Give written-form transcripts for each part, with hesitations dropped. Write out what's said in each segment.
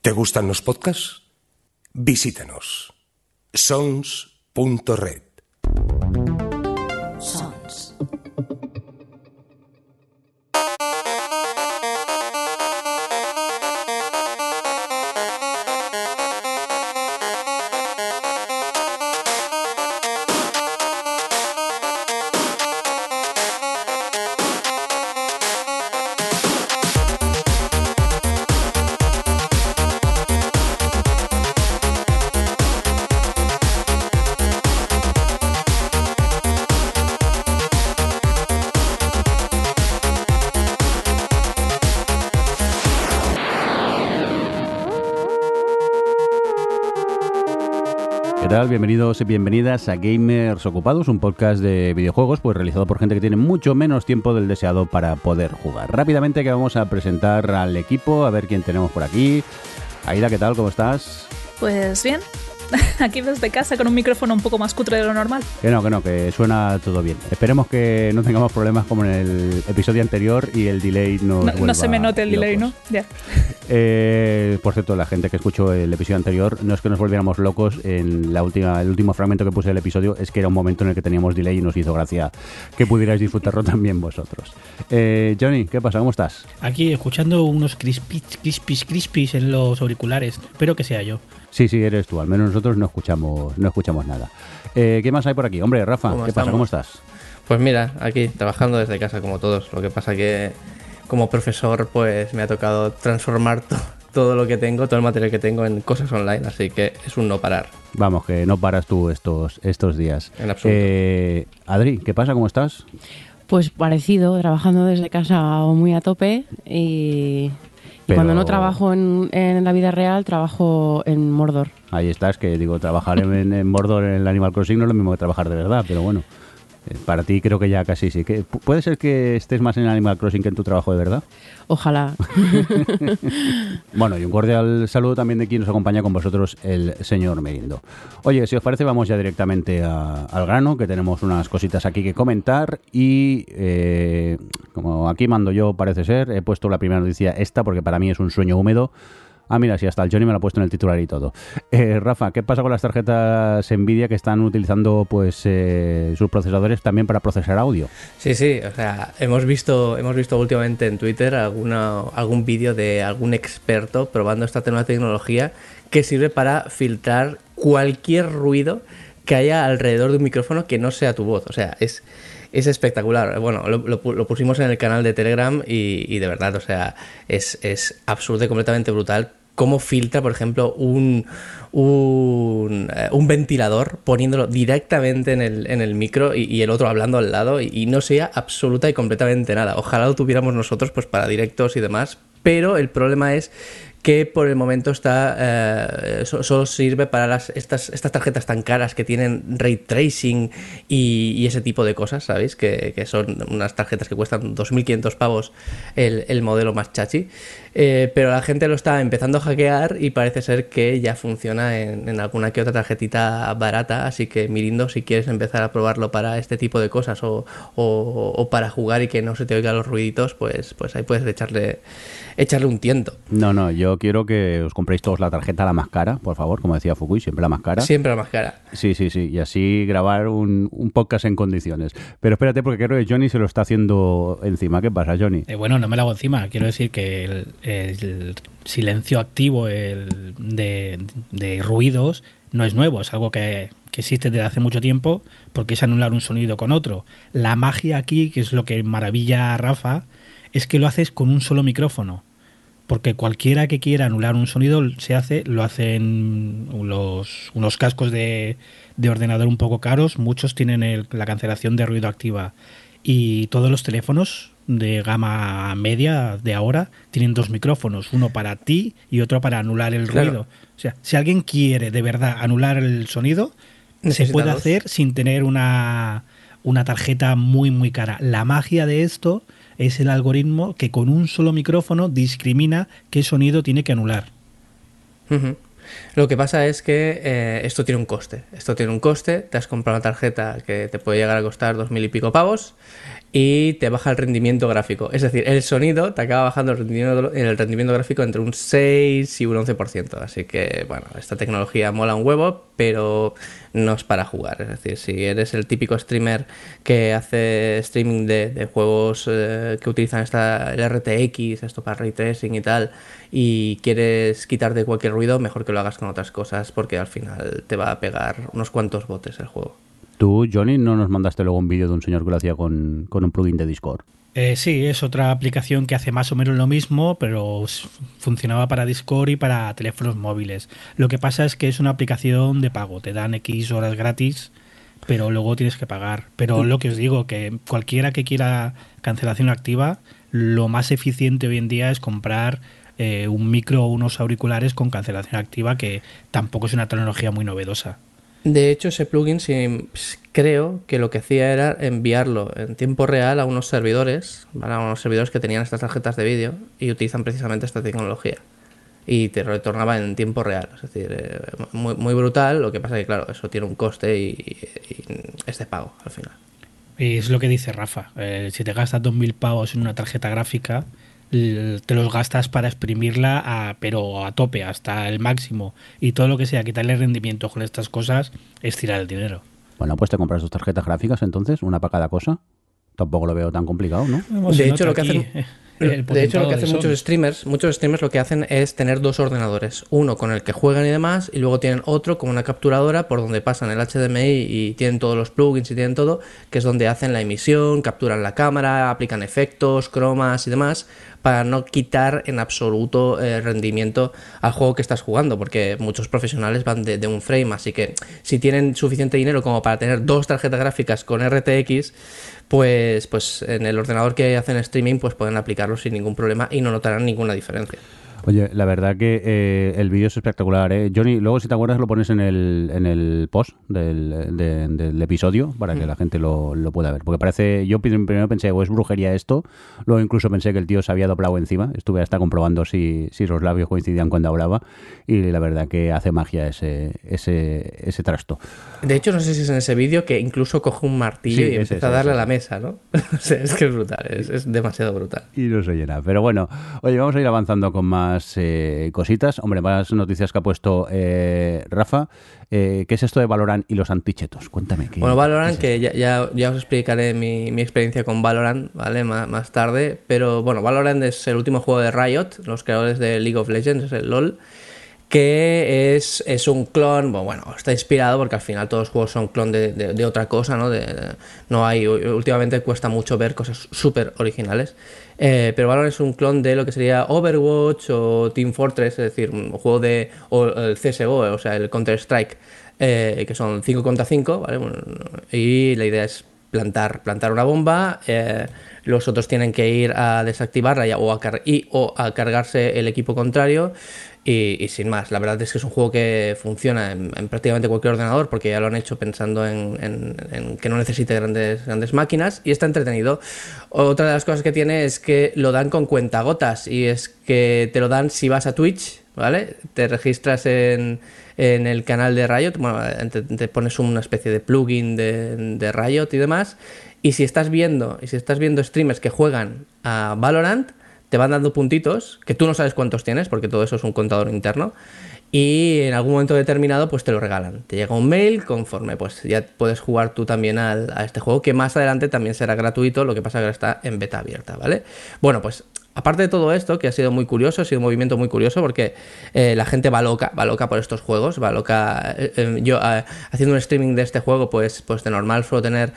¿Te gustan los podcasts? Visítanos. Sons.red. Sons. ¿Qué tal? Bienvenidos y bienvenidas a Gamers Ocupados, un podcast de videojuegos pues realizado por gente que tiene mucho menos tiempo del deseado para poder jugar. Rápidamente que vamos a presentar al equipo, a ver quién tenemos por aquí. Aida, ¿qué tal? ¿Cómo estás? Pues bien, aquí desde casa con un micrófono un poco más cutre de lo normal. Que no, que suena todo bien. Esperemos que no tengamos problemas como en el episodio anterior y el delay no se me note el delay, ¿no? Ya. Por cierto, la gente que escuchó el episodio anterior, no es que nos volviéramos locos en el último fragmento que puse del episodio, es que era un momento en el que teníamos delay y nos hizo gracia que pudierais disfrutarlo también vosotros. Johnny, ¿qué pasa? ¿Cómo estás? Aquí escuchando unos crispis en los auriculares. Espero que sea yo. Sí, eres tú. Al menos nosotros no escuchamos nada. ¿Qué más hay por aquí? Hombre, Rafa, ¿qué pasa? ¿Cómo estás? Pues mira, aquí trabajando desde casa como todos. Lo que pasa que como profesor pues me ha tocado transformar todo lo que tengo, todo el material que tengo en cosas online. Así que es un no parar. Vamos, que no paras tú estos días. En absoluto. Adri, ¿qué pasa? ¿Cómo estás? Pues parecido, trabajando desde casa muy a tope y cuando no trabajo en la vida real, trabajo en Mordor. Ahí estás, que digo, trabajar en Mordor en el Animal Crossing no es lo mismo que trabajar de verdad, pero bueno, para ti creo que ya casi sí. ¿Puede ser que estés más en el Animal Crossing que en tu trabajo de verdad? Ojalá. Bueno, y un cordial saludo también de quien nos acompaña con vosotros, el señor Merindo. Oye, si os parece, vamos ya directamente al grano, que tenemos unas cositas aquí que comentar y como aquí mando yo, parece ser, he puesto la primera noticia esta porque para mí es un sueño húmedo. Ah, mira, sí, hasta el Johnny me lo ha puesto en el titular y todo. Rafa, ¿qué pasa con las tarjetas Nvidia que están utilizando pues sus procesadores también para procesar audio? Sí, o sea, hemos visto últimamente en Twitter algún vídeo de algún experto probando esta nueva tecnología que sirve para filtrar cualquier ruido que haya alrededor de un micrófono que no sea tu voz. O sea, es espectacular. Bueno, lo pusimos en el canal de Telegram y de verdad, o sea, es absurdo y completamente brutal cómo filtra, por ejemplo, un ventilador poniéndolo directamente en el micro y el otro hablando al lado y no sea absoluta y completamente nada. Ojalá lo tuviéramos nosotros pues para directos y demás, pero el problema es que por el momento solo sirve para estas tarjetas tan caras que tienen ray tracing y ese tipo de cosas, ¿sabéis? Que son unas tarjetas que cuestan 2.500 pavos el modelo más chachi. Pero la gente lo está empezando a hackear y parece ser que ya funciona en alguna que otra tarjetita barata. Así que, Mirindo, si quieres empezar a probarlo para este tipo de cosas o para jugar y que no se te oigan los ruiditos, pues ahí puedes echarle un tiento. No, yo quiero que os compréis todos la tarjeta la más cara, por favor, como decía Fukui, siempre la más cara. Siempre la más cara. Sí, y así grabar un podcast en condiciones. Pero espérate, porque creo que Johnny se lo está haciendo encima. ¿Qué pasa, Johnny? Bueno, no me lo hago encima. Quiero decir que el silencio activo de ruidos no es nuevo, es algo que existe desde hace mucho tiempo, porque es anular un sonido con otro. La magia aquí, que es lo que maravilla a Rafa, es que lo haces con un solo micrófono. Porque cualquiera que quiera anular un sonido lo hacen unos cascos de ordenador un poco caros. Muchos tienen la cancelación de ruido activa. Y todos los teléfonos de gama media de ahora tienen dos micrófonos. Uno para ti y otro para anular el ruido. O sea, si alguien quiere de verdad anular el sonido, se puede hacer sin tener una tarjeta muy, muy cara. La magia de esto es el algoritmo que con un solo micrófono discrimina qué sonido tiene que anular. Uh-huh. Lo que pasa es que esto tiene un coste. Esto tiene un coste. Te has comprado una tarjeta que te puede llegar a costar 2.000 y pico pavos y te baja el rendimiento gráfico. Es decir, el sonido te acaba bajando el rendimiento gráfico entre un 6 y un 11%. Así que, bueno, esta tecnología mola un huevo, pero no es para jugar. Es decir, si eres el típico streamer que hace streaming de juegos que utilizan el RTX, esto para ray tracing y tal, y quieres quitarte cualquier ruido, mejor que lo hagas con otras cosas, porque al final te va a pegar unos cuantos botes el juego. Tú, Johnny, ¿no nos mandaste luego un vídeo de un señor que lo hacía con un plugin de Discord? Sí, es otra aplicación que hace más o menos lo mismo, pero funcionaba para Discord y para teléfonos móviles. Lo que pasa es que es una aplicación de pago, te dan X horas gratis, pero luego tienes que pagar. Pero lo que os digo, que cualquiera que quiera cancelación activa, lo más eficiente hoy en día es comprar un micro o unos auriculares con cancelación activa, que tampoco es una tecnología muy novedosa. De hecho, ese plugin creo que lo que hacía era enviarlo en tiempo real a unos servidores, ¿vale? A unos servidores que tenían estas tarjetas de vídeo y utilizan precisamente esta tecnología. Y te retornaba en tiempo real. Es decir, muy, muy brutal. Lo que pasa es que, claro, eso tiene un coste y es de pago al final. Y es lo que dice Rafa. Si te gastas 2.000 pavos en una tarjeta gráfica, te los gastas para exprimirla pero a tope, hasta el máximo, y todo lo que sea quitarle rendimiento con estas cosas es tirar el dinero. Bueno, pues te compras tus tarjetas gráficas entonces, una para cada cosa. Tampoco lo veo tan complicado, ¿no? De hecho, lo que hacen muchos streamers lo que hacen es tener dos ordenadores, uno con el que juegan y demás, y luego tienen otro con una capturadora por donde pasan el HDMI y tienen todos los plugins y tienen todo, que es donde hacen la emisión, capturan la cámara, aplican efectos, cromas y demás, para no quitar en absoluto rendimiento al juego que estás jugando, porque muchos profesionales van de un frame, así que si tienen suficiente dinero como para tener dos tarjetas gráficas con RTX, pues en el ordenador que hacen streaming pues pueden aplicarlo sin ningún problema y no notarán ninguna diferencia. Oye, la verdad que el vídeo es espectacular, ¿eh? Johnny, luego si te acuerdas lo pones en el post del episodio para que la gente lo pueda ver. Porque parece, yo primero pensé, o es brujería esto, luego incluso pensé que el tío se había doblado encima, estuve hasta comprobando si los labios coincidían cuando hablaba, y la verdad que hace magia ese trasto. De hecho, no sé si es en ese vídeo que incluso coge un martillo y empieza a darle a la mesa, ¿no? O sea, es que es brutal, es demasiado brutal. Y no se llena. Pero bueno, oye, vamos a ir avanzando con más cositas. Hombre, más noticias que ha puesto Rafa. ¿Qué es esto de Valorant y los antichetos? Cuéntame. Bueno, Valorant, que ya os explicaré mi experiencia con Valorant, ¿vale? Más tarde. Pero bueno, Valorant es el último juego de Riot, los creadores de League of Legends, es el LoL, que es un clon, bueno, está inspirado porque al final todos los juegos son clon de otra cosa, ¿no? No hay, últimamente cuesta mucho ver cosas súper originales, pero Valorant es un clon de lo que sería Overwatch o Team Fortress, es decir, un juego o el CSGO, o sea, el Counter-Strike, que son 5 contra 5, ¿vale? Bueno, y la idea es plantar una bomba, los otros tienen que ir a desactivarla o a cargarse el equipo contrario. Y sin más, la verdad es que es un juego que funciona en prácticamente cualquier ordenador, porque ya lo han hecho pensando en que no necesite grandes máquinas, y está entretenido. Otra de las cosas que tiene es que lo dan con cuentagotas, y es que te lo dan si vas a Twitch, ¿vale? Te registras en el canal de Riot, bueno, te pones una especie de plugin de Riot y demás, y si estás viendo streamers que juegan a Valorant, te van dando puntitos, que tú no sabes cuántos tienes, porque todo eso es un contador interno, y en algún momento determinado pues te lo regalan. Te llega un mail conforme pues ya puedes jugar tú también a este juego, que más adelante también será gratuito, lo que pasa que ahora está en beta abierta, ¿vale? Bueno, pues aparte de todo esto, que ha sido muy curioso, ha sido un movimiento muy curioso, porque la gente va loca por estos juegos, va loca. Yo haciendo un streaming de este juego, pues de normal suelo tener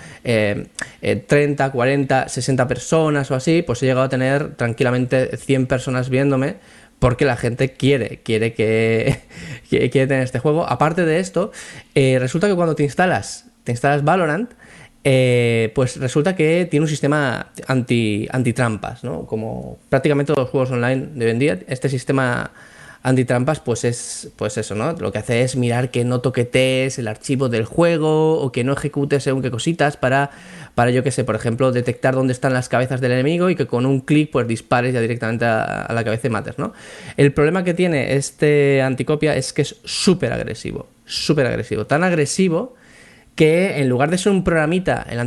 30, 40, 60 personas o así, pues he llegado a tener tranquilamente 100 personas viéndome, porque la gente quiere tener este juego. Aparte de esto, resulta que cuando te instalas Valorant, pues resulta que tiene un sistema antitrampas, ¿no? Como prácticamente todos los juegos online de hoy en día, este sistema antitrampas, pues es pues eso, ¿no? Lo que hace es mirar que no toquetees el archivo del juego o que no ejecutes según qué cositas para yo que sé, por ejemplo, detectar dónde están las cabezas del enemigo y que con un clic pues dispares ya directamente a la cabeza y mates, ¿no? El problema que tiene este anticopia es que es súper agresivo, tan agresivo que en lugar de ser un programita, el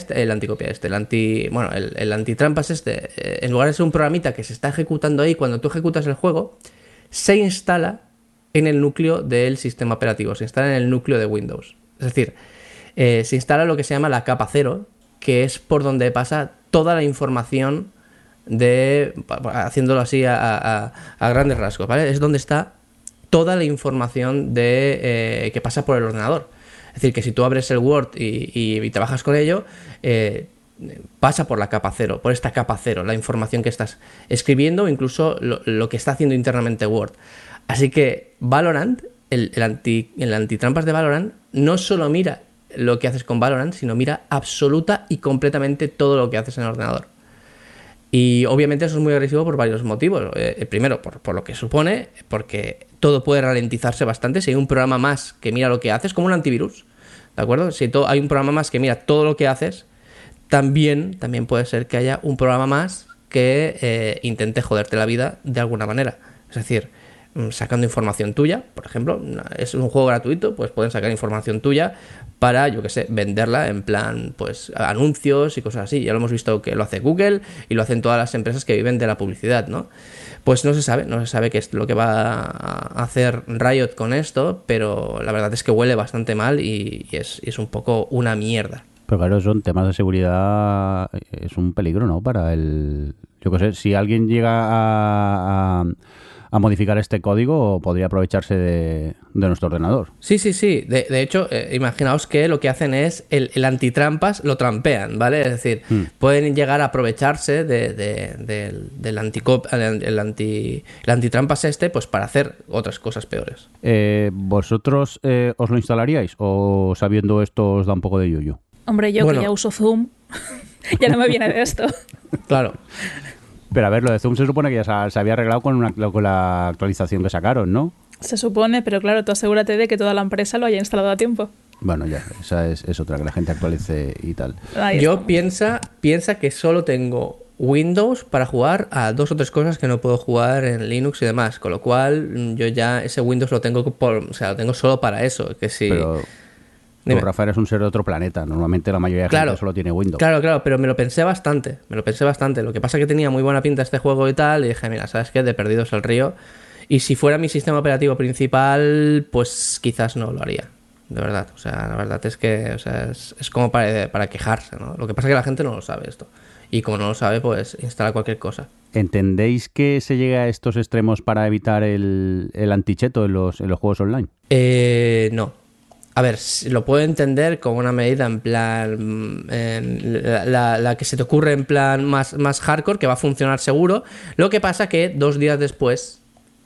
antitrampas en lugar de ser un programita que se está ejecutando ahí cuando tú ejecutas el juego, se instala en el núcleo del sistema operativo, se instala en el núcleo de Windows. Es decir, se instala lo que se llama la capa cero, que es por donde pasa toda la información haciéndolo así a grandes rasgos, ¿vale? Es donde está toda la información que pasa por el ordenador. Es decir, que si tú abres el Word y trabajas con ello, pasa por la capa cero, por esta capa cero, la información que estás escribiendo o incluso lo que está haciendo internamente Word. Así que Valorant, el antitrampas de Valorant, no solo mira lo que haces con Valorant, sino mira absoluta y completamente todo lo que haces en el ordenador. Y obviamente eso es muy agresivo por varios motivos. Primero, por lo que supone, porque todo puede ralentizarse bastante. Si hay un programa más que mira lo que haces, como un antivirus, ¿de acuerdo? Si hay un programa más que mira todo lo que haces, también puede ser que haya un programa más que intente joderte la vida de alguna manera. Es decir, sacando información tuya, por ejemplo, es un juego gratuito, pues pueden sacar información tuya para, yo que sé, venderla en plan, pues, anuncios y cosas así. Ya lo hemos visto que lo hace Google y lo hacen todas las empresas que viven de la publicidad, ¿no? Pues no se sabe qué es lo que va a hacer Riot con esto, pero la verdad es que huele bastante mal y es un poco una mierda. Pero claro, son temas de seguridad, es un peligro, ¿no? Para yo que sé, si alguien llega a modificar este código, podría aprovecharse de nuestro ordenador. Sí. De hecho, imaginaos que lo que hacen es el antitrampas lo trampean, ¿vale? Es decir, pueden llegar a aprovecharse del antitrampas pues para hacer otras cosas peores. ¿Vosotros os lo instalaríais o sabiendo esto os da un poco de yuyu? Hombre, yo que ya uso Zoom, ya no me viene de esto. Claro. Pero a ver, lo de Zoom se supone que ya se había arreglado con la actualización que sacaron, ¿no? Se supone, pero claro, tú asegúrate de que toda la empresa lo haya instalado a tiempo. Bueno, ya, esa es otra, que la gente actualice y tal. Yo piensa que solo tengo Windows para jugar a 2 o 3 cosas que no puedo jugar en Linux y demás, con lo cual yo ya ese Windows lo tengo lo tengo solo para eso, que si... Pero... Tú, Rafa, eres un ser de otro planeta. Normalmente la mayoría de gente solo tiene Windows. Claro, pero me lo pensé bastante. Lo que pasa es que tenía muy buena pinta este juego y tal, y dije, mira, ¿sabes qué? De perdidos el río. Y si fuera mi sistema operativo principal, pues quizás no lo haría. De verdad. O sea, la verdad es que es como para quejarse, ¿no? Lo que pasa es que la gente no lo sabe esto. Y como no lo sabe, pues instala cualquier cosa. ¿Entendéis que se llegue a estos extremos para evitar el anticheto en los juegos online? No. A ver, lo puedo entender como una medida en plan... la que se te ocurre en plan más hardcore, que va a funcionar seguro. Lo que pasa que 2 días después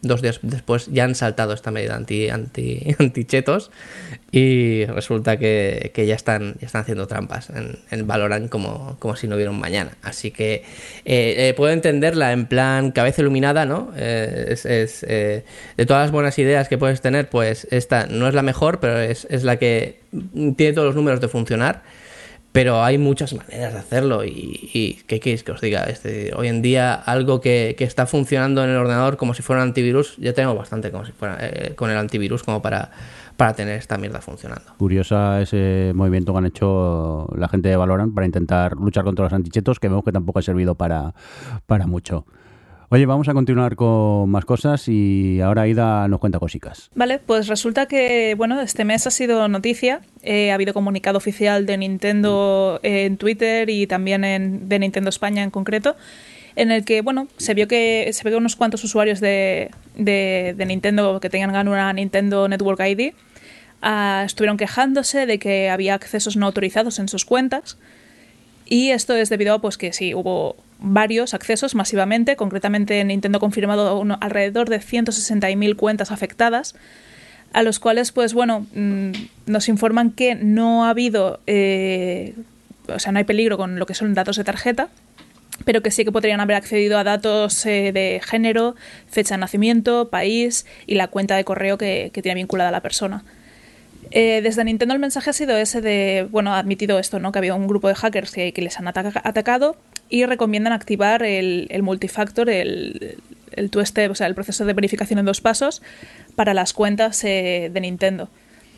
ya han saltado esta medida antichetos y resulta que ya están haciendo trampas en Valorant como si no hubiera un mañana. Así que puedo entenderla en plan cabeza iluminada, ¿no? De todas las buenas ideas que puedes tener, pues esta no es la mejor, pero es la que tiene todos los números de funcionar. Pero hay muchas maneras de hacerlo y ¿qué queréis que os diga? Hoy en día algo que está funcionando en el ordenador como si fuera un antivirus, ya tengo bastante como si fuera con el antivirus como para tener esta mierda funcionando. Curiosa ese movimiento que han hecho la gente de Valorant para intentar luchar contra los antichetos, que vemos que tampoco ha servido para mucho. Oye, vamos a continuar con más cosas y ahora Aida nos cuenta cositas. Vale, pues resulta que, bueno, este mes ha sido noticia. Ha habido comunicado oficial de Nintendo en Twitter y también de Nintendo España en concreto, en el que, bueno, se vio que unos cuantos usuarios de Nintendo que tengan una Nintendo Network ID estuvieron quejándose de que había accesos no autorizados en sus cuentas. Y esto es debido a pues, que sí, hubo varios accesos masivamente. Concretamente, Nintendo ha confirmado alrededor de 160.000 cuentas afectadas, a los cuales, pues bueno, nos informan que no ha habido, no hay peligro con lo que son datos de tarjeta, pero que sí que podrían haber accedido a datos de género, fecha de nacimiento, país y la cuenta de correo que tiene vinculada a la persona. Desde Nintendo el mensaje ha sido ese de, bueno, ha admitido esto, ¿no? Que ha habido un grupo de hackers que les han atacado y recomiendan activar el multifactor, el two-step, o sea, el proceso de verificación en 2 pasos para las cuentas de Nintendo.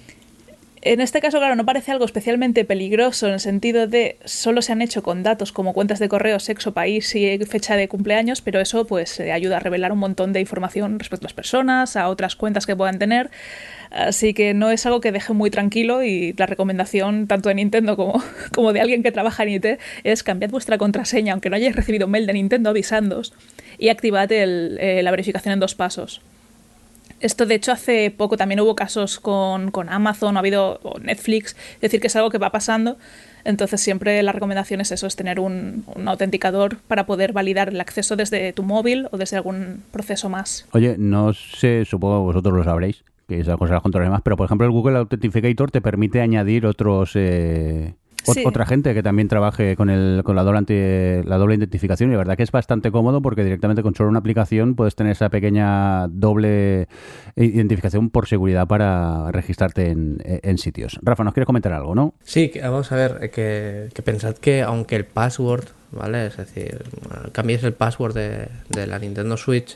En este caso, claro, no parece algo especialmente peligroso en el sentido de solo se han hecho con datos como cuentas de correo, sexo, país y fecha de cumpleaños, pero eso pues ayuda a revelar un montón de información respecto a las personas, a otras cuentas que puedan tener. Así que no es algo que deje muy tranquilo y la recomendación tanto de Nintendo como de alguien que trabaja en IT es cambiad vuestra contraseña, aunque no hayáis recibido un mail de Nintendo avisándoos, y activad la verificación en 2 pasos. Esto, de hecho, hace poco también hubo casos con Amazon, ha habido o Netflix, es decir, que es algo que va pasando. Entonces, siempre la recomendación es eso, es tener un autenticador para poder validar el acceso desde tu móvil o desde algún proceso más. Oye, no sé, supongo que vosotros lo sabréis, que esas cosas las controláis más, pero por ejemplo el Google Authenticator te permite añadir otros... Sí. Otra gente que también trabaje con la doble identificación, y la verdad que es bastante cómodo porque directamente con solo una aplicación puedes tener esa pequeña doble identificación por seguridad para registrarte en sitios. Rafa, ¿nos quieres comentar algo, no? Sí, vamos a ver, que pensad que aunque el password, ¿vale? Es decir, cambies el password de la Nintendo Switch,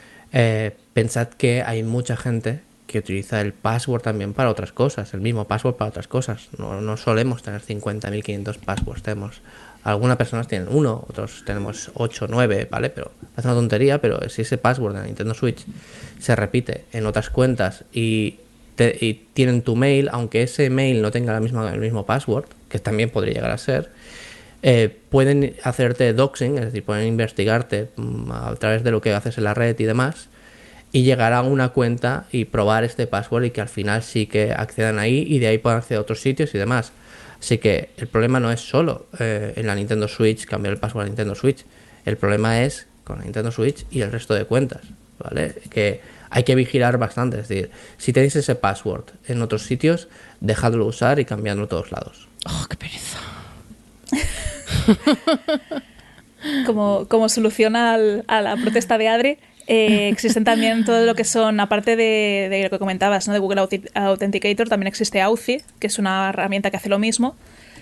pensad que hay mucha gente que utiliza el password también para otras cosas, el mismo password para otras cosas. No solemos tener 50.500 passwords, algunas personas tienen 1, otros tenemos 8, 9, ¿vale? Pero es una tontería, pero si ese password de la Nintendo Switch se repite en otras cuentas y tienen tu mail, aunque ese mail no tenga el mismo password, que también podría llegar a ser, pueden hacerte doxing, es decir, pueden investigarte a través de lo que haces en la red y demás, y llegar a una cuenta y probar este password y que al final sí que accedan ahí y de ahí puedan acceder a otros sitios y demás. Así que el problema no es solo en la Nintendo Switch cambiar el password a la Nintendo Switch. El problema es con la Nintendo Switch y el resto de cuentas, ¿vale? Que hay que vigilar bastante. Es decir, si tenéis ese password en otros sitios, dejadlo usar y cambiadlo a todos lados. ¡Oh, qué pereza! Como solución a la protesta de Adri, existen también todo lo que son, aparte de lo que comentabas, ¿no? De Google Authenticator, también existe Authy, que es una herramienta que hace lo mismo.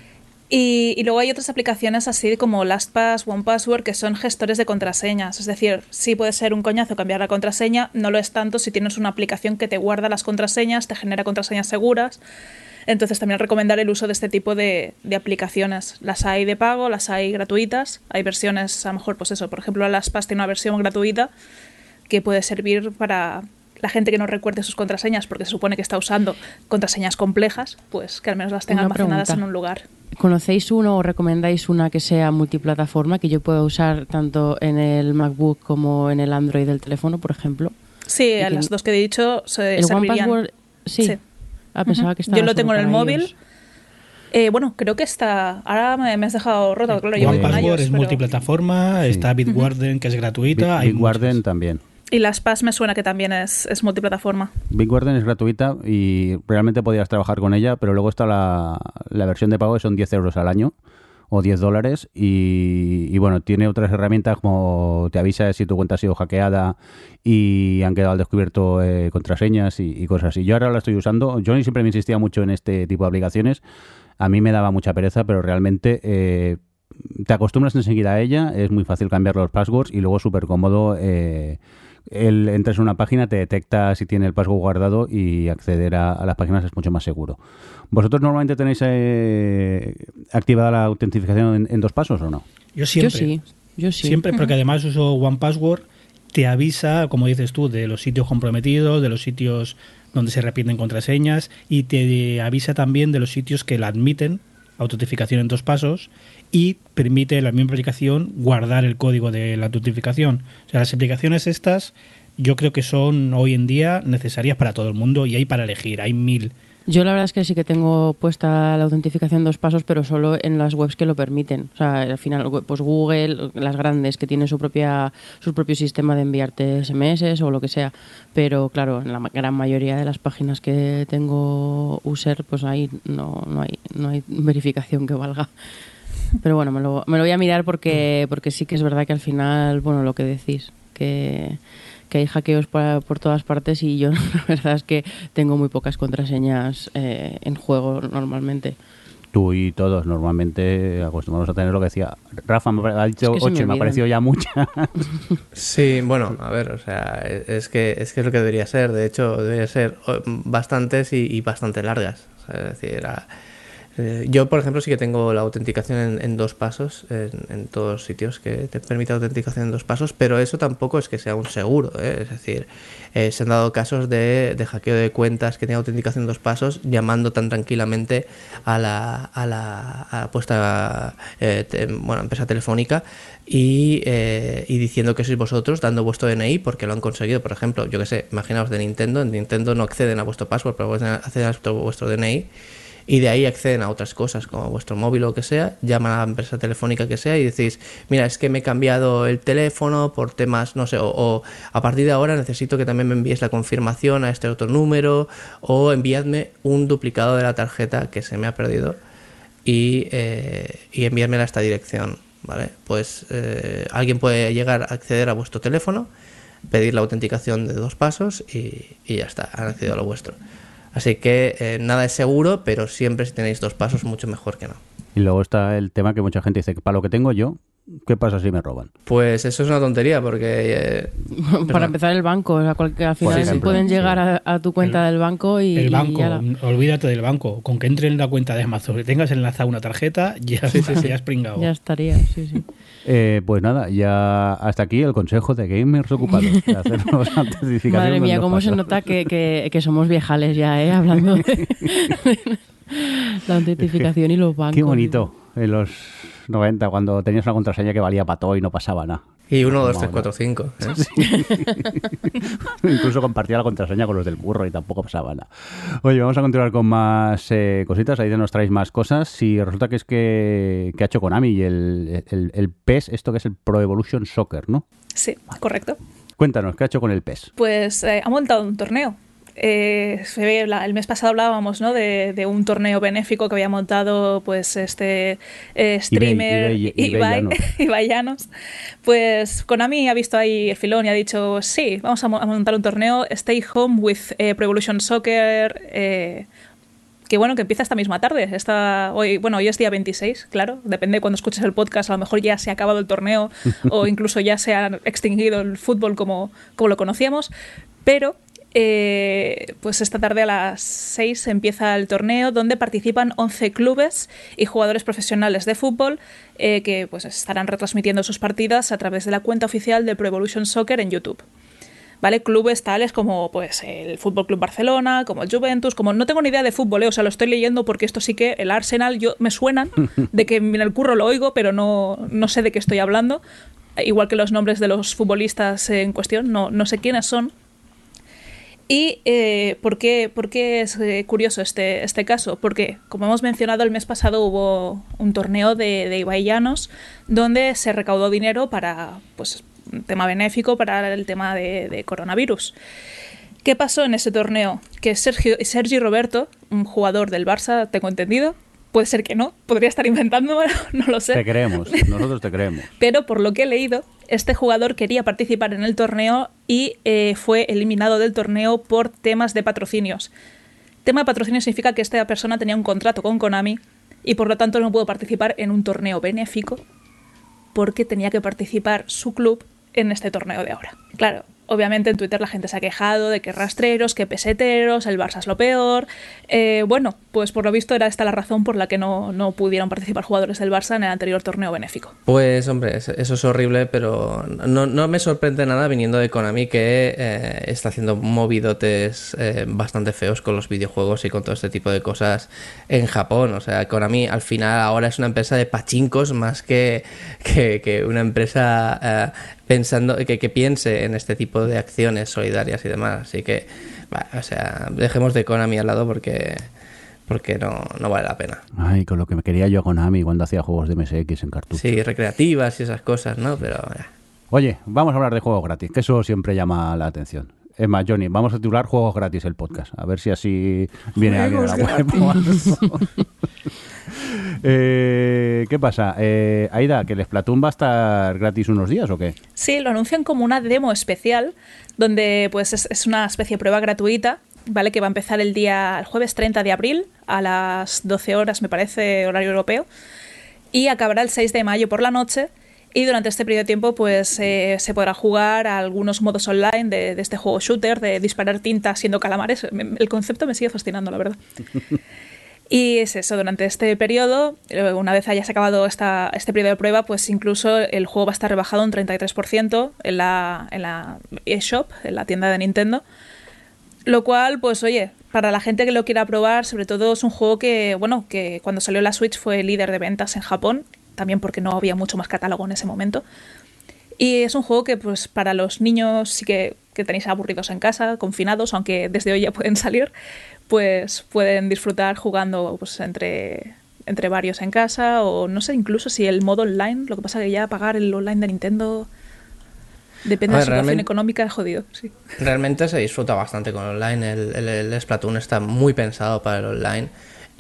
Y luego hay otras aplicaciones así como LastPass, OnePassword, que son gestores de contraseñas. Es decir, sí puede ser un coñazo cambiar la contraseña, no lo es tanto si tienes una aplicación que te guarda las contraseñas, te genera contraseñas seguras. Entonces también recomendar el uso de este tipo de aplicaciones. Las hay de pago, las hay gratuitas. Hay versiones, a lo mejor, pues eso, por ejemplo, LastPass tiene una versión gratuita que puede servir para la gente que no recuerde sus contraseñas porque se supone que está usando contraseñas complejas, pues que al menos las tenga almacenadas en un lugar. ¿Conocéis uno o recomendáis una que sea multiplataforma, que yo pueda usar tanto en el MacBook como en el Android del teléfono, por ejemplo? Sí, a las dos que he dicho ¿El OnePassword? Sí. Ah, pensaba que estaba yo lo tengo en el móvil. Ellos. Bueno, creo que está... Ahora me has dejado roto, claro. OnePassword es multiplataforma, sí. Está Bitwarden, que es gratuita. Bitwarden también. Y LastPass me suena que también es multiplataforma. Bitwarden es gratuita y realmente podrías trabajar con ella, pero luego está la versión de pago, que son 10 euros al año o $10 y bueno, tiene otras herramientas como te avisa si tu cuenta ha sido hackeada y han quedado al descubierto contraseñas y cosas así. Yo ahora la estoy usando. Johnny siempre me insistía mucho en este tipo de aplicaciones. A mí me daba mucha pereza, pero realmente te acostumbras enseguida a ella, es muy fácil cambiar los passwords y luego súper cómodo. Entras en una página, te detecta si tiene el password guardado y acceder a las páginas es mucho más seguro. ¿Vosotros normalmente tenéis activada la autentificación en 2 pasos o no? Yo siempre. Yo sí. Siempre, porque además uso OnePassword, te avisa, como dices tú, de los sitios comprometidos, de los sitios donde se repiten contraseñas y te avisa también de los sitios que la admiten, autentificación en 2 pasos, y permite la misma aplicación guardar el código de la autentificación. O sea, las aplicaciones estas yo creo que son hoy en día necesarias para todo el mundo y hay para elegir, hay 1000. Yo la verdad es que sí que tengo puesta la autentificación en 2 pasos, pero solo en las webs que lo permiten. O sea, al final, pues Google, las grandes que tienen su propio sistema de enviarte SMS o lo que sea. Pero claro, en la gran mayoría de las páginas que tengo user, pues ahí no hay verificación que valga. Pero bueno, me lo voy a mirar porque sí que es verdad que al final, bueno, lo que decís, que hay hackeos por todas partes y yo la verdad es que tengo muy pocas contraseñas en juego normalmente. Tú y todos normalmente acostumbramos a tener lo que decía Rafa, me ha dicho Es que se 8 y me ha olvidan. parecido ya muchas. Sí, bueno, a ver, o sea, es que es lo que debería ser. De hecho, debería ser bastantes y bastante largas. O sea, es decir, yo, por ejemplo, sí que tengo la autenticación en 2 pasos en todos sitios que te permite autenticación en 2 pasos, pero eso tampoco es que sea un seguro, ¿eh? Es decir, se han dado casos de hackeo de cuentas que tienen autenticación en 2 pasos llamando tan tranquilamente a la puesta empresa telefónica y diciendo que sois vosotros, dando vuestro DNI porque lo han conseguido. Por ejemplo, yo que sé, imaginaos de Nintendo, en Nintendo no acceden a vuestro password, pero acceden a vuestro DNI. Y de ahí acceden a otras cosas, como vuestro móvil o lo que sea, llaman a la empresa telefónica que sea y decís, mira, es que me he cambiado el teléfono por temas, no sé, o a partir de ahora necesito que también me envíes la confirmación a este otro número, o enviadme un duplicado de la tarjeta que se me ha perdido y enviármela a esta dirección, ¿vale? Pues alguien puede llegar a acceder a vuestro teléfono, pedir la autenticación de 2 pasos y ya está, han accedido a lo vuestro. Así que nada es seguro, pero siempre si tenéis 2 pasos, mucho mejor que no. Y luego está el tema que mucha gente dice, para lo que tengo yo, ¿qué pasa si me roban? Pues eso es una tontería, porque... Para empezar el banco, o sea, al final ejemplo, pueden sí. llegar a tu cuenta del banco y... El banco, y ya olvídate del banco. Con que entre en la cuenta de Amazon, que tengas enlazada una tarjeta, ya has pringado. ya estaría, sí. Pues nada, ya hasta aquí el consejo de gamers ocupados. De hacernos autentificación Madre con mía, 2 cómo se pasos. nota que somos viejales ya, hablando de la autentificación y los bancos. Qué bonito, en los 90, cuando tenías una contraseña que valía para todo y no pasaba nada. Y 1, 2, 3, 4, 5. Incluso compartía la contraseña con los del burro y tampoco pasaba nada. Oye, vamos a continuar con más cositas. Ahí nos traéis más cosas. Y resulta que es que ha hecho Konami y el PES, esto que es el Pro Evolution Soccer, ¿no? Sí, correcto. Cuéntanos, ¿qué ha hecho con el PES? Pues ha montado un torneo. El mes pasado hablábamos, ¿no?, de un torneo benéfico que había montado pues streamer Ibai Llanos. Pues Konami ha visto ahí el filón y ha dicho, sí, vamos a montar un torneo Stay Home with Pro Evolution Soccer, que bueno, que empieza esta misma tarde. Hoy es día 26, claro, depende de cuando escuches el podcast, a lo mejor ya se ha acabado el torneo o incluso ya se ha extinguido el fútbol como lo conocíamos, pero pues esta tarde a las 6 empieza el torneo donde participan 11 clubes y jugadores profesionales de fútbol que pues estarán retransmitiendo sus partidas a través de la cuenta oficial de Pro Evolution Soccer en YouTube. ¿Vale? Clubes tales como pues el Fútbol Club Barcelona, como el Juventus, como no tengo ni idea de fútbol, o sea, lo estoy leyendo porque esto sí que el Arsenal me suenan de que en el curro lo oigo, pero no sé de qué estoy hablando, igual que los nombres de los futbolistas en cuestión, no sé quiénes son. ¿Y por qué es curioso este caso? Porque, como hemos mencionado, el mes pasado hubo un torneo de Ibai Llanos donde se recaudó dinero para pues, un tema benéfico para el tema de coronavirus. ¿Qué pasó en ese torneo? Que Sergi Roberto, un jugador del Barça, tengo entendido, puede ser que no, podría estar inventando, no lo sé. Te creemos, nosotros te creemos. Pero por lo que he leído, este jugador quería participar en el torneo y fue eliminado del torneo por temas de patrocinios. Tema de patrocinio significa que esta persona tenía un contrato con Konami y por lo tanto no pudo participar en un torneo benéfico porque tenía que participar su club en este torneo de ahora. Claro, obviamente en Twitter la gente se ha quejado de que rastreros, que peseteros, el Barça es lo peor. Bueno, pues por lo visto era esta la razón por la que no pudieron participar jugadores del Barça en el anterior torneo benéfico. Pues hombre, eso es horrible, pero no me sorprende nada viniendo de Konami, que está haciendo movidotes bastante feos con los videojuegos y con todo este tipo de cosas en Japón. O sea, Konami al final ahora es una empresa de pachincos más que una empresa pensando que piense en este tipo de acciones solidarias y demás. Así que, o sea, dejemos de Konami al lado porque no vale la pena. Ay, con lo que me quería yo a Konami cuando hacía juegos de MSX en cartucho. Sí, recreativas y esas cosas, ¿no? Pero... Oye, vamos a hablar de juegos gratis, que eso siempre llama la atención. Es más, Johnny, vamos a titular Juegos Gratis el podcast. A ver si así viene alguien a la web. ¿Qué pasa? Aida, ¿que el Splatoon va a estar gratis unos días o qué? Sí, lo anuncian como una demo especial, donde pues es una especie de prueba gratuita, ¿vale? Que va a empezar el jueves 30 de abril a las 12 horas, me parece, horario europeo, y acabará el 6 de mayo por la noche. Y durante este periodo de tiempo pues se podrá jugar a algunos modos online de este juego shooter, de disparar tinta siendo calamares. El concepto me sigue fascinando, la verdad. Y es eso, durante este periodo, una vez hayas acabado este periodo de prueba, pues incluso el juego va a estar rebajado un 33% en la eShop, en la tienda de Nintendo. Lo cual, pues oye, para la gente que lo quiera probar, sobre todo es un juego que cuando salió la Switch fue líder de ventas en Japón, también porque no había mucho más catálogo en ese momento. Y es un juego que pues para los niños sí que tenéis aburridos en casa, confinados, aunque desde hoy ya pueden salir, pues pueden disfrutar jugando pues entre varios en casa, o no sé, incluso si el modo online, lo que pasa que ya pagar el online de Nintendo depende de la situación económica, es jodido. Sí. Realmente se disfruta bastante con online, el Splatoon está muy pensado para el online.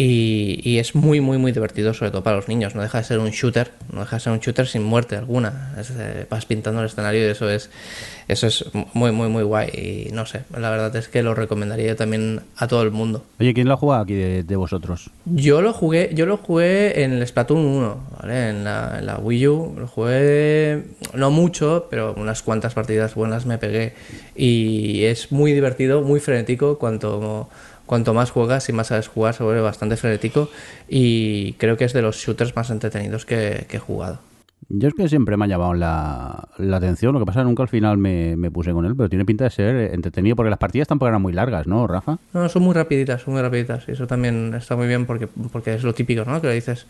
Y es muy, muy, muy divertido, sobre todo para los niños. No deja de ser un shooter, sin muerte alguna. Vas pintando el escenario y eso es muy, muy, muy guay. Y no sé, la verdad es que lo recomendaría también a todo el mundo. Oye, ¿quién lo ha jugado aquí de vosotros? Yo lo jugué en el Splatoon 1, ¿vale? En la Wii U. Lo jugué no mucho, pero unas cuantas partidas buenas me pegué. Y es muy divertido, muy frenético. Cuanto más juegas y más sabes jugar, se vuelve bastante frenético, y creo que es de los shooters más entretenidos que he jugado. Yo es que siempre me ha llamado la atención, lo que pasa es que nunca al final me puse con él, pero tiene pinta de ser entretenido, porque las partidas tampoco eran muy largas, ¿no, Rafa? No, son muy rapiditas, y eso también está muy bien porque es lo típico, ¿no? Que dices,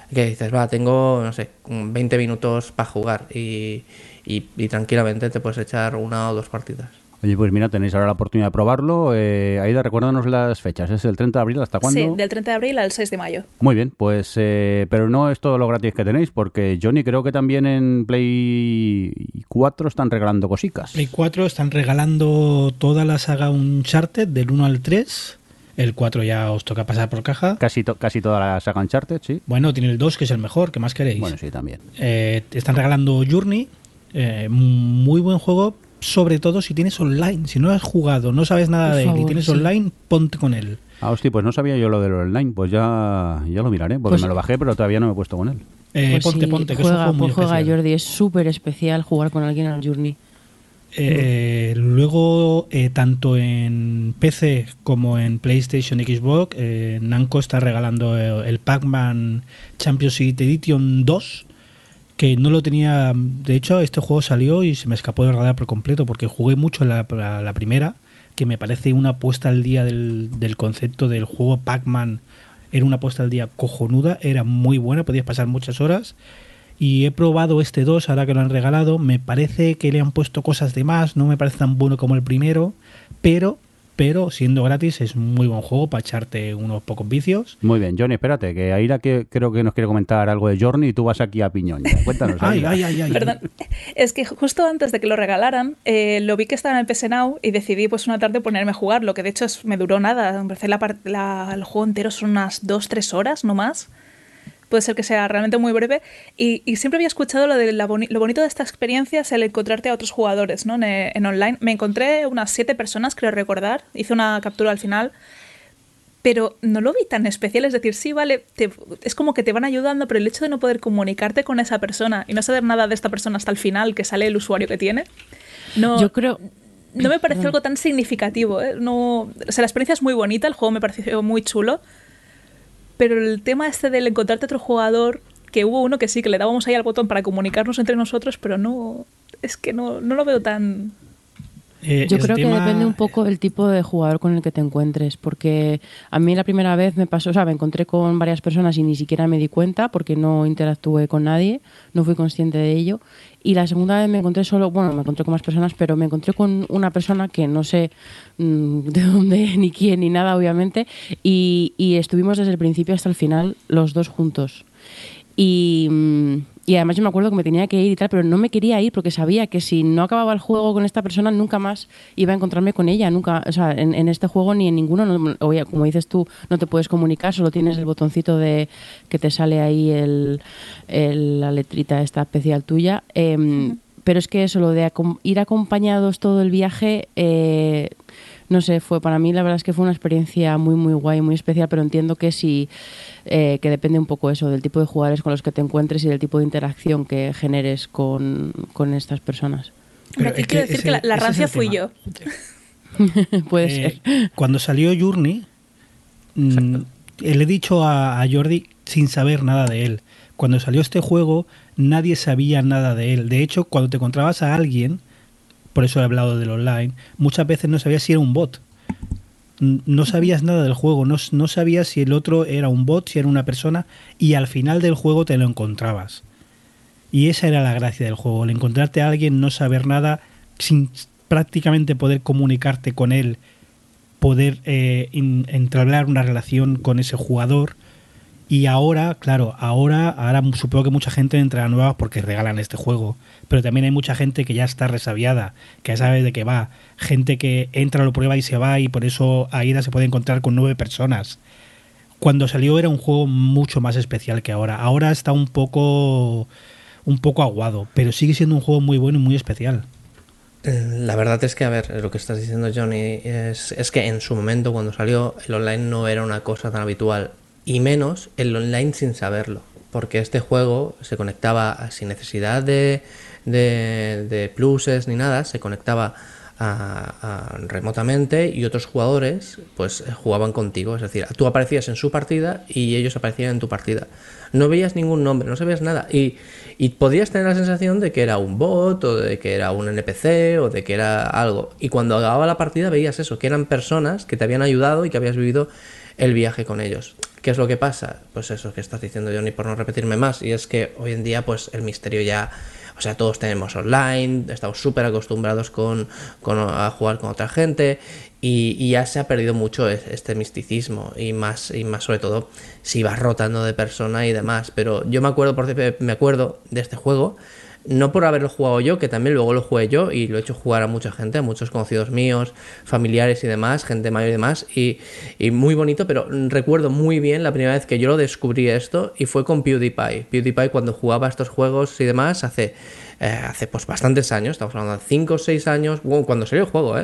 tengo, no sé, 20 minutos para jugar y tranquilamente te puedes echar 1 o 2 partidas. Oye, pues mira, tenéis ahora la oportunidad de probarlo. Aida, recuérdanos las fechas. ¿Es el 30 de abril hasta cuándo? Sí, del 30 de abril al 6 de mayo. Muy bien, pues pero no es todo lo gratis que tenéis, porque Johnny, creo que también en Play 4 están regalando cositas. Play 4 están regalando toda la saga Uncharted del 1 al 3. El 4 ya os toca pasar por caja. Casi toda la saga Uncharted, sí. Bueno, tiene el 2, que es el mejor, ¿qué más queréis? Bueno, sí, también. Están regalando Journey, muy buen juego, sobre todo si tienes online. Si no has jugado, no sabes nada de él y tienes online, ponte con él. Ah, hostia, pues no sabía yo lo del online. Pues ya lo miraré, porque me lo bajé, pero todavía no me he puesto con él. Pues ponte, que es un juego muy juega especial. Jordi, es súper especial jugar con alguien al Journey. Luego, tanto en PC como en PlayStation y Xbox, Namco está regalando el Pac-Man Championship Edition 2, que no lo tenía. De hecho, este juego salió y se me escapó de radar por completo, porque jugué mucho la primera, que me parece una puesta al día del concepto del juego Pac-Man. Era una puesta al día cojonuda, era muy buena, podías pasar muchas horas. Y he probado este 2 ahora que lo han regalado. Me parece que le han puesto cosas de más, no me parece tan bueno como el primero, pero siendo gratis es muy buen juego para echarte unos pocos vicios. Muy bien, Johnny, espérate, que Aira creo que nos quiere comentar algo de Journey y tú vas aquí a piñón. Ya. Cuéntanos. ay. Perdón, es que justo antes de que lo regalaran, lo vi que estaba en el PS Now y decidí pues una tarde ponerme a jugar, lo que de hecho me duró nada. Me parece el juego entero son unas 2-3 horas, no más. Puede ser que sea realmente muy breve, y siempre había escuchado lo bonito de esta experiencia es el encontrarte a otros jugadores, ¿no? En online. Me encontré unas 7 personas, creo recordar, hice una captura al final, pero no lo vi tan especial, es decir, sí, vale, es como que te van ayudando, pero el hecho de no poder comunicarte con esa persona y no saber nada de esta persona hasta el final, que sale el usuario que tiene, yo creo... No me pareció algo tan significativo, ¿eh? No, o sea, la experiencia es muy bonita, el juego me pareció muy chulo, pero el tema este del encontrarte otro jugador, que hubo uno que sí, que le dábamos ahí al botón para comunicarnos entre nosotros, pero no, es que no lo veo tan... Yo creo que depende un poco del tipo de jugador con el que te encuentres, porque a mí la primera vez me pasó, o sea, me encontré con varias personas y ni siquiera me di cuenta porque no interactué con nadie, no fui consciente de ello, y la segunda vez me encontré con más personas, pero me encontré con una persona que no sé de dónde, ni quién, ni nada, obviamente, y estuvimos desde el principio hasta el final los dos juntos. Y Y además yo me acuerdo que me tenía que ir y tal, pero no me quería ir porque sabía que si no acababa el juego con esta persona, nunca más iba a encontrarme con ella. Nunca, o sea, en este juego ni en ninguno, oye, como dices tú, no te puedes comunicar, solo tienes el botoncito de que te sale ahí la letrita esta especial tuya. Pero es que eso, lo de ir acompañados todo el viaje... no sé, para mí la verdad es que fue una experiencia muy muy guay, muy especial, pero entiendo que sí, que depende un poco eso, del tipo de jugadores con los que te encuentres y del tipo de interacción que generes con estas personas. Pero aquí quiero decir que la rancia fui yo. Puede ser. Cuando salió Journey, le he dicho a Jordi sin saber nada de él. Cuando salió este juego, nadie sabía nada de él. De hecho, cuando te encontrabas a alguien, por eso he hablado del online, muchas veces no sabías si era un bot. No sabías nada del juego, no sabías si el otro era un bot, si era una persona, y al final del juego te lo encontrabas. Y esa era la gracia del juego, el encontrarte a alguien, no saber nada, sin prácticamente poder comunicarte con él, poder entablar una relación con ese jugador. Y ahora, claro, ahora supongo que mucha gente entra nueva porque regalan este juego, pero también hay mucha gente que ya está resabiada, que ya sabe de qué va, gente que entra, lo prueba y se va, y por eso Aida se puede encontrar con 9 personas. Cuando salió era un juego mucho más especial que ahora. Ahora está un poco aguado, pero sigue siendo un juego muy bueno y muy especial. La verdad es que, a ver, lo que estás diciendo, Johnny, es que en su momento, cuando salió, el online no era una cosa tan habitual. Y menos el online sin saberlo, porque este juego se conectaba sin necesidad de pluses ni nada, se conectaba remotamente, y otros jugadores pues jugaban contigo, es decir, tú aparecías en su partida y ellos aparecían en tu partida. No veías ningún nombre, no sabías nada, y podías tener la sensación de que era un bot, o de que era un NPC, o de que era algo, y cuando acababa la partida veías eso, que eran personas que te habían ayudado y que habías vivido el viaje con ellos. ¿Qué es lo que pasa? Pues eso que estás diciendo, Johnny, por no repetirme más, y es que hoy en día pues el misterio ya, o sea, todos tenemos online, estamos súper acostumbrados a jugar con otra gente, y ya se ha perdido mucho este misticismo, y más sobre todo si vas rotando de persona y demás. Pero yo me acuerdo de este juego, no por haberlo jugado yo, que también luego lo jugué yo y lo he hecho jugar a mucha gente, a muchos conocidos míos, familiares y demás, gente mayor y demás, y muy bonito, pero recuerdo muy bien la primera vez que yo lo descubrí esto, y fue con PewDiePie. PewDiePie, cuando jugaba estos juegos y demás, hace pues bastantes años, estamos hablando de 5 o 6 años, bueno, cuando salió el juego,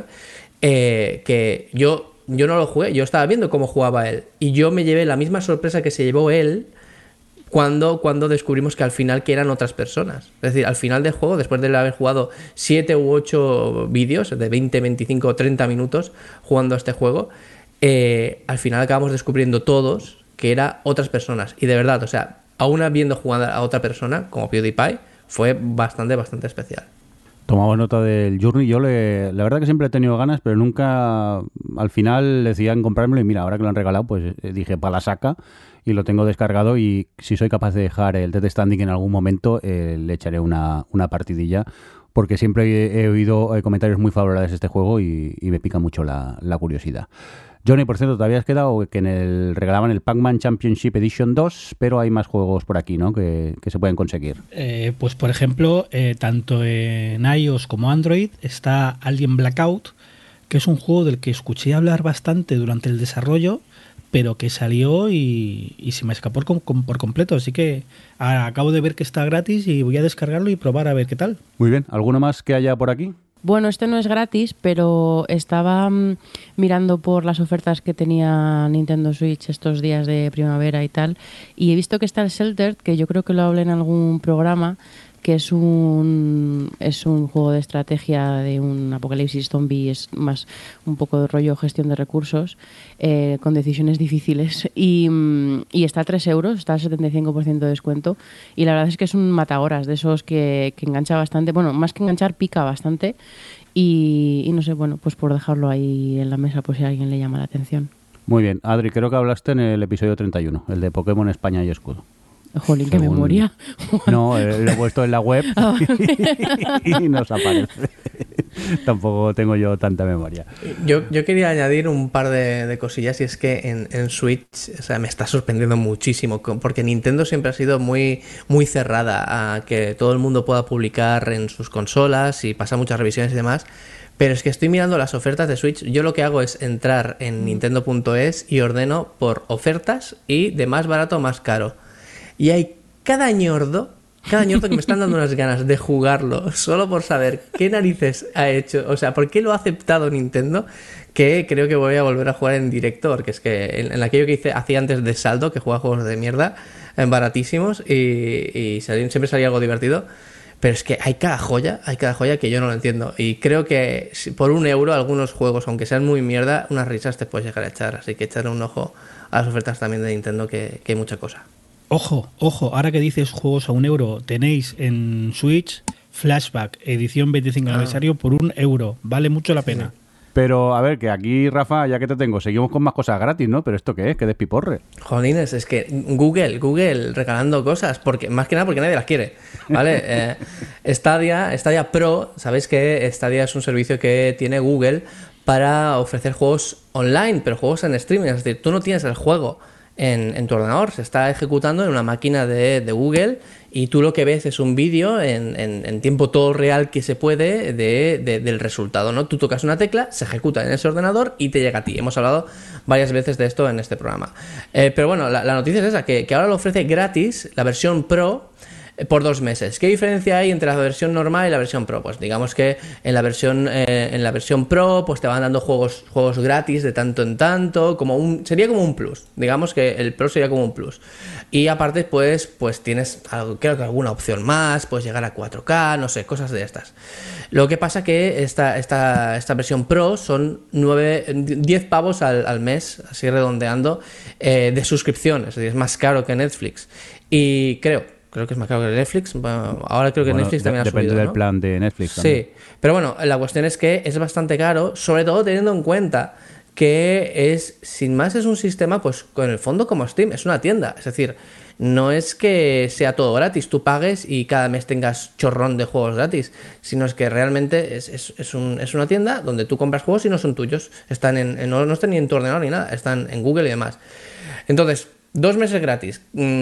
que yo no lo jugué, yo estaba viendo cómo jugaba él, y yo me llevé la misma sorpresa que se llevó él cuando descubrimos que al final que eran otras personas. Es decir, al final del juego, después de haber jugado 7 u 8 vídeos de 20, 25 o 30 minutos jugando a este juego, al final acabamos descubriendo todos que eran otras personas. Y de verdad, o sea, aún habiendo jugado a otra persona, como PewDiePie, fue bastante especial. Tomaba nota del Journey. Yo la verdad que siempre he tenido ganas, pero nunca al final decían comprármelo, y mira, ahora que lo han regalado, pues dije, para la saca, y lo tengo descargado, y si soy capaz de dejar el Death Stranding en algún momento, le echaré una partidilla, porque siempre he oído comentarios muy favorables a este juego, y me pica mucho la curiosidad. Johnny, por cierto, te habías quedado que regalaban el Pac-Man Championship Edition 2, pero hay más juegos por aquí, ¿no?, que se pueden conseguir. Pues por ejemplo, tanto en iOS como Android está Alien Blackout, que es un juego del que escuché hablar bastante durante el desarrollo, pero que salió y se me escapó por completo. Así que acabo de ver que está gratis y voy a descargarlo y probar a ver qué tal. Muy bien. ¿Alguno más que haya por aquí? Bueno, este no es gratis, pero estaba mirando por las ofertas que tenía Nintendo Switch estos días de primavera y tal, y he visto que está el Sheltered, que yo creo que lo hablé en algún programa, que es un juego de estrategia de un apocalipsis zombie, es más un poco de rollo gestión de recursos, con decisiones difíciles, y está a 3 euros, está al 75% de descuento, y la verdad es que es un matahoras de esos que engancha bastante, bueno, más que enganchar, pica bastante, y no sé, bueno, pues por dejarlo ahí en la mesa por si a alguien le llama la atención. Muy bien. Adri, creo que hablaste en el episodio 31, el de Pokémon España y Escudo. Jolín, qué memoria. No, lo he puesto en la web y nos aparece. Tampoco tengo yo tanta memoria. Yo quería añadir un par de cosillas, y es que en Switch, o sea, me está sorprendiendo muchísimo, porque Nintendo siempre ha sido muy, muy cerrada a que todo el mundo pueda publicar en sus consolas y pasa muchas revisiones y demás. Pero es que estoy mirando las ofertas de Switch. Yo lo que hago es entrar en Nintendo.es y ordeno por ofertas y de más barato a más caro. Y hay cada ñordo que me están dando unas ganas de jugarlo solo por saber qué narices ha hecho, o sea, por qué lo ha aceptado Nintendo, que creo que voy a volver a jugar en directo, porque es que en aquello que hacía antes de saldo, que jugaba juegos de mierda, baratísimos, y siempre salía algo divertido. Pero es que hay cada joya que yo no lo entiendo. Y creo que por €1 algunos juegos, aunque sean muy mierda, unas risas te puedes llegar a echar. Así que echarle un ojo a las ofertas también de Nintendo, que hay mucha cosa. Ojo, ahora que dices juegos a €1, tenéis en Switch Flashback, edición 25 aniversario por €1. Vale mucho la pena. Sí. Pero a ver, que aquí, Rafa, ya que te tengo, seguimos con más cosas gratis, ¿no? Pero ¿esto qué es? ¿Qué despiporre? Jolines, es que Google regalando cosas, porque más que nada porque nadie las quiere, ¿vale? Stadia Pro, sabéis que Stadia es un servicio que tiene Google para ofrecer juegos online, pero juegos en streaming, es decir, tú no tienes el juego en tu ordenador, se está ejecutando en una máquina de Google, y tú lo que ves es un vídeo en tiempo todo real que se puede del resultado, ¿no? Tú tocas una tecla, se ejecuta en ese ordenador y te llega a ti. Hemos hablado varias veces de esto en este programa. Pero bueno, la noticia es esa, que ahora lo ofrece gratis, la versión Pro, por 2 meses. ¿Qué diferencia hay entre la versión normal y la versión Pro? Pues digamos que en la versión Pro pues te van dando juegos gratis de tanto en tanto, sería como un plus. Digamos que el Pro sería como un plus. Y aparte pues tienes creo que alguna opción más, puedes llegar a 4K, no sé, cosas de estas. Lo que pasa que esta versión Pro son 10 pavos al mes, así redondeando, de suscripción. Es decir, es más caro que Netflix. Y creo que es más caro que Netflix. Bueno, ahora creo que Netflix también ha subido, depende del ¿no? plan de Netflix también. Sí, pero bueno, la cuestión es que es bastante caro, sobre todo teniendo en cuenta que sin más, es un sistema, pues con el fondo como Steam, es una tienda. Es decir, no es que sea todo gratis, tú pagues y cada mes tengas chorrón de juegos gratis, sino es que realmente es una tienda donde tú compras juegos y no son tuyos. No están ni en tu ordenador ni nada, están en Google y demás. Entonces, 2 meses gratis.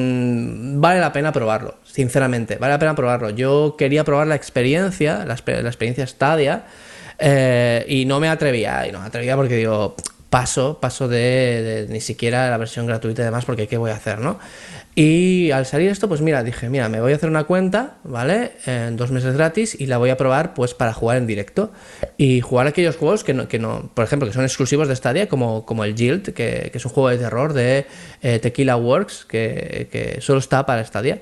Vale la pena probarlo, sinceramente. Vale la pena probarlo. Yo quería probar la experiencia Stadia, y no me atrevía. Porque digo, paso de ni siquiera la versión gratuita y demás, porque ¿qué voy a hacer, no? Y al salir esto, pues dije, me voy a hacer una cuenta, ¿vale? 2 meses gratis, y la voy a probar pues para jugar en directo y jugar aquellos juegos que no, por ejemplo, que son exclusivos de Stadia, como el Guild, que es un juego de terror de Tequila Works, que solo está para Stadia.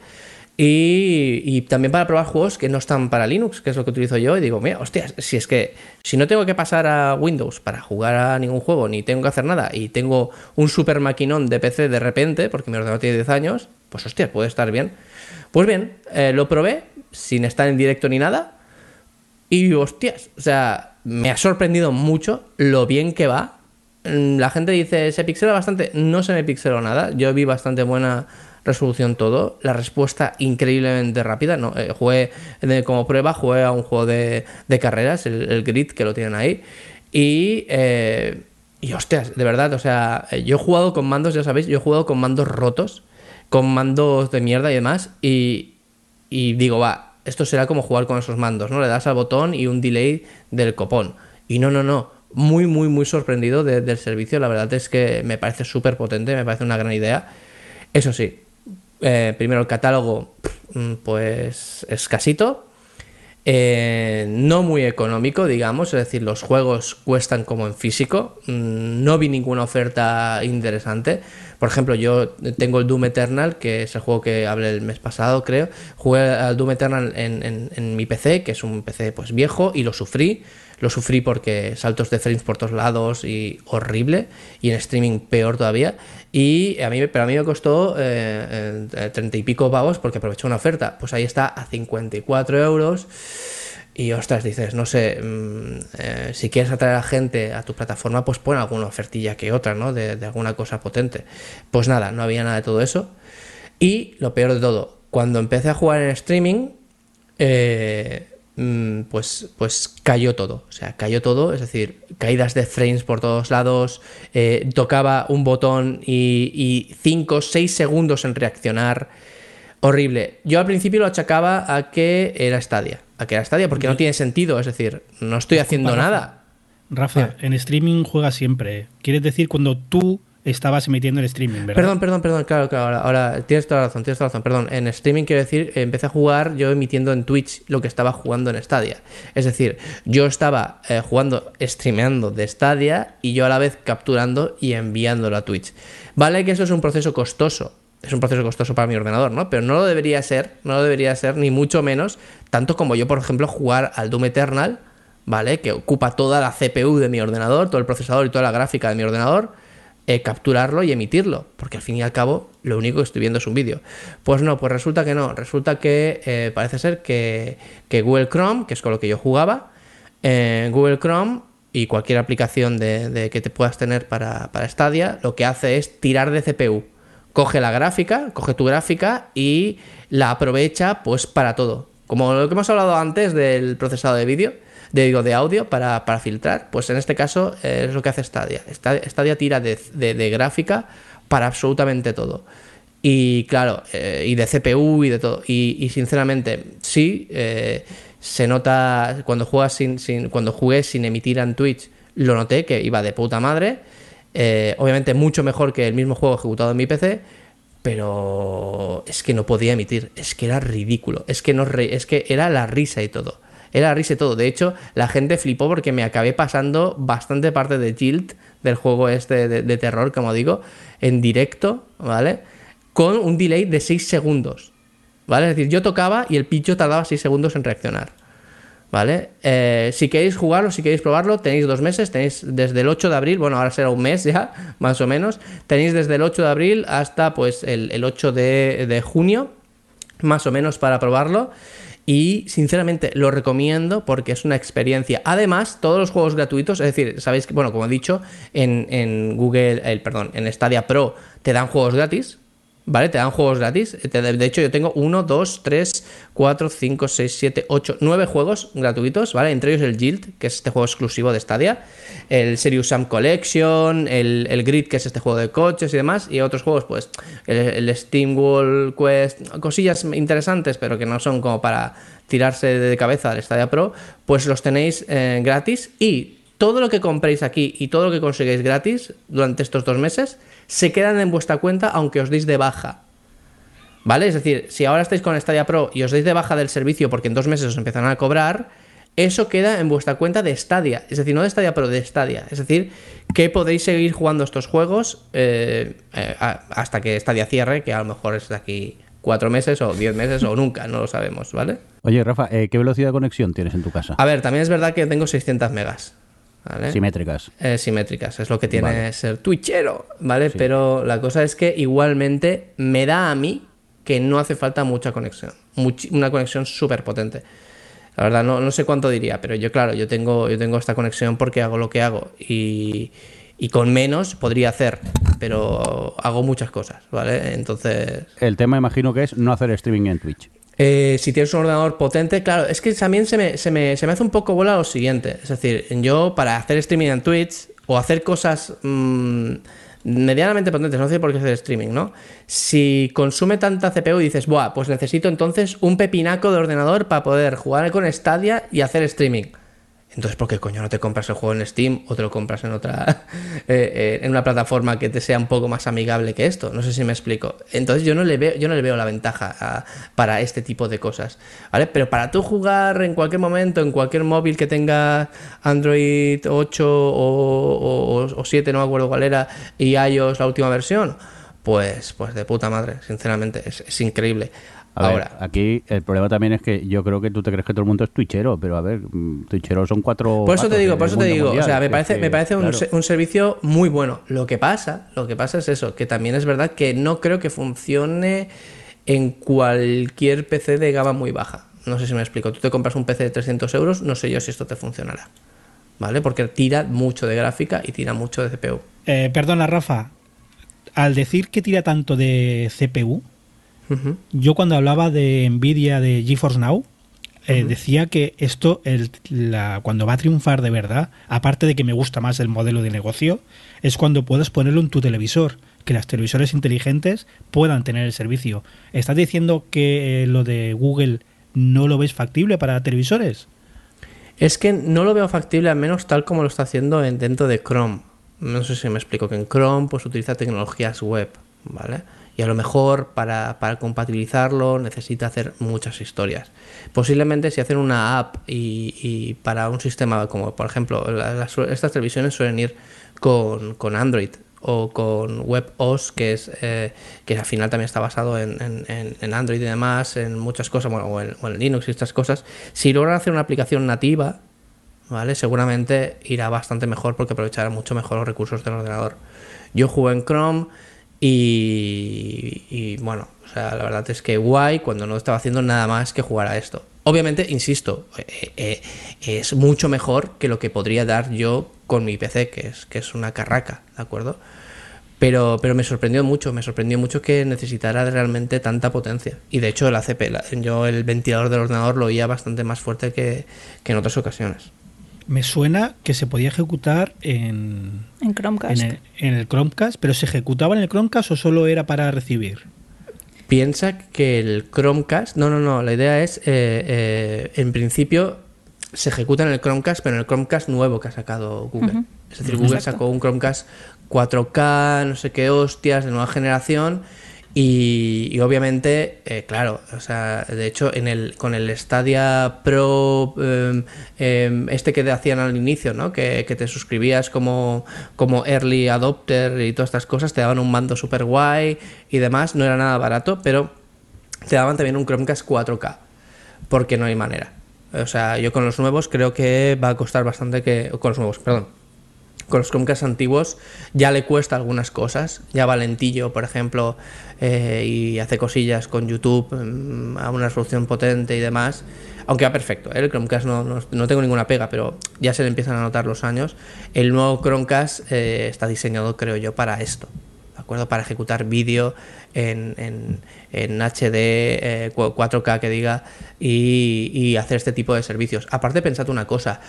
Y también para probar juegos que no están para Linux, que es lo que utilizo yo, y digo, mira, hostias, si no tengo que pasar a Windows para jugar a ningún juego, ni tengo que hacer nada, y tengo un super maquinón de PC de repente, porque mi ordenador tiene 10 años, pues hostias, puede estar bien. Pues bien, lo probé sin estar en directo ni nada, y hostias, o sea, me ha sorprendido mucho lo bien que va. La gente dice, ¿se pixela bastante? No se me pixeló nada, yo vi bastante buena resolución todo, la respuesta increíblemente rápida. No, jugué como prueba, jugué a un juego de carreras, el Grid, que lo tienen ahí, y hostias, de verdad, o sea, yo he jugado con mandos, ya sabéis, yo he jugado con mandos rotos, con mandos de mierda y demás, y digo, va, esto será como jugar con esos mandos, ¿no? Le das al botón y un delay del copón, y no, muy, muy, muy sorprendido del servicio. La verdad es que me parece súper potente, me parece una gran idea. Eso sí, primero el catálogo, pues escasito, no muy económico, digamos, es decir, los juegos cuestan como en físico, no vi ninguna oferta interesante. Por ejemplo, yo tengo el Doom Eternal, que es el juego que hablé el mes pasado, creo. Jugué al Doom Eternal en mi PC, que es un PC pues viejo, y lo sufrí porque saltos de frames por todos lados y horrible, y en streaming peor todavía. Pero a mí me costó 30 y pico pavos, porque aproveché una oferta. Pues ahí está, a 54 euros. Y ostras, dices, no sé, si quieres atraer a gente a tu plataforma, pues pon alguna ofertilla que otra, ¿no? De alguna cosa potente. Pues nada, no había nada de todo eso. Y lo peor de todo, cuando empecé a jugar en streaming, pues cayó todo. O sea, cayó todo, es decir, caídas de frames por todos lados, tocaba un botón y 5 o 6 segundos en reaccionar. Horrible. Yo al principio lo achacaba a que era Stadia. Porque no tiene sentido, es decir, no estoy haciendo nada. Rafa, en streaming juega siempre. Quieres decir cuando tú estabas emitiendo el streaming, ¿verdad? Perdón, claro, ahora tienes toda la razón. Perdón, en streaming quiero decir, empecé a jugar yo emitiendo en Twitch lo que estaba jugando en Stadia. Es decir, yo estaba streameando de Stadia y yo a la vez capturando y enviándolo a Twitch. Vale que eso es un proceso costoso. Es un proceso costoso para mi ordenador, ¿no? Pero no lo debería ser, ni mucho menos, tanto como yo, por ejemplo, jugar al Doom Eternal, ¿vale? Que ocupa toda la CPU de mi ordenador, todo el procesador y toda la gráfica de mi ordenador, capturarlo y emitirlo, porque al fin y al cabo lo único que estoy viendo es un vídeo. Pues no, pues resulta que no, resulta que parece ser que Google Chrome, que es con lo que yo jugaba, Google Chrome y cualquier aplicación de que te puedas tener para Stadia, lo que hace es tirar de CPU. Coge tu gráfica y la aprovecha pues para todo. Como lo que hemos hablado antes del procesado de vídeo, de audio para filtrar, pues en este caso es lo que hace Stadia. Stadia tira de gráfica para absolutamente todo. Y claro, y de CPU y de todo. Y sinceramente, sí, se nota cuando jugué sin emitir en Twitch, lo noté que iba de puta madre. Obviamente mucho mejor que el mismo juego ejecutado en mi PC, pero es que no podía emitir, es que era ridículo, es que era la risa y todo. De hecho, la gente flipó porque me acabé pasando bastante parte de Guild, del juego este de terror, como digo, en directo, ¿vale? Con un delay de 6 segundos, ¿vale? Es decir, yo tocaba y el pincho tardaba 6 segundos en reaccionar, ¿vale? Si queréis jugarlo, si queréis probarlo, tenéis 2 meses, tenéis desde el 8 de abril, bueno, ahora será un mes ya, más o menos, tenéis desde el 8 de abril hasta pues el 8 de junio, más o menos, para probarlo. Y sinceramente lo recomiendo porque es una experiencia. Además, todos los juegos gratuitos, es decir, sabéis que, bueno, como he dicho, en Stadia Pro te dan juegos gratis, ¿vale? Te dan juegos gratis. De hecho, yo tengo 1, 2, 3, 4, 5, 6, 7, 8, 9 juegos gratuitos, ¿vale? Entre ellos el Guild, que es este juego exclusivo de Stadia, el Serious Sam Collection, el Grid, que es este juego de coches y demás, y otros juegos, pues, el Steam World Quest, cosillas interesantes, pero que no son como para tirarse de cabeza al Stadia Pro, pues los tenéis gratis, y todo lo que compréis aquí y todo lo que consigáis gratis durante estos 2 meses se quedan en vuestra cuenta aunque os deis de baja, ¿vale? Es decir, si ahora estáis con Stadia Pro y os deis de baja del servicio porque en 2 meses os empezarán a cobrar, eso queda en vuestra cuenta de Stadia, es decir, no de Stadia Pro, de Stadia, es decir, que podéis seguir jugando estos juegos hasta que Stadia cierre, que a lo mejor es de aquí 4 meses o 10 meses o nunca, no lo sabemos, ¿vale? Oye, Rafa, ¿qué velocidad de conexión tienes en tu casa? A ver, también es verdad que tengo 600 megas. ¿Vale? Simétricas. Simétricas, es lo que tiene vale. ser twitchero, ¿vale? Sí. Pero la cosa es que igualmente me da a mí que no hace falta mucha conexión, una conexión súper potente. La verdad, no sé cuánto diría, pero yo tengo esta conexión porque hago lo que hago y con menos podría hacer, pero hago muchas cosas, ¿vale? Entonces... El tema imagino que es no hacer streaming en Twitch. Si tienes un ordenador potente, claro, es que también se me hace un poco bola lo siguiente. Es decir, yo para hacer streaming en Twitch o hacer cosas medianamente potentes, no sé por qué hacer streaming, ¿no? Si consume tanta CPU y dices, buah, pues necesito entonces un pepinaco de ordenador para poder jugar con Stadia y hacer streaming. Entonces, ¿por qué coño no te compras el juego en Steam o te lo compras en otra en una plataforma que te sea un poco más amigable que esto? No sé si me explico. Entonces yo no le veo la ventaja para este tipo de cosas, ¿vale? Pero para tú jugar en cualquier momento, en cualquier móvil que tenga Android 8 o 7, no me acuerdo cuál era, y iOS la última versión, pues de puta madre, sinceramente, es increíble. Ahora, aquí el problema también es que yo creo que tú te crees que todo el mundo es twitchero, pero a ver, twitchero son 4. Por eso te digo, mundial, o sea, me parece claro, un servicio muy bueno. Lo que pasa es eso, que también es verdad que no creo que funcione en cualquier PC de gama muy baja. No sé si me explico. Tú te compras un PC de 300 euros, no sé yo si esto te funcionará, ¿vale? Porque tira mucho de gráfica y tira mucho de CPU. Perdona, Rafa, al decir que tira tanto de CPU, yo cuando hablaba de Nvidia de GeForce Now, decía que esto, cuando va a triunfar de verdad, aparte de que me gusta más el modelo de negocio, es cuando puedas ponerlo en tu televisor, que las televisores inteligentes puedan tener el servicio. ¿Estás diciendo que lo de Google no lo ves factible para televisores? Es que no lo veo factible, al menos tal como lo está haciendo dentro de Chrome. No sé si me explico, que en Chrome pues utiliza tecnologías web, ¿vale? Y a lo mejor para compatibilizarlo necesita hacer muchas historias. Posiblemente si hacen una app y para un sistema como, por ejemplo, estas televisiones suelen ir con Android o con WebOS, que al final también está basado en Android y demás, en muchas cosas, bueno, o en Linux y estas cosas. Si logran hacer una aplicación nativa, ¿vale? Seguramente irá bastante mejor porque aprovechará mucho mejor los recursos del ordenador. Yo jugué en Chrome y bueno, o sea, la verdad es que guay cuando no estaba haciendo nada más que jugar a esto. Obviamente, insisto, es mucho mejor que lo que podría dar yo con mi PC, que es una carraca, ¿de acuerdo? Pero me sorprendió mucho que necesitara realmente tanta potencia. Y de hecho yo el ventilador del ordenador lo oía bastante más fuerte que en otras ocasiones. Me suena que se podía ejecutar en Chromecast. En el Chromecast, pero ¿se ejecutaba en el Chromecast o solo era para recibir? Piensa que el Chromecast... No, la idea es, en principio, se ejecuta en el Chromecast, pero en el Chromecast nuevo que ha sacado Google. Uh-huh. Es decir, Google Exacto. sacó un Chromecast 4K, no sé qué hostias, de nueva generación... Y obviamente, claro, o sea, de hecho con el Stadia Pro este que te hacían al inicio, ¿no? Que te suscribías como early adopter y todas estas cosas, te daban un mando super guay y demás, no era nada barato, pero te daban también un Chromecast 4K, porque no hay manera. O sea, yo con los nuevos creo que va a costar bastante con los Chromecast antiguos ya le cuesta algunas cosas, ya va lentillo, por ejemplo, y hace cosillas con YouTube a una resolución potente y demás, aunque va perfecto, el Chromecast no tengo ninguna pega, pero ya se le empiezan a notar los años. El nuevo Chromecast está diseñado, creo yo, para esto, ¿de acuerdo? Para ejecutar vídeo en HD, 4K que diga, y hacer este tipo de servicios. Aparte, pensad una cosa,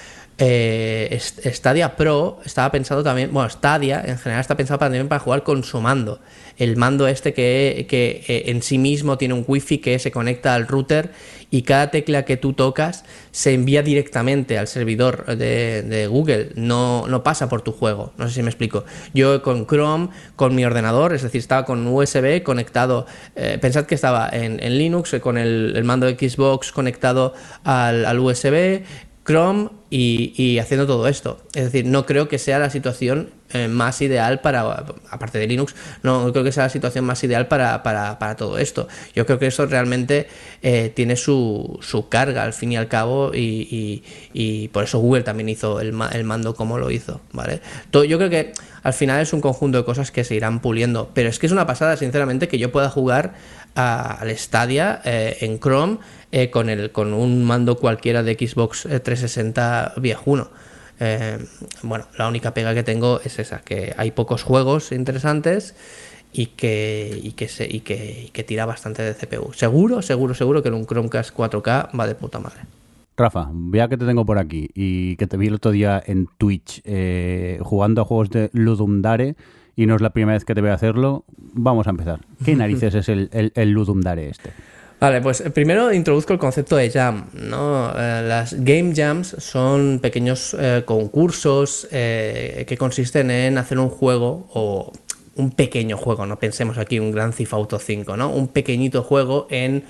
Stadia Pro estaba pensado también, bueno, Stadia en general está pensado también para jugar con su mando. El mando que en sí mismo tiene un wifi que se conecta al router y cada tecla que tú tocas se envía directamente al servidor de Google, no pasa por tu juego. No sé si me explico. Yo con Chrome, con mi ordenador, es decir, estaba con USB conectado, pensad que estaba en Linux, con el mando de Xbox conectado al USB, Chrome y haciendo todo esto. Es decir, no creo que sea la situación más ideal aparte de Linux, no creo que sea la situación más ideal para todo esto. Yo creo que eso realmente tiene su carga al fin y al cabo y por eso Google también hizo el mando como lo hizo, ¿vale? Yo creo que al final es un conjunto de cosas que se irán puliendo, pero es que es una pasada, sinceramente, que yo pueda jugar al Stadia en Chrome con un mando cualquiera de Xbox 360 viejuno. Bueno, la única pega que tengo es esa, que hay pocos juegos interesantes y que tira bastante de CPU. Seguro que en un Chromecast 4K va de puta madre. Rafa, ya que te tengo por aquí y que te vi el otro día en Twitch jugando a juegos de Ludum Dare y no es la primera vez que te veo hacerlo, vamos a empezar. ¿Qué narices es el Ludum Dare este? Vale, pues primero introduzco el concepto de jam, ¿no? Las game jams son pequeños concursos que consisten en hacer un juego o un pequeño juego, no pensemos aquí un Grand Theft Auto 5, ¿no? Un pequeñito juego en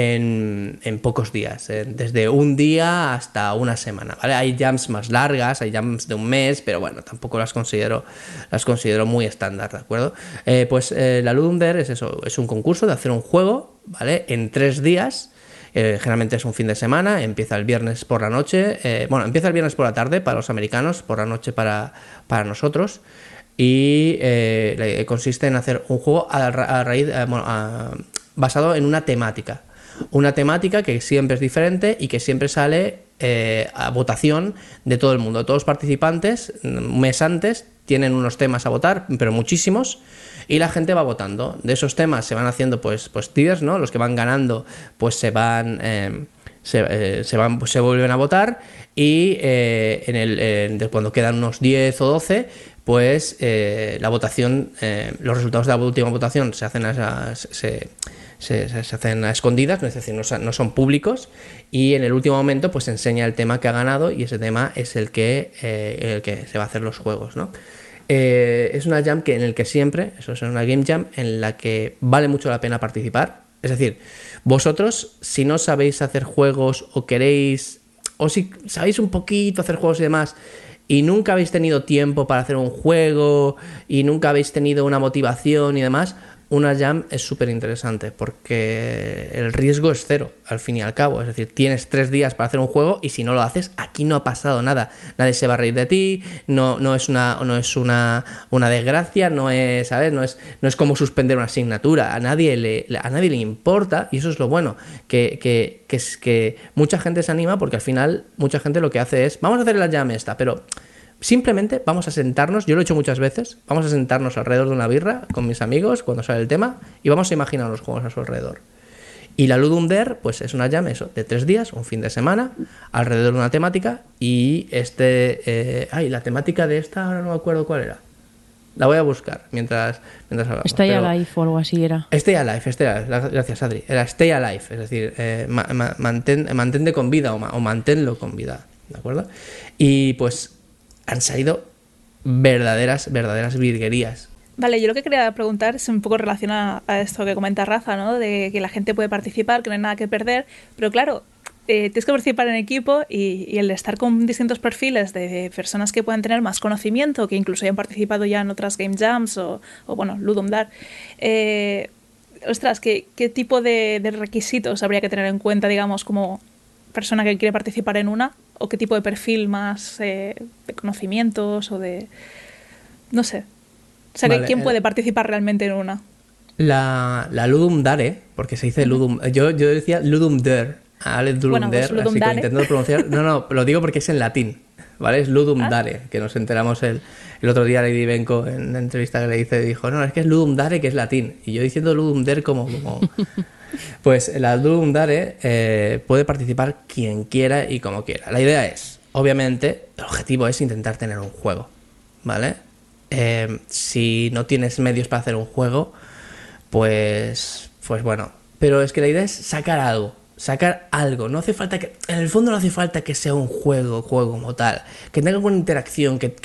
pocos días, desde un día hasta una semana, ¿vale? Hay jams más largas, hay jams de un mes, pero bueno, tampoco las considero muy estándar, ¿de acuerdo? La Ludum Dare es eso, es un concurso de hacer un juego, ¿vale? En 3 días. Generalmente es un fin de semana, empieza el viernes por la noche, empieza el viernes por la tarde para los americanos, por la noche para nosotros. Y consiste en hacer un juego basado en una temática que siempre es diferente y que siempre sale a votación de todo el mundo. Todos los participantes, un mes antes, tienen unos temas a votar, pero muchísimos, y la gente va votando. De esos temas se van haciendo pues tiers, ¿no? Los que van ganando pues se van se vuelven a votar y cuando quedan unos 10 o 12, pues la votación, los resultados de la última votación se hacen se hacen a escondidas, es decir, no son públicos, y en el último momento pues se enseña el tema que ha ganado y ese tema es el que se va a hacer los juegos, ¿no? Es una jam en el que siempre, eso es una game jam en la que vale mucho la pena participar. Es decir, vosotros, si no sabéis hacer juegos o queréis, o si sabéis un poquito hacer juegos y demás, y nunca habéis tenido tiempo para hacer un juego, y nunca habéis tenido una motivación y demás, una jam es súper interesante porque el riesgo es cero, al fin y al cabo. Es decir, tienes 3 días para hacer un juego y si no lo haces, aquí no ha pasado nada. Nadie se va a reír de ti, no es una desgracia, no es, ¿sabes? No es como suspender una asignatura. A nadie le importa, y eso es lo bueno, que mucha gente se anima porque al final mucha gente lo que hace es, vamos a hacer la jam esta, pero simplemente vamos a sentarnos, yo lo he hecho muchas veces, vamos a sentarnos alrededor de una birra con mis amigos cuando sale el tema y vamos a imaginar los juegos a su alrededor. Y la Ludum Dare, pues es una jam de 3 días, un fin de semana, alrededor de una temática, y la temática de esta ahora no me acuerdo cuál era. La voy a buscar mientras hablamos. Stay Alive o algo así era. Stay Alive, gracias Adri. Era Stay Alive, es decir, mantente con vida o manténlo con vida, ¿de acuerdo? Y pues han salido verdaderas virguerías. Vale, yo lo que quería preguntar es un poco relacionado a esto que comenta Rafa, ¿no? De que la gente puede participar, que no hay nada que perder, pero claro, tienes que participar en equipo y el estar con distintos perfiles de personas que puedan tener más conocimiento, que incluso hayan participado ya en otras game jams o bueno, Ludum Dare. Ostras, ¿qué tipo de requisitos habría que tener en cuenta, digamos, como persona que quiere participar en una? ¿O qué tipo de perfil más de conocimientos o de... no sé. O sea, vale, ¿quién puede participar realmente en una? La Ludum Dare, porque se dice Ludum... Yo decía Ludum Dare. Ludum Dare, Ludum así Dare. Intento pronunciar... No, lo digo porque es en latín, ¿vale? Es Ludum Dare, que nos enteramos el otro día Lady Benko en una entrevista que le hice, dijo, no, es que es Ludum Dare, que es latín. Y yo diciendo Ludum Dare como Pues la Ludum Dare puede participar quien quiera y como quiera. La idea es, obviamente, el objetivo es intentar tener un juego, ¿vale? Si no tienes medios para hacer un juego, pues bueno. Pero es que la idea es sacar algo. No hace falta que, en el fondo no hace falta que sea un juego como tal, que tenga alguna interacción, que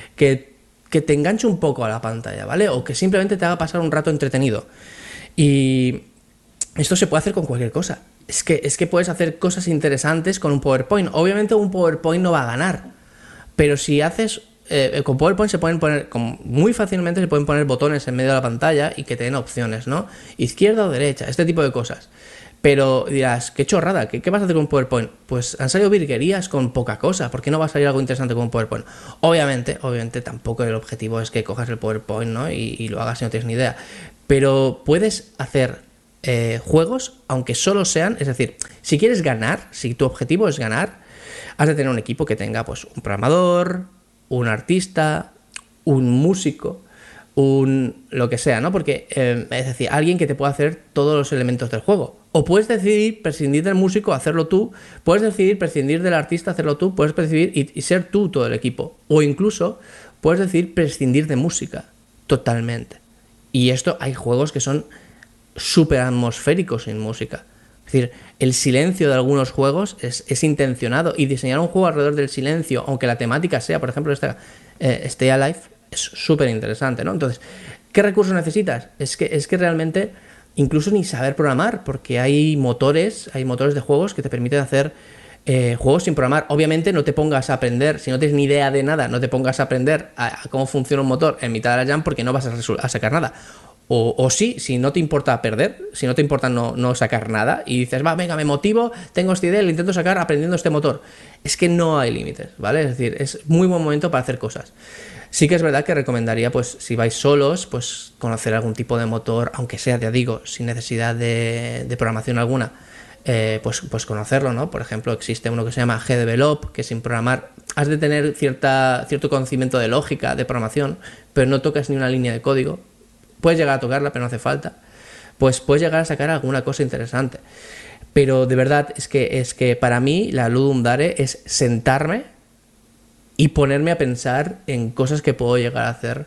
te enganche un poco a la pantalla, ¿vale? O que simplemente te haga pasar un rato entretenido. Y esto se puede hacer con cualquier cosa. Es que puedes hacer cosas interesantes con un PowerPoint. Obviamente un PowerPoint no va a ganar, pero si haces... con PowerPoint se pueden poner, muy fácilmente se pueden poner botones en medio de la pantalla y que te den opciones, ¿no? Izquierda o derecha, este tipo de cosas. Pero dirás, qué chorrada, ¿qué vas a hacer con PowerPoint? Pues han salido virguerías con poca cosa. ¿Por qué no va a salir algo interesante con PowerPoint? Obviamente tampoco el objetivo es que cojas el PowerPoint, ¿no? y lo hagas si no tienes ni idea. Pero puedes hacer juegos, aunque solo sean, es decir, si quieres ganar, si tu objetivo es ganar, has de tener un equipo que tenga pues un programador, un artista, un músico, lo que sea, ¿no? Porque, es decir, alguien que te pueda hacer todos los elementos del juego. O puedes decidir prescindir del músico, hacerlo tú. Puedes decidir prescindir del artista, hacerlo tú. Puedes decidir y ser tú todo el equipo. O incluso puedes decidir prescindir de música totalmente. Y esto, hay juegos que son súper atmosféricos sin música. Es decir, el silencio de algunos juegos es intencionado, y diseñar un juego alrededor del silencio, aunque la temática sea, por ejemplo, Stay Alive, es súper interesante, ¿no? Entonces, ¿qué recursos necesitas? Es que realmente incluso ni saber programar, porque hay motores de juegos que te permiten hacer juegos sin programar. Obviamente no te pongas a aprender, si no tienes ni idea de nada, no te pongas a aprender a cómo funciona un motor en mitad de la jam, porque no vas a sacar nada. O sí, si no te importa perder, si no te importa no sacar nada, y dices, va, venga, me motivo, tengo esta idea, lo intento sacar aprendiendo este motor. Es que no hay límites, ¿vale? Es decir, es muy buen momento para hacer cosas. Sí que es verdad que recomendaría, pues, si vais solos, pues, conocer algún tipo de motor, aunque sea, ya digo, sin necesidad de programación alguna, pues conocerlo, ¿no? Por ejemplo, existe uno que se llama GDevelop, que sin programar has de tener cierto conocimiento de lógica, de programación, pero no tocas ni una línea de código. Puedes llegar a tocarla, pero no hace falta. pues puedes llegar a sacar alguna cosa interesante. Pero de verdad es que para mí la Ludum Dare es sentarme y ponerme a pensar en cosas que puedo llegar a hacer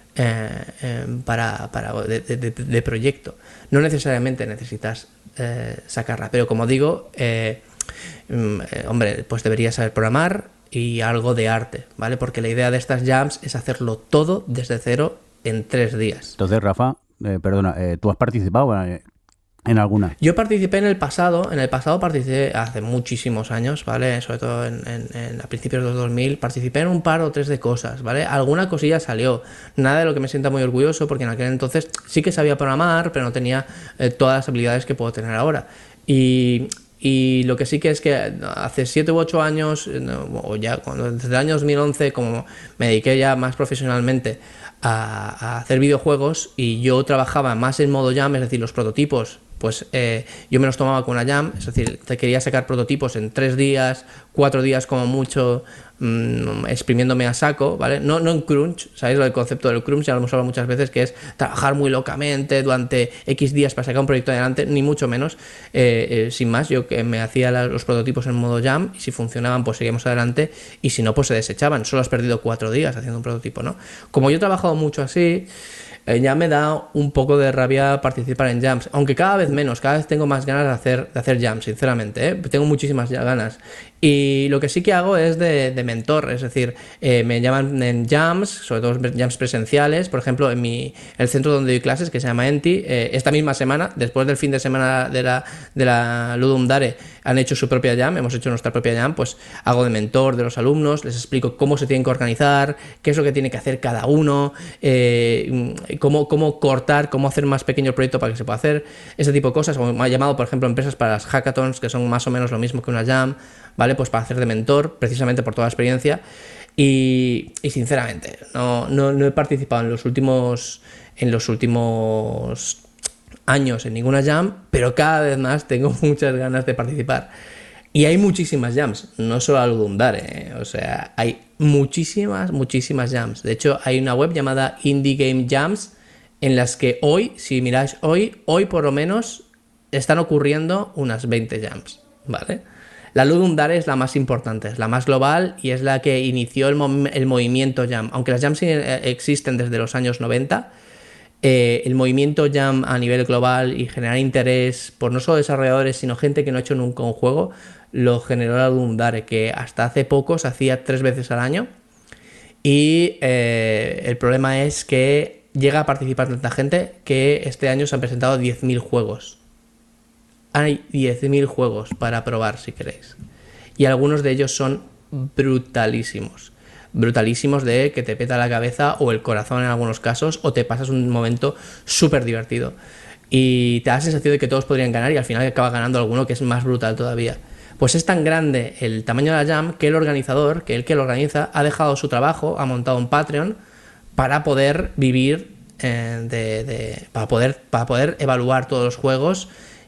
de proyecto. No necesariamente necesitas sacarla, pero como digo, hombre, pues deberías saber programar y algo de arte, ¿vale? Porque la idea de estas jams es hacerlo todo desde cero en 3 días. Entonces, Rafa, perdona, ¿tú has participado en alguna? Yo participé en el pasado participé hace muchísimos años, ¿vale? Sobre todo a principios de los 2000, participé en un par o 3 de cosas, ¿vale? Alguna cosilla salió, nada de lo que me sienta muy orgulloso, porque en aquel entonces sí que sabía programar, pero no tenía todas las habilidades que puedo tener ahora. Y lo que sí que es que hace 7 u 8 años, o ya desde el año 2011, como me dediqué ya más profesionalmente a hacer videojuegos y yo trabajaba más en modo jam, es decir, los prototipos, pues yo me los tomaba con una jam, es decir, te quería sacar prototipos en 3 días, 4 días como mucho, exprimiéndome a saco, ¿vale? No en crunch, ¿sabéis el concepto del crunch? Ya lo hemos hablado muchas veces, que es trabajar muy locamente durante X días para sacar un proyecto adelante, ni mucho menos. Sin más, yo que me hacía los prototipos en modo jam y si funcionaban, pues seguíamos adelante y si no, pues se desechaban. Solo has perdido 4 días haciendo un prototipo, ¿no? Como yo he trabajado mucho así, ya me da un poco de rabia participar en jams, aunque cada vez menos, cada vez tengo más ganas de hacer jams, sinceramente, tengo muchísimas ganas. Y lo que sí que hago es de mentor, es decir, me llaman en jams, sobre todo jams presenciales, por ejemplo, en el centro donde doy clases, que se llama Enti, esta misma semana, después del fin de semana de la Ludum Dare, han hecho su propia jam, hemos hecho nuestra propia jam, pues hago de mentor de los alumnos, les explico cómo se tienen que organizar, qué es lo que tiene que hacer cada uno, cómo cortar, cómo hacer más pequeño el proyecto para que se pueda hacer, ese tipo de cosas. Como me ha llamado, por ejemplo, empresas para las hackathons, que son más o menos lo mismo que una jam, ¿vale? Pues para hacer de mentor, precisamente por toda la experiencia. Y sinceramente, no he participado en los últimos años en ninguna jam, pero cada vez más tengo muchas ganas de participar. Y hay muchísimas jams, no solo al Ludum Dare, o sea, hay muchísimas jams. De hecho, hay una web llamada Indie Game Jams, en las que hoy, si miráis hoy por lo menos, están ocurriendo unas 20 jams, ¿vale? La Ludum Dare es la más importante, es la más global y es la que inició el movimiento jam. Aunque las jams existen desde los años 90, el movimiento jam a nivel global y generar interés por no solo desarrolladores, sino gente que no ha hecho nunca un juego, lo generó la Ludum Dare, que hasta hace poco se hacía 3 veces al año. Y el problema es que llega a participar tanta gente que este año se han presentado 10.000 juegos. Hay 10.000 juegos para probar, si queréis. Y algunos de ellos son brutalísimos. Brutalísimos de que te peta la cabeza o el corazón en algunos casos, o te pasas un momento súper divertido. Y te da la sensación de que todos podrían ganar y al final acaba ganando alguno que es más brutal todavía. Pues es tan grande el tamaño de la jam que el organizador, que el que lo organiza, ha dejado su trabajo, ha montado un Patreon para poder vivir, para poder evaluar todos los juegos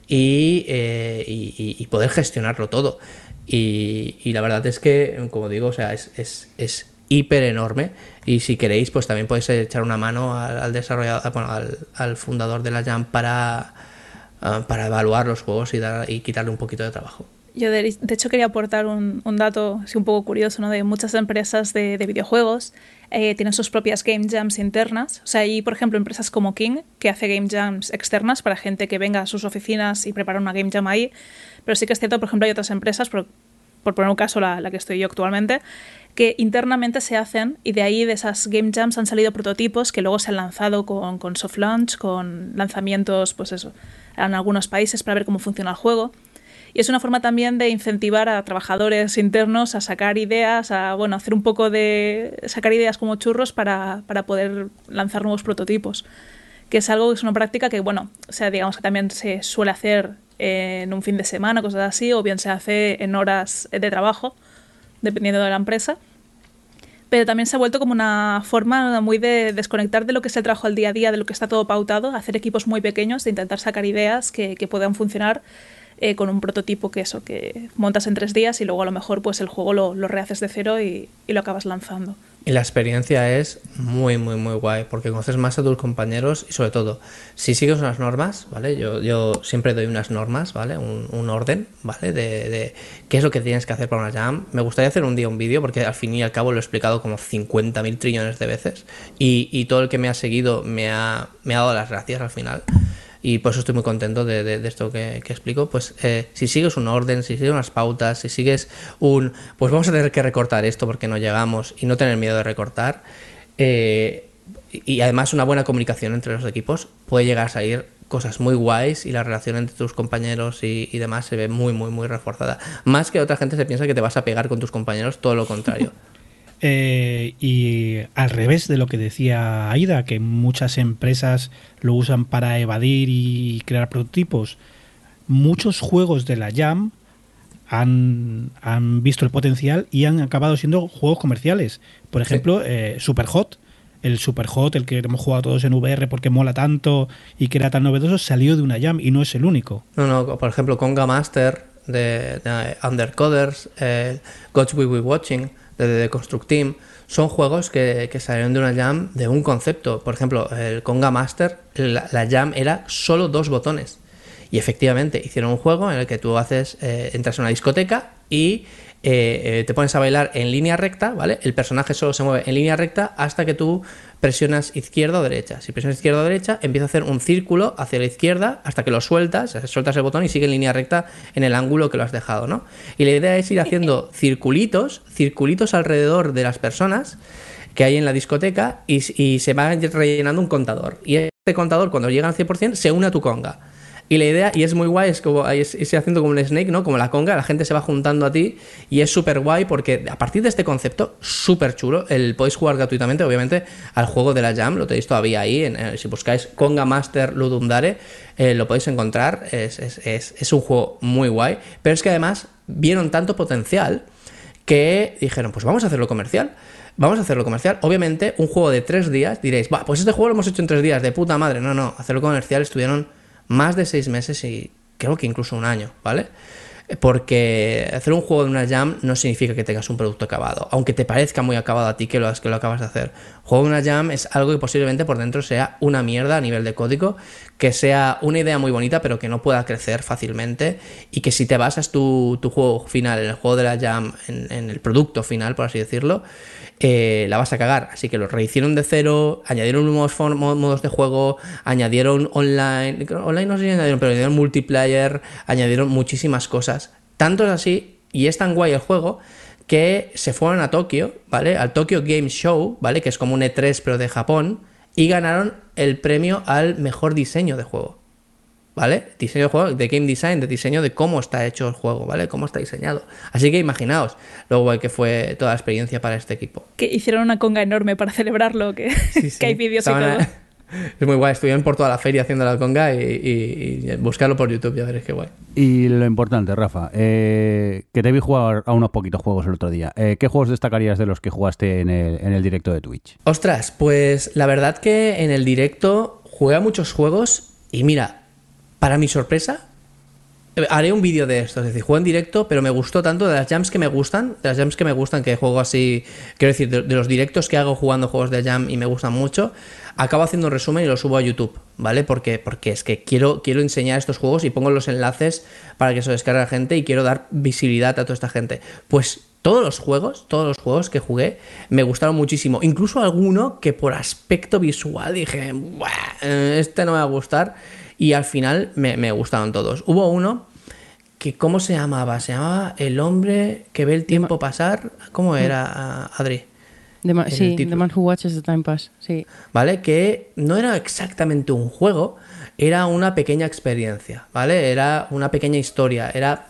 y poder gestionarlo todo. Y la verdad es que, como digo, o sea, es hiper enorme. Y si queréis, pues también podéis echar una mano al desarrollador, bueno, al fundador de la jam para evaluar los juegos y quitarle un poquito de trabajo. Yo de hecho quería aportar un dato así un poco curioso, ¿no? De muchas empresas de videojuegos tienen sus propias game jams internas. O sea, hay, por ejemplo, empresas como King, que hace game jams externas para gente que venga a sus oficinas y prepara una game jam ahí. Pero sí que es cierto, por ejemplo, hay otras empresas, por poner un caso la que estoy yo actualmente, que internamente se hacen y de ahí, de esas game jams, han salido prototipos que luego se han lanzado con soft launch, con lanzamientos, pues eso, en algunos países para ver cómo funciona el juego. Y es una forma también de incentivar a trabajadores internos a sacar ideas, hacer un poco de sacar ideas como churros para poder lanzar nuevos prototipos. Que es algo, es una práctica que, digamos que también se suele hacer en un fin de semana, cosas así, o bien se hace en horas de trabajo, dependiendo de la empresa. Pero también se ha vuelto como una forma muy de desconectar de lo que es el trabajo al día a día, de lo que está todo pautado, hacer equipos muy pequeños, de intentar sacar ideas que puedan funcionar con un prototipo que montas en 3 días y luego a lo mejor pues el juego lo rehaces de cero y lo acabas lanzando. Y la experiencia es muy, muy, muy guay, porque conoces más a tus compañeros y sobre todo, si sigues unas normas, ¿vale? Yo siempre doy unas normas, ¿vale? Un orden, ¿vale? De qué es lo que tienes que hacer para una jam. Me gustaría hacer un día un vídeo, porque al fin y al cabo lo he explicado como 50.000 trillones de veces y todo el que me ha seguido me ha dado las gracias al final. Y por eso estoy muy contento de esto que explico. Pues si sigues un orden, si sigues unas pautas, si sigues pues vamos a tener que recortar esto porque no llegamos y no tener miedo de recortar. Y además una buena comunicación entre los equipos, puede llegar a salir cosas muy guays y la relación entre tus compañeros y demás se ve muy, muy, muy reforzada. Más que otra gente se piensa que te vas a pegar con tus compañeros, todo lo contrario. Y al revés de lo que decía Aida, que muchas empresas lo usan para evadir y crear prototipos, muchos juegos de la Jam han visto el potencial y han acabado siendo juegos comerciales. Por ejemplo, Superhot. El Superhot, el que hemos jugado todos en VR porque mola tanto y que era tan novedoso, salió de una Jam y no es el único. No, por ejemplo, Conga Master de Undercoders, Gods We Be Watching de Construct Team, son juegos que salieron de una jam de un concepto. Por ejemplo, el Conga Master, la jam era solo 2 botones. Y efectivamente hicieron un juego en el que tú entras en una discoteca y te pones a bailar en línea recta, ¿vale? El personaje solo se mueve en línea recta hasta que tú presionas izquierda o derecha. Si presionas izquierda o derecha, empieza a hacer un círculo hacia la izquierda hasta que lo sueltas el botón y sigue en línea recta en el ángulo que lo has dejado, ¿no? Y la idea es ir haciendo circulitos alrededor de las personas que hay en la discoteca y se va rellenando un contador. Y este contador, cuando llega al 100%, se une a tu conga. Y la idea, y es muy guay, es como irse haciendo como un snake, ¿no? Como la conga, la gente se va juntando a ti y es súper guay porque a partir de este concepto, súper chulo, podéis jugar gratuitamente, obviamente, al juego de la Jam, lo tenéis todavía ahí, si buscáis Conga Master Ludum Dare, lo podéis encontrar, es un juego muy guay, pero es que además vieron tanto potencial que dijeron, pues vamos a hacerlo comercial. Obviamente, un juego de 3 días, diréis, pues este juego lo hemos hecho en 3 días, de puta madre. No, hacerlo comercial estuvieron más de 6 meses y creo que incluso un año, ¿vale? Porque hacer un juego de una jam no significa que tengas un producto acabado, aunque te parezca muy acabado a ti que lo acabas de hacer. Un juego de una jam es algo que posiblemente por dentro sea una mierda a nivel de código, que sea una idea muy bonita pero que no pueda crecer fácilmente y que si te basas tu juego final en el juego de la jam, en el producto final, por así decirlo, la vas a cagar. Así que lo rehicieron de cero, añadieron nuevos modos de juego, añadieron online no sé si añadieron, pero añadieron multiplayer, añadieron muchísimas cosas. Tanto es así, y es tan guay el juego, que se fueron a Tokio, ¿vale? Al Tokyo Game Show, ¿vale? Que es como un E3 pero de Japón, y ganaron el premio al mejor diseño de juego. ¿Vale? Diseño de juego, de game design, de diseño de cómo está hecho el juego, ¿vale? Cómo está diseñado. Así que imaginaos lo guay que fue toda la experiencia para este equipo. Que hicieron una conga enorme para celebrarlo, que hay vídeos y todo. Es muy guay, estuvieron por toda la feria haciendo la conga y buscarlo por YouTube, ya veréis qué guay. Y lo importante, Rafa, que te vi jugar a unos poquitos juegos el otro día. ¿Qué juegos destacarías de los que jugaste en el directo de Twitch? Ostras, pues la verdad que en el directo jugué a muchos juegos y mira, para mi sorpresa, haré un vídeo de esto, es decir, juego en directo, pero me gustó tanto de las jams que me gustan, que juego así, quiero decir, de los directos que hago jugando juegos de jam y me gustan mucho, acabo haciendo un resumen y lo subo a YouTube, ¿vale? Porque es que quiero enseñar estos juegos y pongo los enlaces para que se lo descargue la gente y quiero dar visibilidad a toda esta gente. Pues todos los juegos que jugué me gustaron muchísimo, incluso alguno que por aspecto visual dije, este no me va a gustar. Y al final me gustaron todos. Hubo uno que, ¿cómo se llamaba? Se llamaba El hombre que ve el tiempo pasar. ¿Cómo era, Adri? The Man Who Watches the Time Pass, sí. ¿Vale? Que no era exactamente un juego, era una pequeña experiencia, ¿vale? Era una pequeña historia, era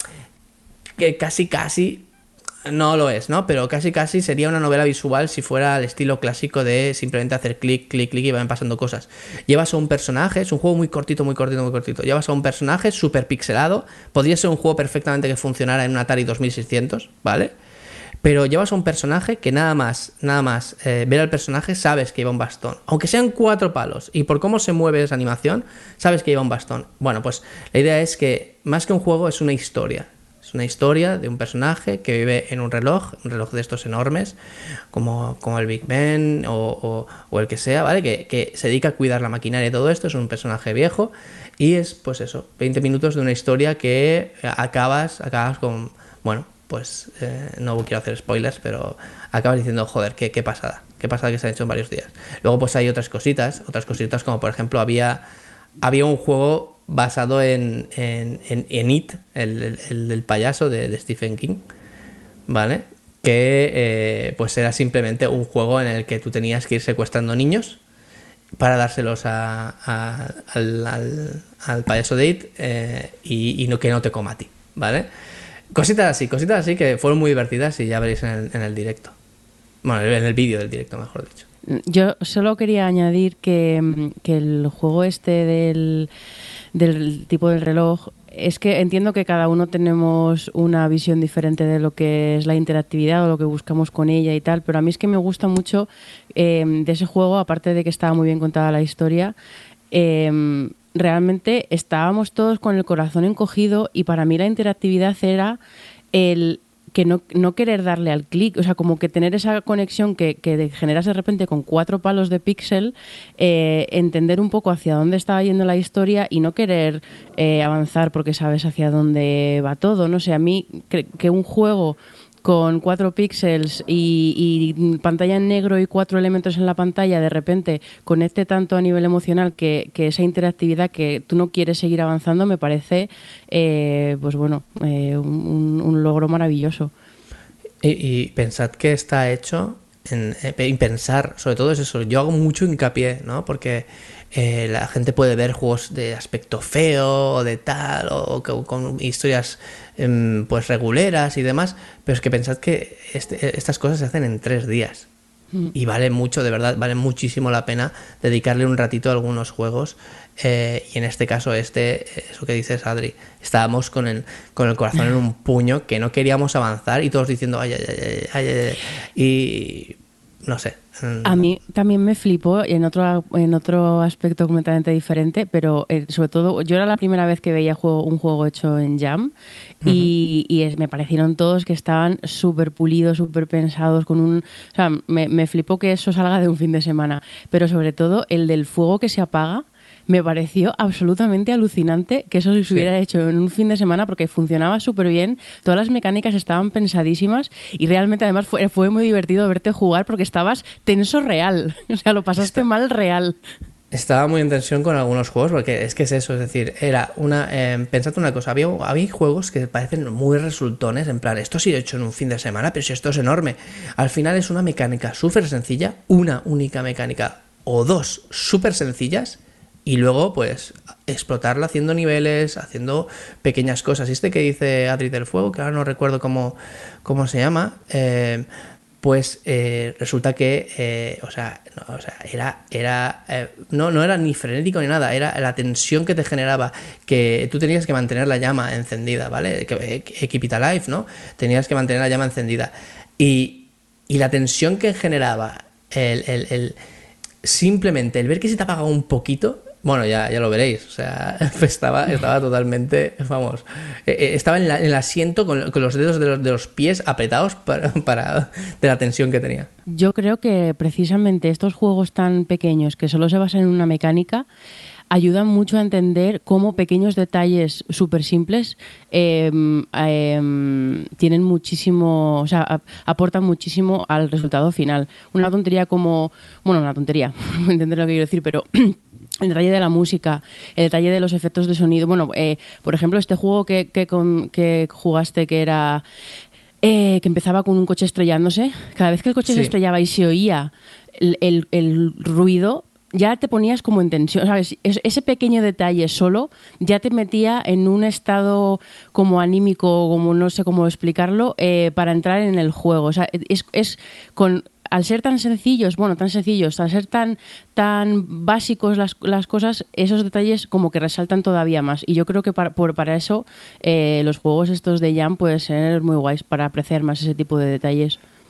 que casi... No lo es, ¿no? Pero casi sería una novela visual si fuera al estilo clásico de simplemente hacer clic y van pasando cosas. Llevas a un personaje, es un juego muy cortito. Llevas a un personaje súper pixelado. Podría ser un juego perfectamente que funcionara en un Atari 2600, ¿vale? Pero llevas a un personaje que nada más ver al personaje sabes que lleva un bastón. Aunque sean 4 palos. Y por cómo se mueve esa animación, sabes que lleva un bastón. Bueno, pues la idea es que más que un juego es una historia. Es una historia de un personaje que vive en un reloj de estos enormes, como el Big Ben o el que sea, ¿vale? Que se dedica a cuidar la maquinaria y todo esto. Es un personaje viejo y es, pues eso, 20 minutos de una historia que acabas con, bueno, pues no quiero hacer spoilers, pero acabas diciendo, joder, qué pasada que se han hecho en varios días. Luego pues hay otras cositas como por ejemplo había un juego basado en It, el del payaso de Stephen King, ¿vale? Que pues era simplemente un juego en el que tú tenías que ir secuestrando niños para dárselos al payaso de It y que no te coma a ti, ¿vale? Cositas así que fueron muy divertidas y ya veréis en el directo. Bueno, en el vídeo del directo, mejor dicho. Yo solo quería añadir que el juego del tipo del reloj, es que entiendo que cada uno tenemos una visión diferente de lo que es la interactividad o lo que buscamos con ella y tal, pero a mí es que me gusta mucho de ese juego, aparte de que estaba muy bien contada la historia, realmente estábamos todos con el corazón encogido y para mí la interactividad era el que no querer darle al clic, o sea, como que tener esa conexión que generas de repente con 4 palos de píxel, entender un poco hacia dónde estaba yendo la historia y no querer avanzar porque sabes hacia dónde va todo, no sé, a mí que un juego con 4 píxeles y pantalla en negro y 4 elementos en la pantalla de repente conecte tanto a nivel emocional que esa interactividad que tú no quieres seguir avanzando me parece pues bueno, un logro maravilloso. Y pensad que está hecho en pensar, sobre todo es eso, yo hago mucho hincapié, ¿no? Porque la gente puede ver juegos de aspecto feo o de tal, o con historias pues reguleras y demás, pero es que pensad que estas cosas se hacen en 3 días. Y vale mucho, de verdad, vale muchísimo la pena dedicarle un ratito a algunos juegos. Y en este caso, eso que dices, Adri, estábamos con el corazón en un puño, que no queríamos avanzar y todos diciendo ay, y no sé. A mí también me flipó en otro aspecto completamente diferente, pero sobre todo yo era la primera vez que veía un juego hecho en Jam y me parecieron todos que estaban súper pulidos, súper pensados, o sea, me flipó que eso salga de un fin de semana, pero sobre todo el del fuego que se apaga. Me pareció absolutamente alucinante que eso se hubiera hecho en un fin de semana porque funcionaba súper bien, todas las mecánicas estaban pensadísimas y realmente además fue muy divertido verte jugar porque estabas tenso real, o sea, lo pasaste mal real. Estaba muy en tensión con algunos juegos porque es eso, es decir, era pensad una cosa, había juegos que parecen muy resultones, en plan, esto ha sido hecho en un fin de semana, pero si esto es enorme. Al final es una mecánica súper sencilla, una única mecánica o 2 súper sencillas, y luego pues explotarla haciendo niveles, haciendo pequeñas cosas. Y que dice Adri del Fuego, que ahora no recuerdo cómo se llama, pues resulta que no era ni frenético ni nada, era la tensión que te generaba, que tú tenías que mantener la llama encendida, ¿vale? Keep it alive, ¿no? Tenías que mantener la llama encendida y la tensión que generaba simplemente el ver que se te apagaba un poquito. Bueno, ya lo veréis, o sea, estaba totalmente, vamos, estaba en el asiento con los dedos de los pies apretados de la tensión que tenía. Yo creo que precisamente estos juegos tan pequeños que solo se basan en una mecánica ayudan mucho a entender cómo pequeños detalles súper simples tienen muchísimo, o sea, aportan muchísimo al resultado final. Una tontería, entender lo que quiero decir, pero el detalle de la música, el detalle de los efectos de sonido. Bueno, por ejemplo, este juego que jugaste que era que empezaba con un coche estrellándose. Cada vez que el coche se estrellaba y se oía el ruido, ya te ponías como en tensión, ¿sabes? Ese pequeño detalle solo ya te metía en un estado como anímico, como no sé cómo explicarlo, para entrar en el juego. O sea, al ser tan sencillos, al ser tan básicos las cosas, esos detalles como que resaltan todavía más. Y yo creo que para eso los juegos estos de Jam pueden ser muy guays, para apreciar más ese tipo de detalles.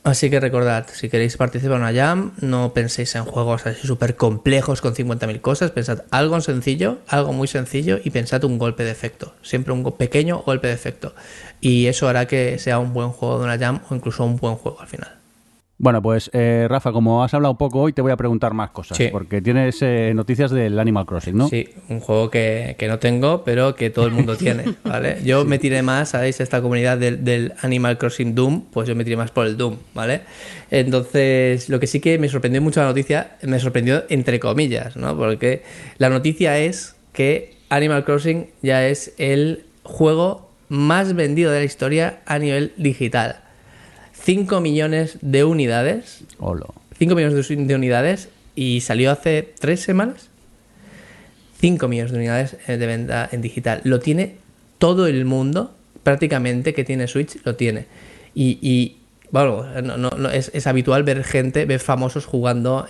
Así que recordad, si queréis participar en una jam, no penséis en juegos así súper complejos con 50.000 cosas, pensad algo sencillo, algo muy sencillo y pensad un golpe de efecto, siempre un pequeño golpe de efecto. Y eso hará que sea un buen juego de una jam o incluso un buen juego al final. Bueno, pues Rafa, como has hablado un poco hoy, te voy a preguntar más cosas, Sí. porque tienes noticias del Animal Crossing, ¿no? Sí, un juego que no tengo, pero que todo el mundo tiene, ¿vale? Yo me tiré más, ¿sabéis? Esta comunidad del Animal Crossing Doom, pues yo me tiré más por el Doom, ¿vale? Entonces, lo que sí que me sorprendió mucho la noticia, me sorprendió entre comillas, ¿no? Porque la noticia es que Animal Crossing ya es el juego más vendido de la historia a nivel digital. 5 millones de unidades. Hola. 5 millones de unidades y salió hace 3 semanas. 5 millones de unidades de venta en digital. Lo tiene todo el mundo, prácticamente, que tiene Switch, lo tiene. Y bueno, es habitual ver gente, ver famosos jugando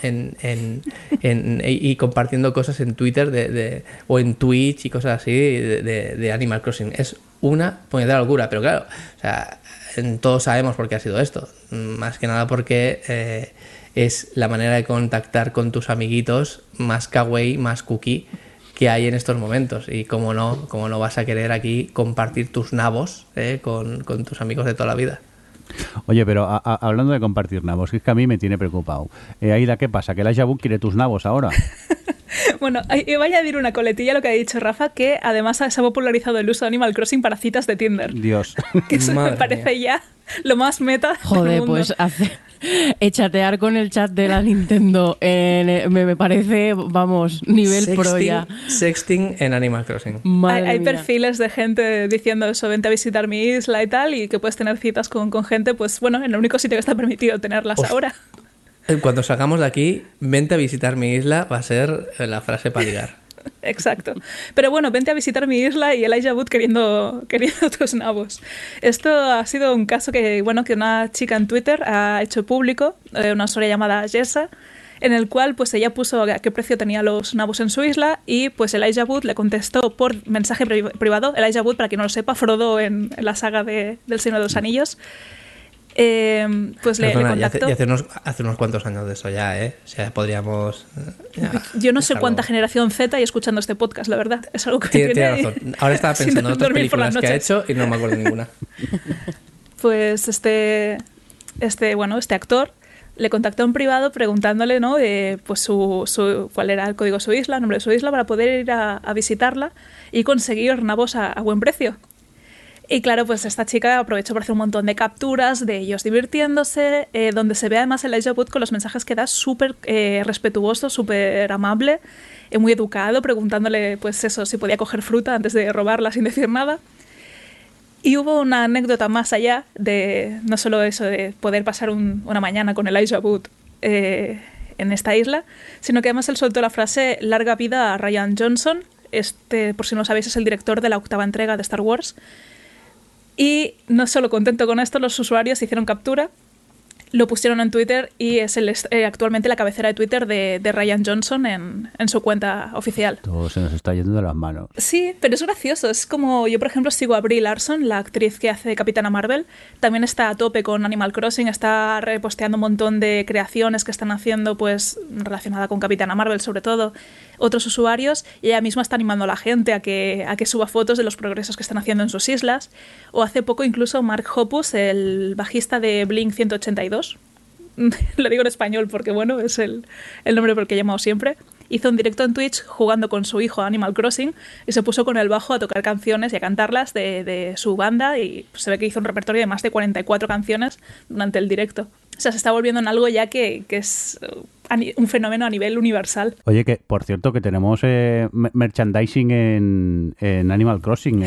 y compartiendo cosas en Twitter o en Twitch y cosas así de Animal Crossing. Es una puñetera locura, pero claro, o sea, todos sabemos por qué ha sido esto. Más que nada porque es la manera de contactar con tus amiguitos más kawaii, más cookie que hay en estos momentos. Y cómo no vas a querer aquí compartir tus nabos con tus amigos de toda la vida. Oye, pero hablando de compartir nabos, es que a mí me tiene preocupado. Aida, ¿qué pasa? ¿Que el Elijah Wood quiere tus nabos ahora? Bueno, voy a añadir una coletilla a lo que ha dicho Rafa, que además se ha popularizado el uso de Animal Crossing para citas de Tinder. Dios. Que eso me Madre parece ya lo más meta del Joder, mundo. pues chatear con el chat de la Nintendo me parece, vamos, nivel pro ya. Sexting en Animal Crossing. Madre Hay mía. perfiles de gente diciendo eso, vente a visitar mi isla y tal, y que puedes tener citas con gente, pues bueno, en el único sitio que está permitido tenerlas ahora. Cuando salgamos de aquí, vente a visitar mi isla, va a ser la frase para ligar. Exacto. Pero bueno, vente a visitar mi isla y Elijah Wood queriendo tus nabos. Esto ha sido un caso que una chica en Twitter ha hecho público, una usuaria llamada Jessa, en el cual pues ella puso a qué precio tenía los nabos en su isla y pues Elijah Wood le contestó por mensaje privado. Elijah Wood, para quien no lo sepa, Frodo en la saga del Señor de los Anillos. Pues le contactó. Y hace unos cuantos años de eso ya, ¿eh? O sea, podríamos... Yo no sé cuánta generación Z hay escuchando este podcast, la verdad. Es algo que Tiene razón. Ahora estaba pensando en otras dormir por las películas que ha noches. hecho y no me acuerdo ninguna. Pues este actor le contactó en privado preguntándole, ¿no? Pues cuál era el código de su isla, el nombre de su isla, para poder ir a visitarla y conseguir nabos a buen precio. Y claro, pues esta chica aprovechó para hacer un montón de capturas de ellos divirtiéndose, donde se ve además el Elijah Wood con los mensajes que da súper respetuoso, súper amable, muy educado, preguntándole pues eso, si podía coger fruta antes de robarla sin decir nada. Y hubo una anécdota más allá de no solo eso de poder pasar una mañana con Elijah Wood en esta isla, sino que además él soltó la frase "larga vida a Rian Johnson". Por si no lo sabéis, es el director de la 8ª entrega de Star Wars. Y no solo contento con esto, los usuarios hicieron captura, lo pusieron en Twitter y es actualmente la cabecera de Twitter de Rian Johnson en su cuenta oficial. Todo se nos está yendo de las manos. Sí, pero es gracioso. Es como yo, por ejemplo, sigo a Brie Larson, la actriz que hace Capitana Marvel. También está a tope con Animal Crossing, está reposteando un montón de creaciones que están haciendo pues relacionada con Capitana Marvel, sobre todo otros usuarios, y ella misma está animando a la gente a que suba fotos de los progresos que están haciendo en sus islas. O hace poco incluso Mark Hoppus, el bajista de Blink 182, lo digo en español porque bueno, es el nombre por el que he llamado siempre, hizo un directo en Twitch jugando con su hijo a Animal Crossing y se puso con el bajo a tocar canciones y a cantarlas de su banda, y se ve que hizo un repertorio de más de 44 canciones durante el directo. O sea, se está volviendo en algo ya que es un fenómeno a nivel universal. Oye, que por cierto que tenemos merchandising en Animal Crossing,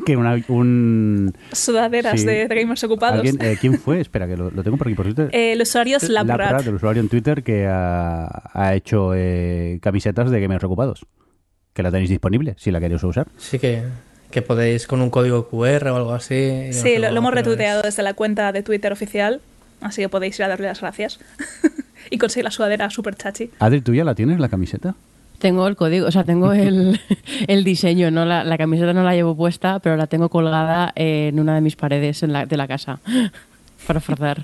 sudaderas sí, de gamers ocupados. ¿Quién fue? Espera, que lo tengo por aquí por Twitter. El usuario es Labrat. El usuario en Twitter que ha hecho camisetas de gamers ocupados, que la tenéis disponible si la queréis usar. Sí que podéis con un código QR o algo así. Sí, lo hemos retuiteado desde la cuenta de Twitter oficial, así que podéis ir a darle las gracias y conseguir la sudadera super chachi. Adri, ¿tú ya la tienes, la camiseta? Tengo el código, o sea, tengo el diseño, no la camiseta no la llevo puesta, pero la tengo colgada en una de mis paredes de la casa para forzar.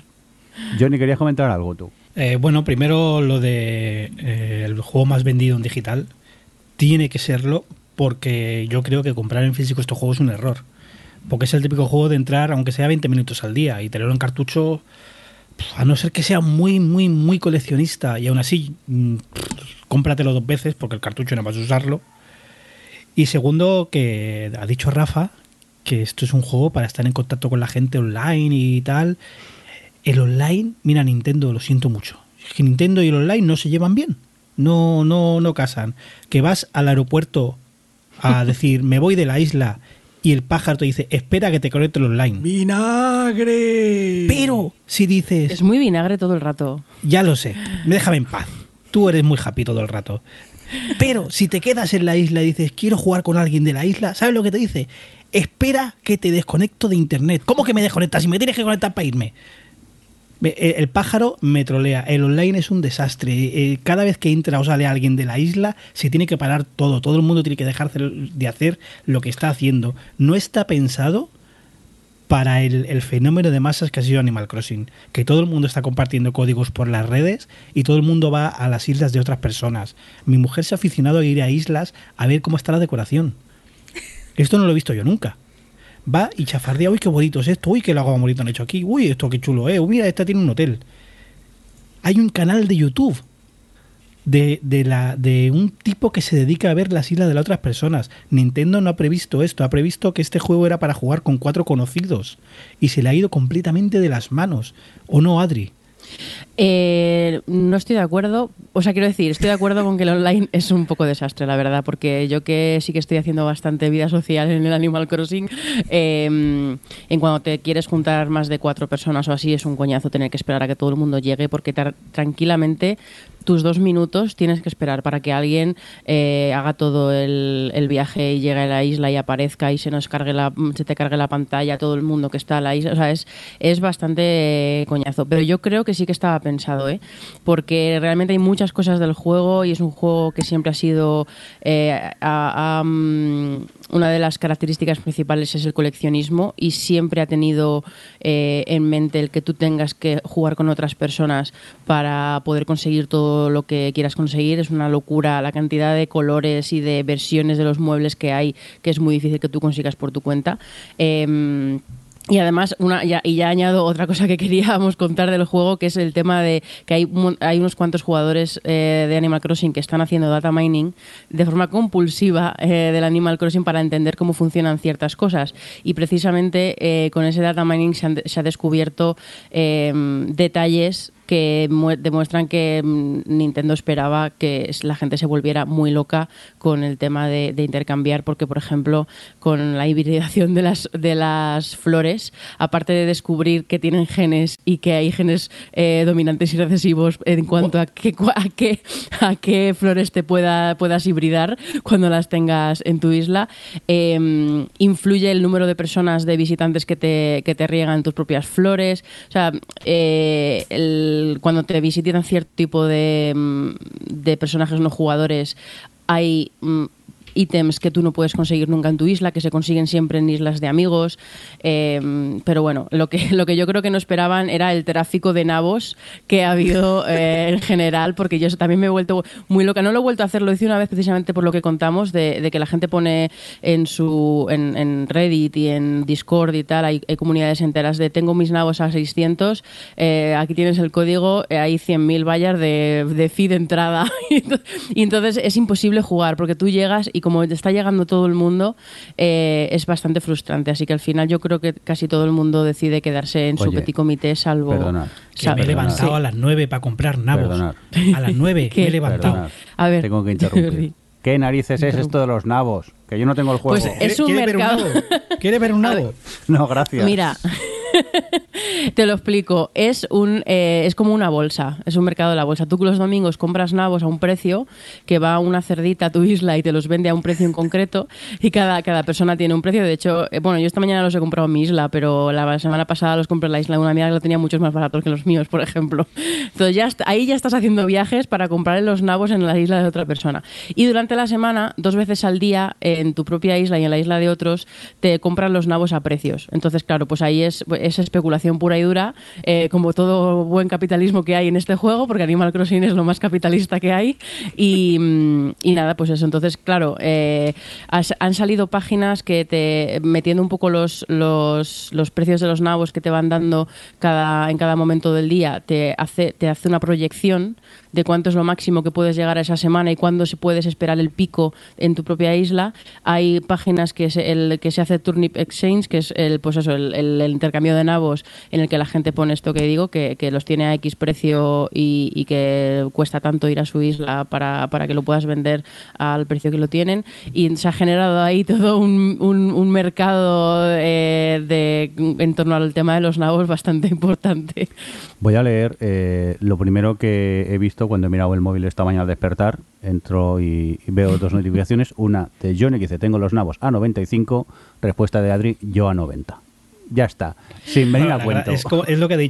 Johnny, querías comentar algo tú. Bueno, primero lo de el juego más vendido en digital. Tiene que serlo porque yo creo que comprar en físico estos juegos es un error. Porque es el típico juego de entrar, aunque sea 20 minutos al día, y tenerlo en cartucho, a no ser que sea muy, muy, muy coleccionista, y aún así, cómpratelo 2 veces porque el cartucho no vas a usarlo. Y segundo, que ha dicho Rafa que esto es un juego para estar en contacto con la gente online y tal. El online, mira, Nintendo, lo siento mucho. Es que Nintendo y el online no se llevan bien. No casan. Que vas al aeropuerto a decir, me voy de la isla, y el pájaro te dice, espera que te conecte el online. ¡Vinagre! Pero si dices... Es muy vinagre todo el rato. Ya lo sé, déjame en paz. Tú eres muy happy todo el rato. Pero si te quedas en la isla y dices, quiero jugar con alguien de la isla, ¿sabes lo que te dice? Espera que te desconecto de internet. ¿Cómo que me desconectas? Si me tienes que conectar para irme. El pájaro me trolea. El online es un desastre. Cada vez que entra o sale alguien de la isla, se tiene que parar todo. Todo el mundo tiene que dejar de hacer lo que está haciendo. No está pensado para el fenómeno de masas que ha sido Animal Crossing. Que todo el mundo está compartiendo códigos por las redes y todo el mundo va a las islas de otras personas. Mi mujer se ha aficionado a ir a islas a ver cómo está la decoración. Esto no lo he visto yo nunca. Va y chafardea, uy, qué bonito es esto, uy, qué lago bonito han hecho aquí, uy, esto qué chulo es, mira, esta tiene un hotel. Hay un canal de YouTube de un tipo que se dedica a ver las islas de las otras personas. Nintendo no ha previsto esto, ha previsto que este juego era para jugar con 4 conocidos y se le ha ido completamente de las manos. ¿O no, Adri? No estoy de acuerdo, o sea, quiero decir, estoy de acuerdo con que el online es un poco desastre, la verdad, porque yo que sí que estoy haciendo bastante vida social en el Animal Crossing, en cuando te quieres juntar más de 4 personas o así, es un coñazo tener que esperar a que todo el mundo llegue, porque tranquilamente tus 2 minutos tienes que esperar para que alguien haga todo el viaje y llegue a la isla y aparezca y se te cargue la pantalla, todo el mundo que está a la isla, o sea, es bastante coñazo, pero yo creo que sí que estaba pensado, porque realmente hay muchas cosas del juego y es un juego que siempre ha sido una de las características principales es el coleccionismo y siempre ha tenido en mente el que tú tengas que jugar con otras personas para poder conseguir todo lo que quieras conseguir. Es una locura la cantidad de colores y de versiones de los muebles que hay, que es muy difícil que tú consigas por tu cuenta. Y además, ya añado otra cosa que queríamos contar del juego, que es el tema de que hay unos cuantos jugadores de Animal Crossing que están haciendo data mining de forma compulsiva del Animal Crossing para entender cómo funcionan ciertas cosas. Y precisamente con ese data mining se ha descubierto detalles que demuestran que Nintendo esperaba que la gente se volviera muy loca con el tema de intercambiar, porque por ejemplo con la hibridación de las flores, aparte de descubrir que tienen genes y que hay genes dominantes y recesivos en cuanto a qué flores te puedas hibridar cuando las tengas en tu isla, influye el número de personas, de visitantes que te riegan tus propias flores. O sea, cuando te visitan cierto tipo de personajes no jugadores, hay ítems que tú no puedes conseguir nunca en tu isla, que se consiguen siempre en islas de amigos, pero bueno, lo que yo creo que no esperaban era el tráfico de nabos que ha habido en general, porque yo también me he vuelto muy loca. No lo he vuelto a hacer, lo hice una vez precisamente por lo que contamos, de que la gente pone en Reddit y en Discord y tal, hay comunidades enteras de tengo mis nabos a 600, aquí tienes el código, hay 100.000 vallas de fee de entrada y entonces es imposible jugar, porque tú llegas y como te está llegando todo el mundo, es bastante frustrante. Así que al final yo creo que casi todo el mundo decide quedarse en su petit comité, salvo... Perdonad. Que me he levantado a las 9 para comprar nabos. Perdonad. A las 9 me he levantado. Perdonad. A ver. Tengo que interrumpir. ¿Qué narices es esto de los nabos? Que yo no tengo el juego. Pues es un mercado... ¿Quiere ver un nabo? No, gracias. Mira, te lo explico. Es como una bolsa. Es un mercado de la bolsa. Tú los domingos compras nabos a un precio que va una cerdita a tu isla y te los vende a un precio en concreto y cada persona tiene un precio. De hecho, bueno, yo esta mañana los he comprado en mi isla, pero la semana pasada los compré en la isla de una amiga que lo tenía muchos más baratos que los míos, por ejemplo. Entonces ahí ya estás haciendo viajes para comprar los nabos en la isla de otra persona. Y durante la semana, 2 veces al día, en tu propia isla y en la isla de otros, te compran los nabos a precios. Entonces, claro, pues ahí es especulación especulación pura y dura, como todo buen capitalismo que hay en este juego, porque Animal Crossing es lo más capitalista que hay. Y nada, pues eso. Entonces, claro, han salido páginas que metiendo un poco los precios de los nabos que te van dando en cada momento del día, te hace una proyección de cuánto es lo máximo que puedes llegar a esa semana y cuándo se puedes esperar el pico en tu propia isla. Hay páginas que se hace Turnip Exchange, que es el intercambio de nabos, en el que la gente pone esto que digo, que los tiene a X precio y que cuesta tanto ir a su isla para que lo puedas vender al precio que lo tienen. Y se ha generado ahí todo un mercado en torno al tema de los nabos bastante importante. Voy a leer lo primero que he visto cuando he mirado el móvil esta mañana al despertar. Entro y veo dos notificaciones. Una de Johnny que dice: tengo los nabos a 95. Respuesta de Adri: yo a 90. Ya está, sin venir a cuento. Es lo que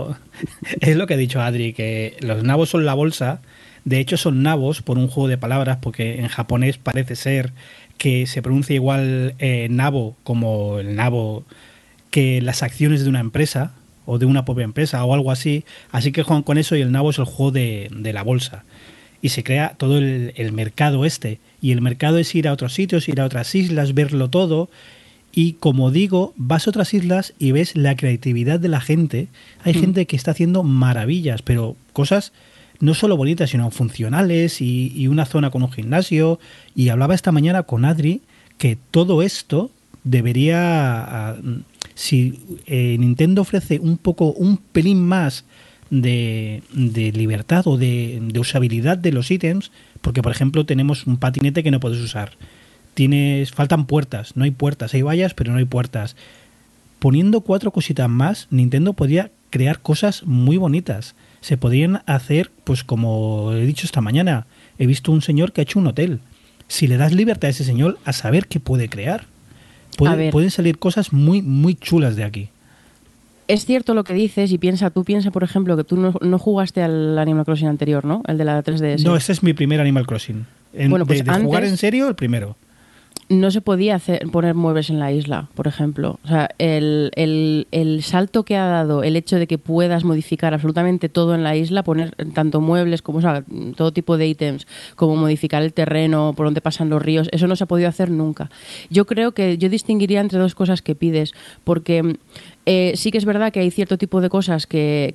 ha dicho Adri, que los nabos son la bolsa. De hecho son nabos por un juego de palabras, porque en japonés parece ser que se pronuncia igual nabo como el nabo que las acciones de una empresa o de una propia empresa o algo así. Así que juegan con eso y el nabo es el juego de la bolsa. Y se crea todo el mercado este. Y el mercado es ir a otros sitios, ir a otras islas, verlo todo. Y como digo, vas a otras islas y ves la creatividad de la gente. Hay gente que está haciendo maravillas, pero cosas no solo bonitas, sino funcionales y una zona con un gimnasio. Y hablaba esta mañana con Adri que todo esto debería... Si Nintendo ofrece un pelín más de libertad o de usabilidad de los ítems, porque por ejemplo tenemos un patinete que no puedes usar, faltan puertas, no hay puertas, hay vallas pero no hay puertas. Poniendo 4 cositas más, Nintendo podría crear cosas muy bonitas. Se podrían hacer, pues como he dicho esta mañana, he visto un señor que ha hecho un hotel. Si le das libertad a ese señor, a saber qué puede crear. Pueden salir cosas muy, muy chulas de aquí. Es cierto lo que dices y tú piensa, por ejemplo, que tú no jugaste al Animal Crossing anterior, ¿no? El de la 3DS. No, ese es mi primer Animal Crossing. Bueno, pues de jugar en serio, el primero. No se podía poner muebles en la isla, por ejemplo. O sea, el salto que ha dado el hecho de que puedas modificar absolutamente todo en la isla, poner tanto muebles como todo tipo de ítems, como modificar el terreno, por donde pasan los ríos, eso no se ha podido hacer nunca. Yo creo que yo distinguiría entre dos cosas que pides, porque... sí que es verdad que hay cierto tipo de cosas que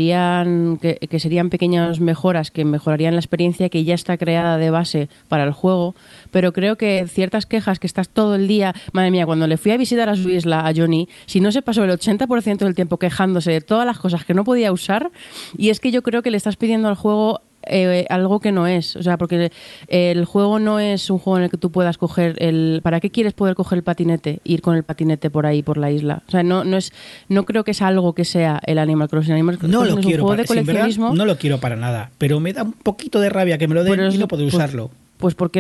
serían pequeñas mejoras que mejorarían la experiencia que ya está creada de base para el juego, pero creo que ciertas quejas que estás todo el día, madre mía, cuando le fui a visitar a su isla, a Johnny, si no se pasó el 80% del tiempo quejándose de todas las cosas que no podía usar, y es que yo creo que le estás pidiendo al juego algo que no es, o sea, porque el juego no es un juego en el que tú puedas coger ¿para qué quieres poder coger el patinete? Ir con el patinete por ahí, por la isla. O sea, no creo que es algo que sea el Animal Crossing. Animal Crossing no es lo un quiero juego de coleccionismo. No lo quiero para nada, pero me da un poquito de rabia que me lo den y no poder usarlo. Pues porque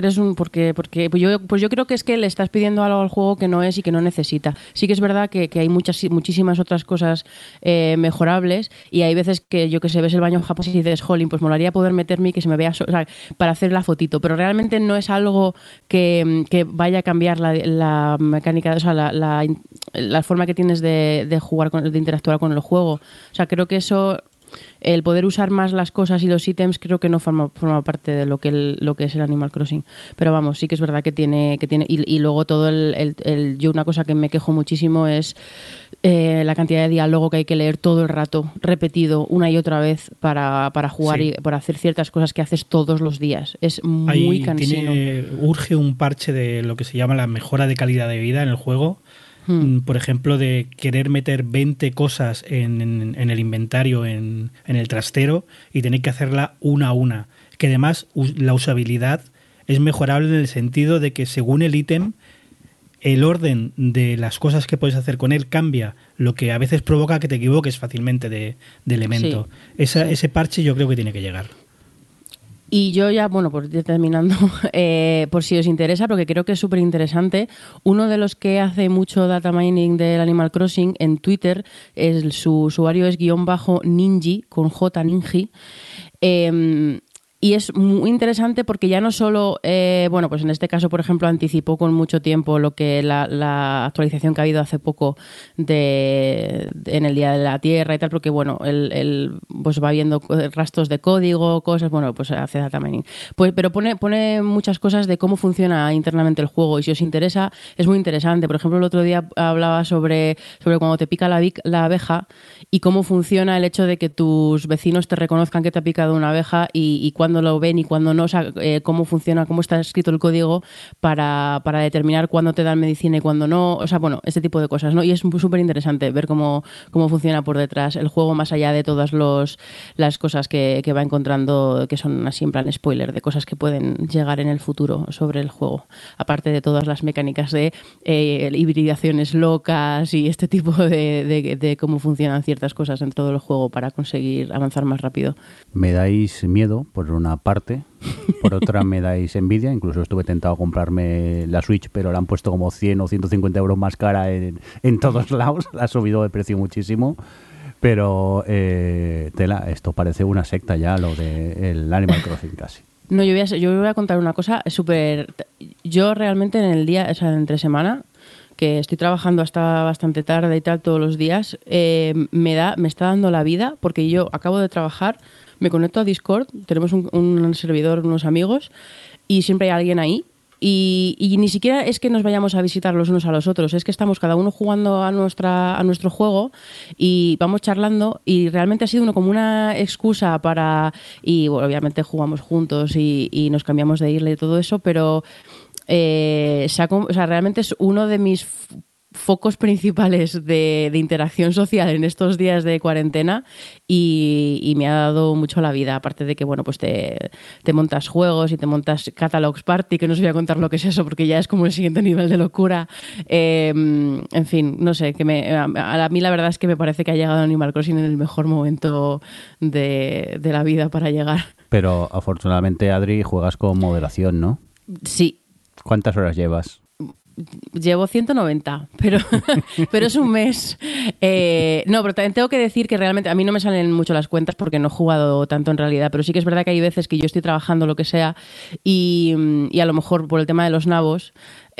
yo creo que es que le estás pidiendo algo al juego que no es y que no necesita. Sí que es verdad que hay muchísimas otras cosas mejorables, y hay veces que yo que sé, ves el baño japonés y dices, jolín, pues molaría poder meterme y que se me vea para hacer la fotito, pero realmente no es algo que vaya a cambiar la mecánica, o sea, la forma que tienes de jugar, de interactuar con el juego. O sea, creo que eso... El poder usar más las cosas y los ítems creo que no forma parte de lo que es el Animal Crossing. Pero vamos, sí que es verdad que tiene y luego todo yo una cosa que me quejo muchísimo es la cantidad de diálogo que hay que leer todo el rato, repetido una y otra vez para jugar, sí, y para hacer ciertas cosas que haces todos los días. Es muy cansino. Urge un parche de lo que se llama la mejora de calidad de vida en el juego. Por ejemplo, de querer meter 20 cosas en el inventario, en el trastero, y tener que hacerla una a una. Que además la usabilidad es mejorable en el sentido de que según el ítem, el orden de las cosas que puedes hacer con él cambia, lo que a veces provoca que te equivoques fácilmente de elemento. Sí. Ese parche yo creo que tiene que llegar. Y yo ya, bueno, pues ya terminando, por si os interesa, porque creo que es súper interesante, uno de los que hace mucho data mining del Animal Crossing en Twitter, su usuario es _ninji, con J, Ninji, Y es muy interesante porque ya no solo, bueno, pues en este caso, por ejemplo, anticipó con mucho tiempo lo que la actualización que ha habido hace poco en el Día de la Tierra y tal, porque, bueno, él pues va viendo rastros de código, cosas, bueno, pues hace data mining. Pues, pero pone muchas cosas de cómo funciona internamente el juego, y si os interesa, es muy interesante. Por ejemplo, el otro día hablaba sobre cuando te pica la abeja y cómo funciona el hecho de que tus vecinos te reconozcan que te ha picado una abeja y cuándo lo ven y cuándo no, o sea, cómo funciona, cómo está escrito el código para determinar cuándo te dan medicina y cuándo no, o sea, bueno, este tipo de cosas, ¿no? Y es súper interesante ver cómo funciona por detrás el juego, más allá de todas las cosas que va encontrando, que son así en plan spoiler, de cosas que pueden llegar en el futuro sobre el juego, aparte de todas las mecánicas de hibridaciones locas y este tipo de cómo funcionan ciertas cosas en todo el juego para conseguir avanzar más rápido. Me dais miedo, por una parte, por otra me dais envidia. Incluso estuve tentado a comprarme la Switch, pero la han puesto como 100 o 150 euros más cara en todos lados. La ha subido de precio muchísimo. Pero, esto parece una secta ya, lo del Animal Crossing casi. No, yo voy a contar una cosa súper... Yo realmente en el día, o sea, entre semana, que estoy trabajando hasta bastante tarde y tal todos los días, me está dando la vida, porque yo acabo de trabajar, me conecto a Discord, tenemos un servidor, unos amigos, y siempre hay alguien ahí. Y ni siquiera es que nos vayamos a visitar los unos a los otros, es que estamos cada uno jugando a nuestro juego y vamos charlando, y realmente ha sido como una excusa para... Y bueno, obviamente jugamos juntos y nos cambiamos de isla y todo eso, pero o sea, realmente es uno de mis focos principales de interacción social en estos días de cuarentena, y me ha dado mucho la vida, aparte de que, bueno, pues te montas juegos y te montas Catalogs Party, que no os voy a contar lo que es eso porque ya es como el siguiente nivel de locura. En fin, no sé, a mí la verdad es que me parece que ha llegado Animal Crossing en el mejor momento de la vida para llegar. Pero afortunadamente, Adri, juegas con moderación, ¿no? Sí. ¿Cuántas horas llevas? Llevo 190, pero es un mes. No, pero también tengo que decir que realmente a mí no me salen mucho las cuentas porque no he jugado tanto en realidad, pero sí que es verdad que hay veces que yo estoy trabajando lo que sea y a lo mejor por el tema de los nabos,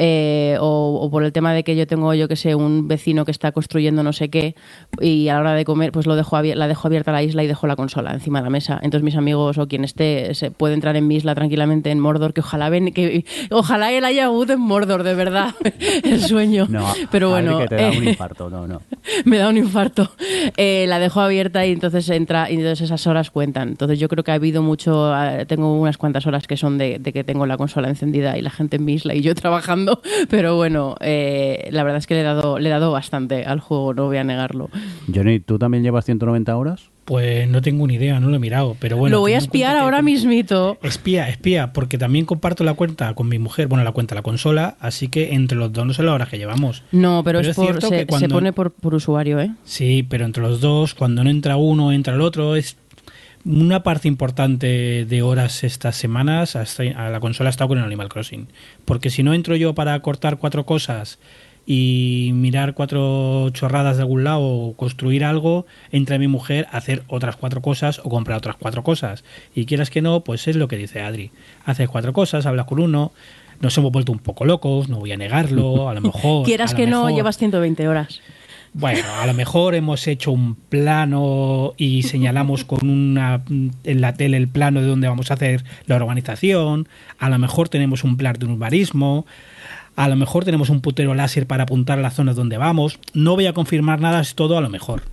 o por el tema de que yo tengo, yo que sé, un vecino que está construyendo no sé qué, y a la hora de comer pues la dejo abierta la isla y dejo la consola encima de la mesa. Entonces mis amigos o quien esté se puede entrar en mi isla tranquilamente en Mordor, que ojalá él haya jugado en Mordor, de verdad. El sueño. No, pero bueno, que te da un infarto, no. Me da un infarto. La dejo abierta y entonces entra, y entonces esas horas cuentan. Entonces yo creo que ha habido mucho, tengo unas cuantas horas que son de que tengo la consola encendida y la gente en mi isla y yo trabajando, pero bueno, la verdad es que le he dado bastante al juego, no voy a negarlo. Johnny, ¿tú también llevas 190 horas? Pues no tengo ni idea, no lo he mirado, pero bueno. Lo voy a espiar ahora mismito. Espía, porque también comparto la cuenta con mi mujer, bueno, la consola, así que entre los dos no sé las horas que llevamos. No, pero se pone por usuario, ¿eh? Sí, pero entre los dos, cuando no entra uno, entra el otro, es una parte importante de horas estas semanas a la consola ha estado con el Animal Crossing, porque si no entro yo para cortar 4 cosas y mirar 4 chorradas de algún lado o construir algo, entra mi mujer a hacer otras 4 cosas o comprar otras 4 cosas, y quieras que no, pues es lo que dice Adri, haces 4 cosas, hablas con uno, nos hemos vuelto un poco locos, no voy a negarlo, a lo mejor quieras que no, llevas 120 horas. Bueno, a lo mejor hemos hecho un plano y señalamos en la tele el plano de donde vamos a hacer la urbanización, a lo mejor tenemos un plan de urbanismo, a lo mejor tenemos un putero láser para apuntar a las zonas donde vamos. No voy a confirmar nada, es todo a lo mejor.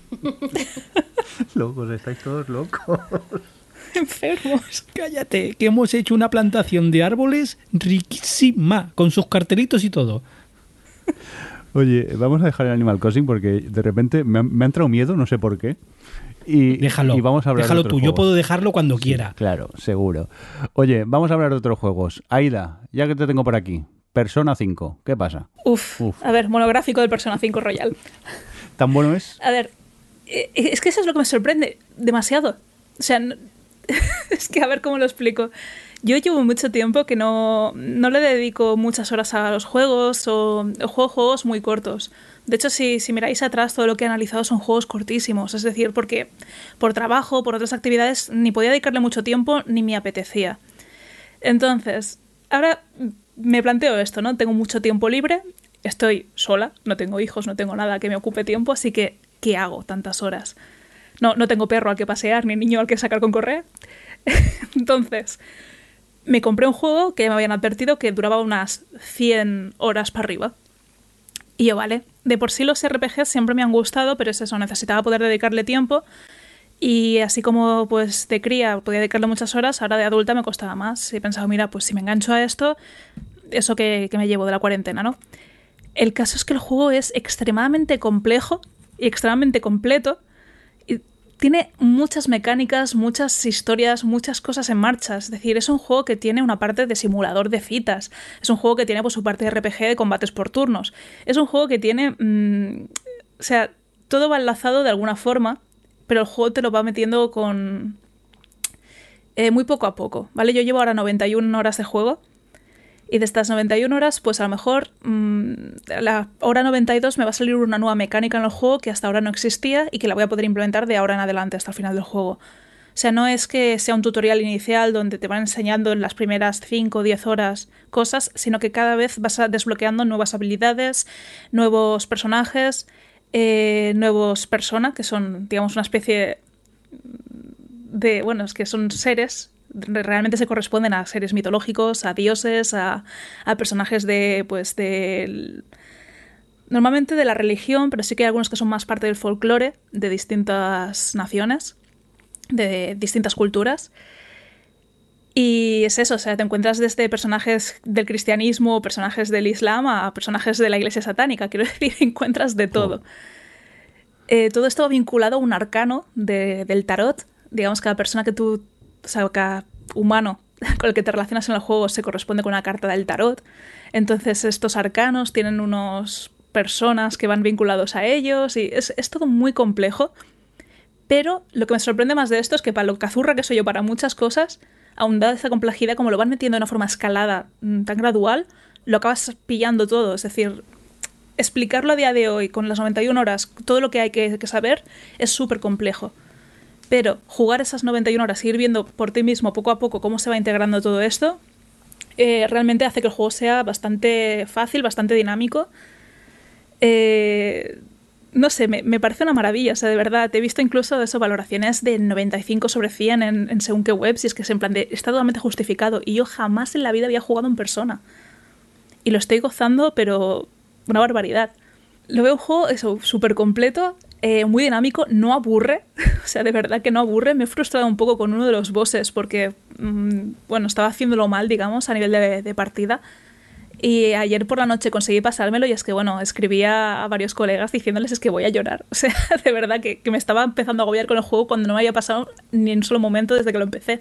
Locos, estáis todos locos. Enfermos. Cállate, que hemos hecho una plantación de árboles riquísima, con sus cartelitos y todo. Oye, vamos a dejar el Animal Crossing porque de repente me ha entrado miedo, no sé por qué. Déjalo, y vamos a hablar déjalo de tú, otros yo juegos. puedo dejarlo cuando Sí, quiera. Claro, seguro. Oye, vamos a hablar de otros juegos. Aida, ya que te tengo por aquí, Persona 5, ¿qué pasa? Uf. A ver, monográfico del Persona 5 Royal. ¿Tan bueno es? A ver, es que eso es lo que me sorprende demasiado. O sea, Es que a ver cómo lo explico. Yo llevo mucho tiempo que no le dedico muchas horas a los juegos o juego juegos muy cortos. De hecho, si miráis atrás, todo lo que he analizado son juegos cortísimos. Es decir, porque por trabajo, por otras actividades, ni podía dedicarle mucho tiempo ni me apetecía. Entonces, ahora me planteo esto, ¿no? Tengo mucho tiempo libre, estoy sola, no tengo hijos, no tengo nada que me ocupe tiempo, así que, ¿qué hago tantas horas? No tengo perro al que pasear, ni niño al que sacar con correa. Entonces, me compré un juego que ya me habían advertido que duraba unas 100 horas para arriba. Y yo, vale, de por sí los RPGs siempre me han gustado, pero es eso, necesitaba poder dedicarle tiempo. Y así como pues de cría podía dedicarle muchas horas, ahora de adulta me costaba más. Y he pensado, mira, pues si me engancho a esto, eso que me llevo de la cuarentena, ¿no? El caso es que el juego es extremadamente complejo y extremadamente completo. Y tiene muchas mecánicas, muchas historias, muchas cosas en marcha. Es decir, es un juego que tiene una parte de simulador de citas. Es un juego que tiene pues, su parte de RPG de combates por turnos. Es un juego que tiene... o sea, todo va enlazado de alguna forma, pero el juego te lo va metiendo con... muy poco a poco, ¿vale? Yo llevo ahora 91 horas de juego. Y de estas 91 horas, pues a lo mejor a la hora 92 me va a salir una nueva mecánica en el juego que hasta ahora no existía y que la voy a poder implementar de ahora en adelante hasta el final del juego. O sea, no es que sea un tutorial inicial donde te van enseñando en las primeras 5 o 10 horas cosas, sino que cada vez vas desbloqueando nuevas habilidades, nuevos personajes, nuevos personas, que son, digamos, una especie de... Bueno, es que son seres... realmente se corresponden a seres mitológicos, a dioses, a personajes normalmente de la religión, pero sí que hay algunos que son más parte del folclore de distintas naciones, de distintas culturas. Y es eso, o sea, te encuentras desde personajes del cristianismo, personajes del islam, a personajes de la iglesia satánica, quiero decir, encuentras de todo. Todo esto va vinculado a un arcano del tarot. Digamos, cada persona que tú... O sea, cada humano con el que te relacionas en el juego se corresponde con una carta del tarot. Entonces estos arcanos tienen unos personas que van vinculados a ellos y es todo muy complejo. Pero lo que me sorprende más de esto es que para lo cazurra que soy yo para muchas cosas, aun dada esa complejidad, como lo van metiendo de una forma escalada tan gradual, lo acabas pillando todo. Es decir, explicarlo a día de hoy con las 91 horas, todo lo que hay que saber, es súper complejo. Pero jugar esas 91 horas y ir viendo por ti mismo poco a poco cómo se va integrando todo esto, realmente hace que el juego sea bastante fácil, bastante dinámico. No sé, me parece una maravilla, o sea, de verdad. He visto incluso eso, valoraciones de 95 sobre 100 en según qué webs, y es que es en plan de, está totalmente justificado. Y yo jamás en la vida había jugado en persona. Y lo estoy gozando, pero una barbaridad. Lo veo un juego eso, súper completo, muy dinámico, no aburre, o sea, de verdad que no aburre. Me he frustrado un poco con uno de los bosses porque, bueno, estaba haciéndolo mal, digamos, a nivel de partida. Y ayer por la noche conseguí pasármelo y es que, bueno, escribí a varios colegas diciéndoles es que voy a llorar. O sea, de verdad que me estaba empezando a agobiar con el juego cuando no me había pasado ni en un solo momento desde que lo empecé.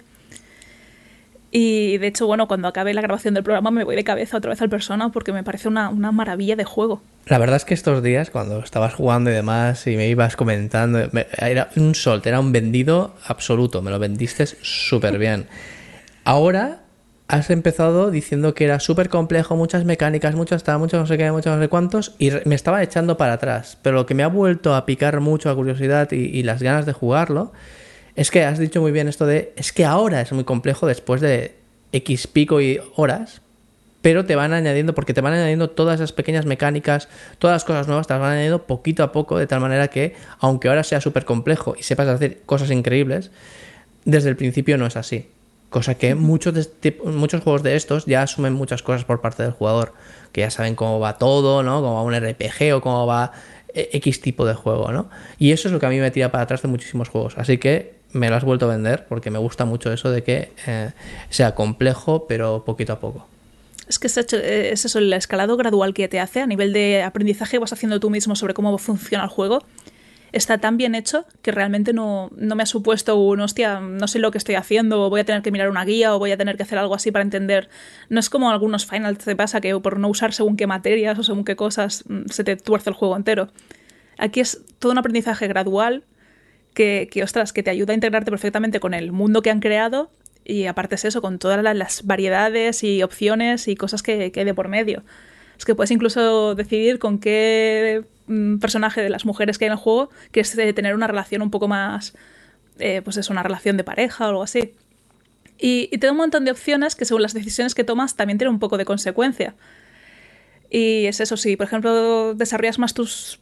Y de hecho, bueno, cuando acabe la grabación del programa me voy de cabeza otra vez al Persona porque me parece una maravilla de juego. La verdad es que estos días, cuando estabas jugando y demás y me ibas comentando, era un sol, era un vendido absoluto, me lo vendiste súper bien. Ahora has empezado diciendo que era súper complejo, muchas mecánicas, muchos no sé qué, muchos no sé cuántos, y me estaba echando para atrás. Pero lo que me ha vuelto a picar mucho la curiosidad y las ganas de jugarlo es que has dicho muy bien esto de, es que ahora es muy complejo después de X pico y horas, pero te van añadiendo, porque te van añadiendo todas esas pequeñas mecánicas, todas las cosas nuevas, te las van añadiendo poquito a poco, de tal manera que, aunque ahora sea súper complejo y sepas hacer cosas increíbles, desde el principio no es así. Cosa que muchos juegos de estos ya asumen muchas cosas por parte del jugador, que ya saben cómo va todo, ¿no? Cómo va un RPG o cómo va X tipo de juego, ¿no? Y eso es lo que a mí me tira para atrás de muchísimos juegos. Así que me lo has vuelto a vender porque me gusta mucho eso de que sea complejo, pero poquito a poco. Es que es eso, el escalado gradual que te hace a nivel de aprendizaje vas haciendo tú mismo sobre cómo funciona el juego. Está tan bien hecho que realmente no me ha supuesto un hostia, no sé lo que estoy haciendo, o voy a tener que mirar una guía, o voy a tener que hacer algo así para entender. No es como algunos Final te pasa que por no usar según qué materias o según qué cosas se te tuerce el juego entero. Aquí es todo un aprendizaje gradual ostras, que te ayuda a integrarte perfectamente con el mundo que han creado y aparte es eso, con todas las variedades y opciones y cosas que hay de por medio. Es que puedes incluso decidir con qué personaje de las mujeres que hay en el juego quieres tener una relación un poco más, pues es una relación de pareja o algo así. Y te da un montón de opciones que según las decisiones que tomas también tienen un poco de consecuencia. Y es eso, si por ejemplo desarrollas más tus,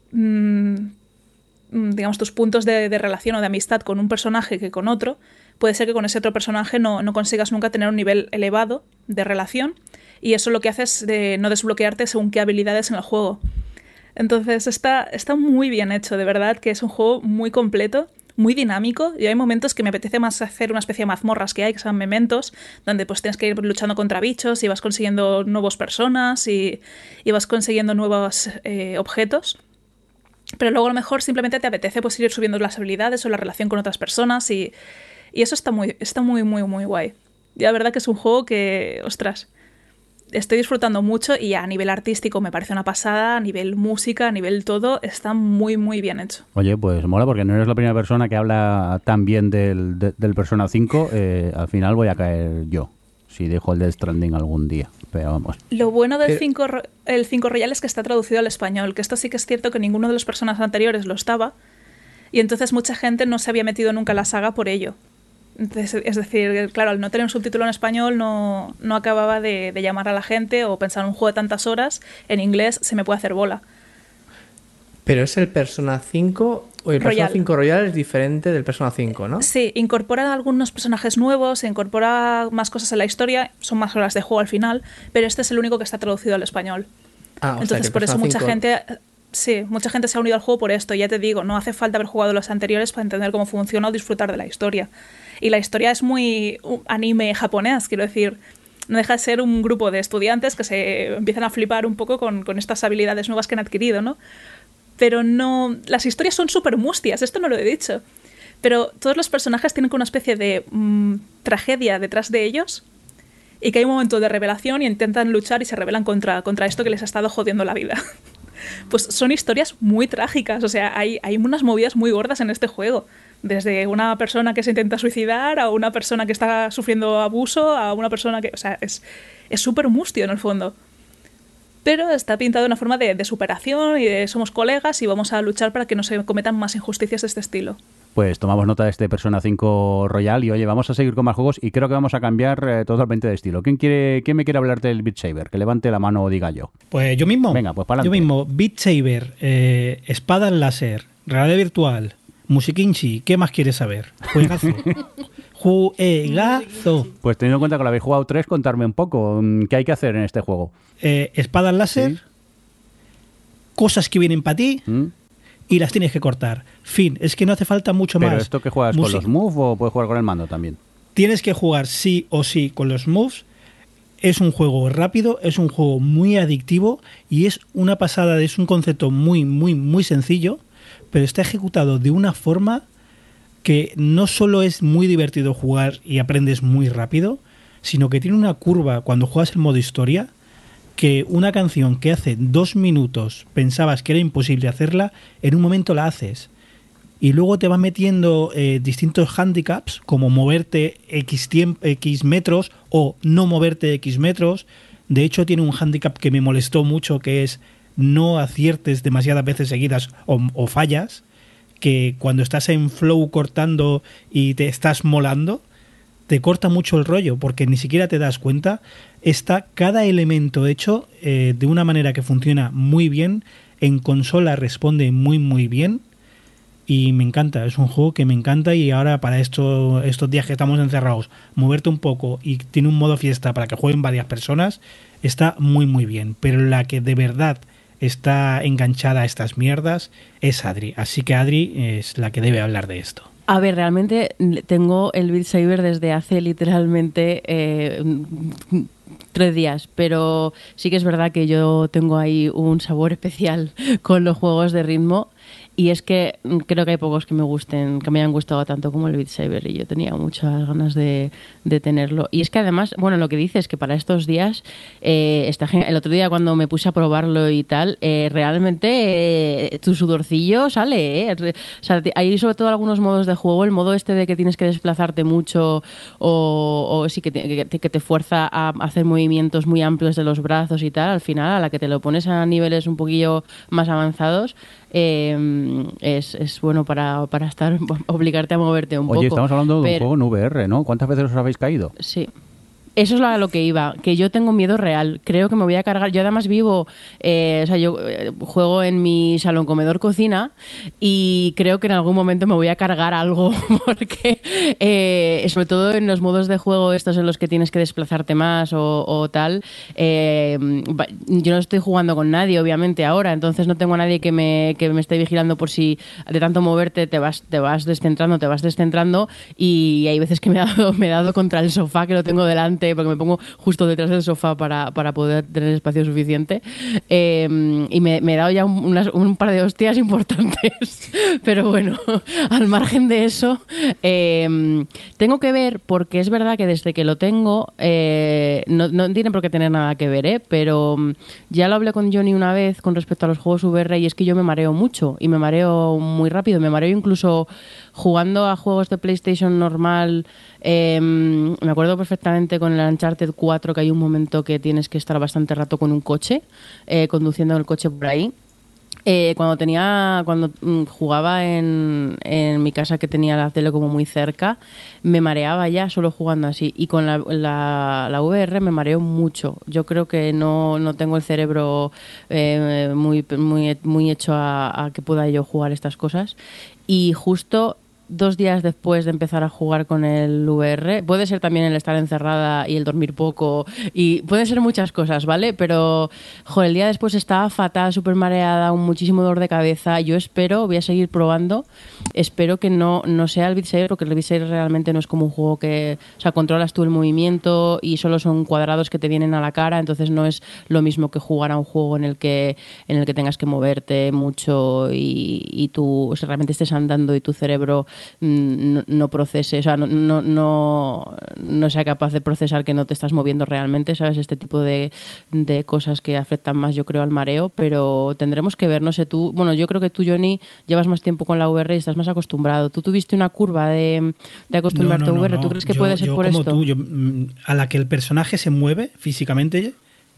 digamos, tus puntos de relación o de amistad con un personaje que con otro, puede ser que con ese otro personaje no consigas nunca tener un nivel elevado de relación y eso lo que hace es de no desbloquearte según qué habilidades en el juego. Entonces está muy bien hecho, de verdad, que es un juego muy completo, muy dinámico y hay momentos que me apetece más hacer una especie de mazmorras que son mementos, donde pues tienes que ir luchando contra bichos y vas consiguiendo nuevas personas y vas consiguiendo nuevos objetos. Pero luego a lo mejor simplemente te apetece pues ir subiendo las habilidades o la relación con otras personas y eso está muy, muy, muy guay. Y la verdad que es un juego que, ostras, estoy disfrutando mucho y a nivel artístico me parece una pasada, a nivel música, a nivel todo, está muy, muy bien hecho. Oye, pues mola porque no eres la primera persona que habla tan bien del Persona 5. Al final voy a caer yo, si dejo el Death Stranding algún día. Pero vamos. Lo bueno del 5 Royal es que está traducido al español, que esto sí que es cierto que ninguno de los personajes anteriores lo estaba y entonces mucha gente no se había metido nunca en la saga por ello. Entonces, es decir, claro, al no tener un subtítulo en español no acababa de llamar a la gente o pensar en un juego de tantas horas, en inglés se me puede hacer bola. Pero es el Persona 5 o el Persona 5 Royal es diferente del Persona 5, ¿no? Sí, incorpora algunos personajes nuevos, incorpora más cosas en la historia, son más horas de juego al final, pero este es el único que está traducido al español. Entonces, por eso mucha gente se ha unido al juego por esto. Ya te digo, no hace falta haber jugado los anteriores para entender cómo funciona o disfrutar de la historia. Y la historia es muy anime japonés, quiero decir. No deja de ser un grupo de estudiantes que se empiezan a flipar un poco con estas habilidades nuevas que han adquirido, ¿no? Pero no... Las historias son súper mustias, esto no lo he dicho. Pero todos los personajes tienen como una especie de tragedia detrás de ellos y que hay un momento de revelación y intentan luchar y se rebelan contra esto que les ha estado jodiendo la vida. Pues son historias muy trágicas, o sea, hay unas movidas muy gordas en este juego. Desde una persona que se intenta suicidar a una persona que está sufriendo abuso a una persona que... O sea, es súper mustio en el fondo. Pero está pintado de una forma de superación y de somos colegas y vamos a luchar para que no se cometan más injusticias de este estilo. Pues tomamos nota de este Persona 5 Royal y oye, vamos a seguir con más juegos y creo que vamos a cambiar totalmente de estilo. ¿Quién me quiere hablar del Beat Saber? Que levante la mano o diga yo. Pues yo mismo. Venga, pues para adelante. Yo mismo, Beat Saber, espadas láser, realidad virtual, musiquinchi, ¿qué más quieres saber? Juegazo. Juegazo. Pues teniendo en cuenta que lo habéis jugado 3, contarme un poco qué hay que hacer en este juego. Espadas láser, ¿sí? Cosas que vienen para ti y las tienes que cortar. Fin, es que no hace falta mucho más. ¿Pero esto que juegas con los moves o puedes jugar con el mando también? Tienes que jugar sí o sí con los moves. Es un juego rápido, es un juego muy adictivo y es una pasada, es un concepto muy, muy, muy sencillo, pero está ejecutado de una forma que no solo es muy divertido jugar y aprendes muy rápido, sino que tiene una curva cuando juegas el modo historia, que una canción que hace 2 minutos pensabas que era imposible hacerla, en un momento la haces. Y luego te va metiendo distintos handicaps, como moverte X metros o no moverte X metros. De hecho, tiene un handicap que me molestó mucho, que es no aciertes demasiadas veces seguidas o fallas, que cuando estás en flow cortando y te estás molando, te corta mucho el rollo, porque ni siquiera te das cuenta. Está cada elemento hecho de una manera que funciona muy bien. En consola responde muy, muy bien. Y me encanta, es un juego que me encanta y ahora para estos días que estamos encerrados, moverte un poco y tiene un modo fiesta para que jueguen varias personas, está muy muy bien. Pero la que de verdad está enganchada a estas mierdas es Adri. Así que Adri es la que debe hablar de esto. A ver, realmente tengo el Beat Saber desde hace literalmente 3 días, pero sí que es verdad que yo tengo ahí un sabor especial con los juegos de ritmo. Y es que creo que hay pocos que me gusten, que me hayan gustado tanto como el Beat Saber, y yo tenía muchas ganas de tenerlo. Y es que además, bueno, lo que dices, que para estos días, está genial. El otro día cuando me puse a probarlo y tal, realmente tu sudorcillo sale, O sea, hay sobre todo algunos modos de juego, el modo este de que tienes que desplazarte mucho o sí que te fuerza a hacer movimientos muy amplios de los brazos y tal, al final, a la que te lo pones a niveles un poquillo más avanzados, es bueno para obligarte a moverte un poco. Oye, estamos hablando de un juego en VR, ¿no? ¿Cuántas veces os habéis caído? Sí. Eso es a lo que iba, que yo tengo miedo real. Creo que me voy a cargar. Yo además vivo, yo juego en mi salón comedor cocina y creo que en algún momento me voy a cargar algo porque, sobre todo en los modos de juego estos en los que tienes que desplazarte más o tal, yo no estoy jugando con nadie, obviamente, ahora, entonces no tengo a nadie que me esté vigilando por si de tanto moverte te vas descentrando y hay veces que me he dado contra el sofá que lo tengo delante porque me pongo justo detrás del sofá para poder tener espacio suficiente, y me he dado ya un par de hostias importantes. Pero bueno, al margen de eso, tengo que ver, porque es verdad que desde que lo tengo, no tiene por qué tener nada que ver, pero ya lo hablé con Johnny una vez con respecto a los juegos VR, y es que yo me mareo mucho y me mareo muy rápido, me mareo incluso jugando a juegos de PlayStation normal. Me acuerdo perfectamente con el Uncharted 4 que hay un momento que tienes que estar bastante rato con un coche, conduciendo el coche por ahí. Cuando jugaba en mi casa, que tenía la tele como muy cerca, me mareaba ya solo jugando así, y con la VR me mareo mucho. Yo creo que no tengo el cerebro muy hecho a que pueda yo jugar estas cosas, y justo 2 días después de empezar a jugar con el VR, puede ser también el estar encerrada y el dormir poco, y pueden ser muchas cosas, ¿vale? Pero, el día después estaba fatal, súper mareada, muchísimo dolor de cabeza. Yo voy a seguir probando, espero que no sea el Beat Saber, porque el Beat Saber realmente no es como un juego que, o sea, controlas tú el movimiento y solo son cuadrados que te vienen a la cara, entonces no es lo mismo que jugar a un juego en el que tengas que moverte mucho y tú, o sea, realmente estés andando y tu cerebro no procese, o sea, no sea capaz de procesar que no te estás moviendo realmente, ¿sabes? Este tipo de cosas que afectan más, yo creo, al mareo, pero tendremos que ver, no sé, tú, bueno, yo creo que tú, Johnny, llevas más tiempo con la VR y estás más acostumbrado. ¿Tú tuviste una curva de acostumbrarte a VR? ¿Tú crees que puede ser por esto? A la que el personaje se mueve físicamente,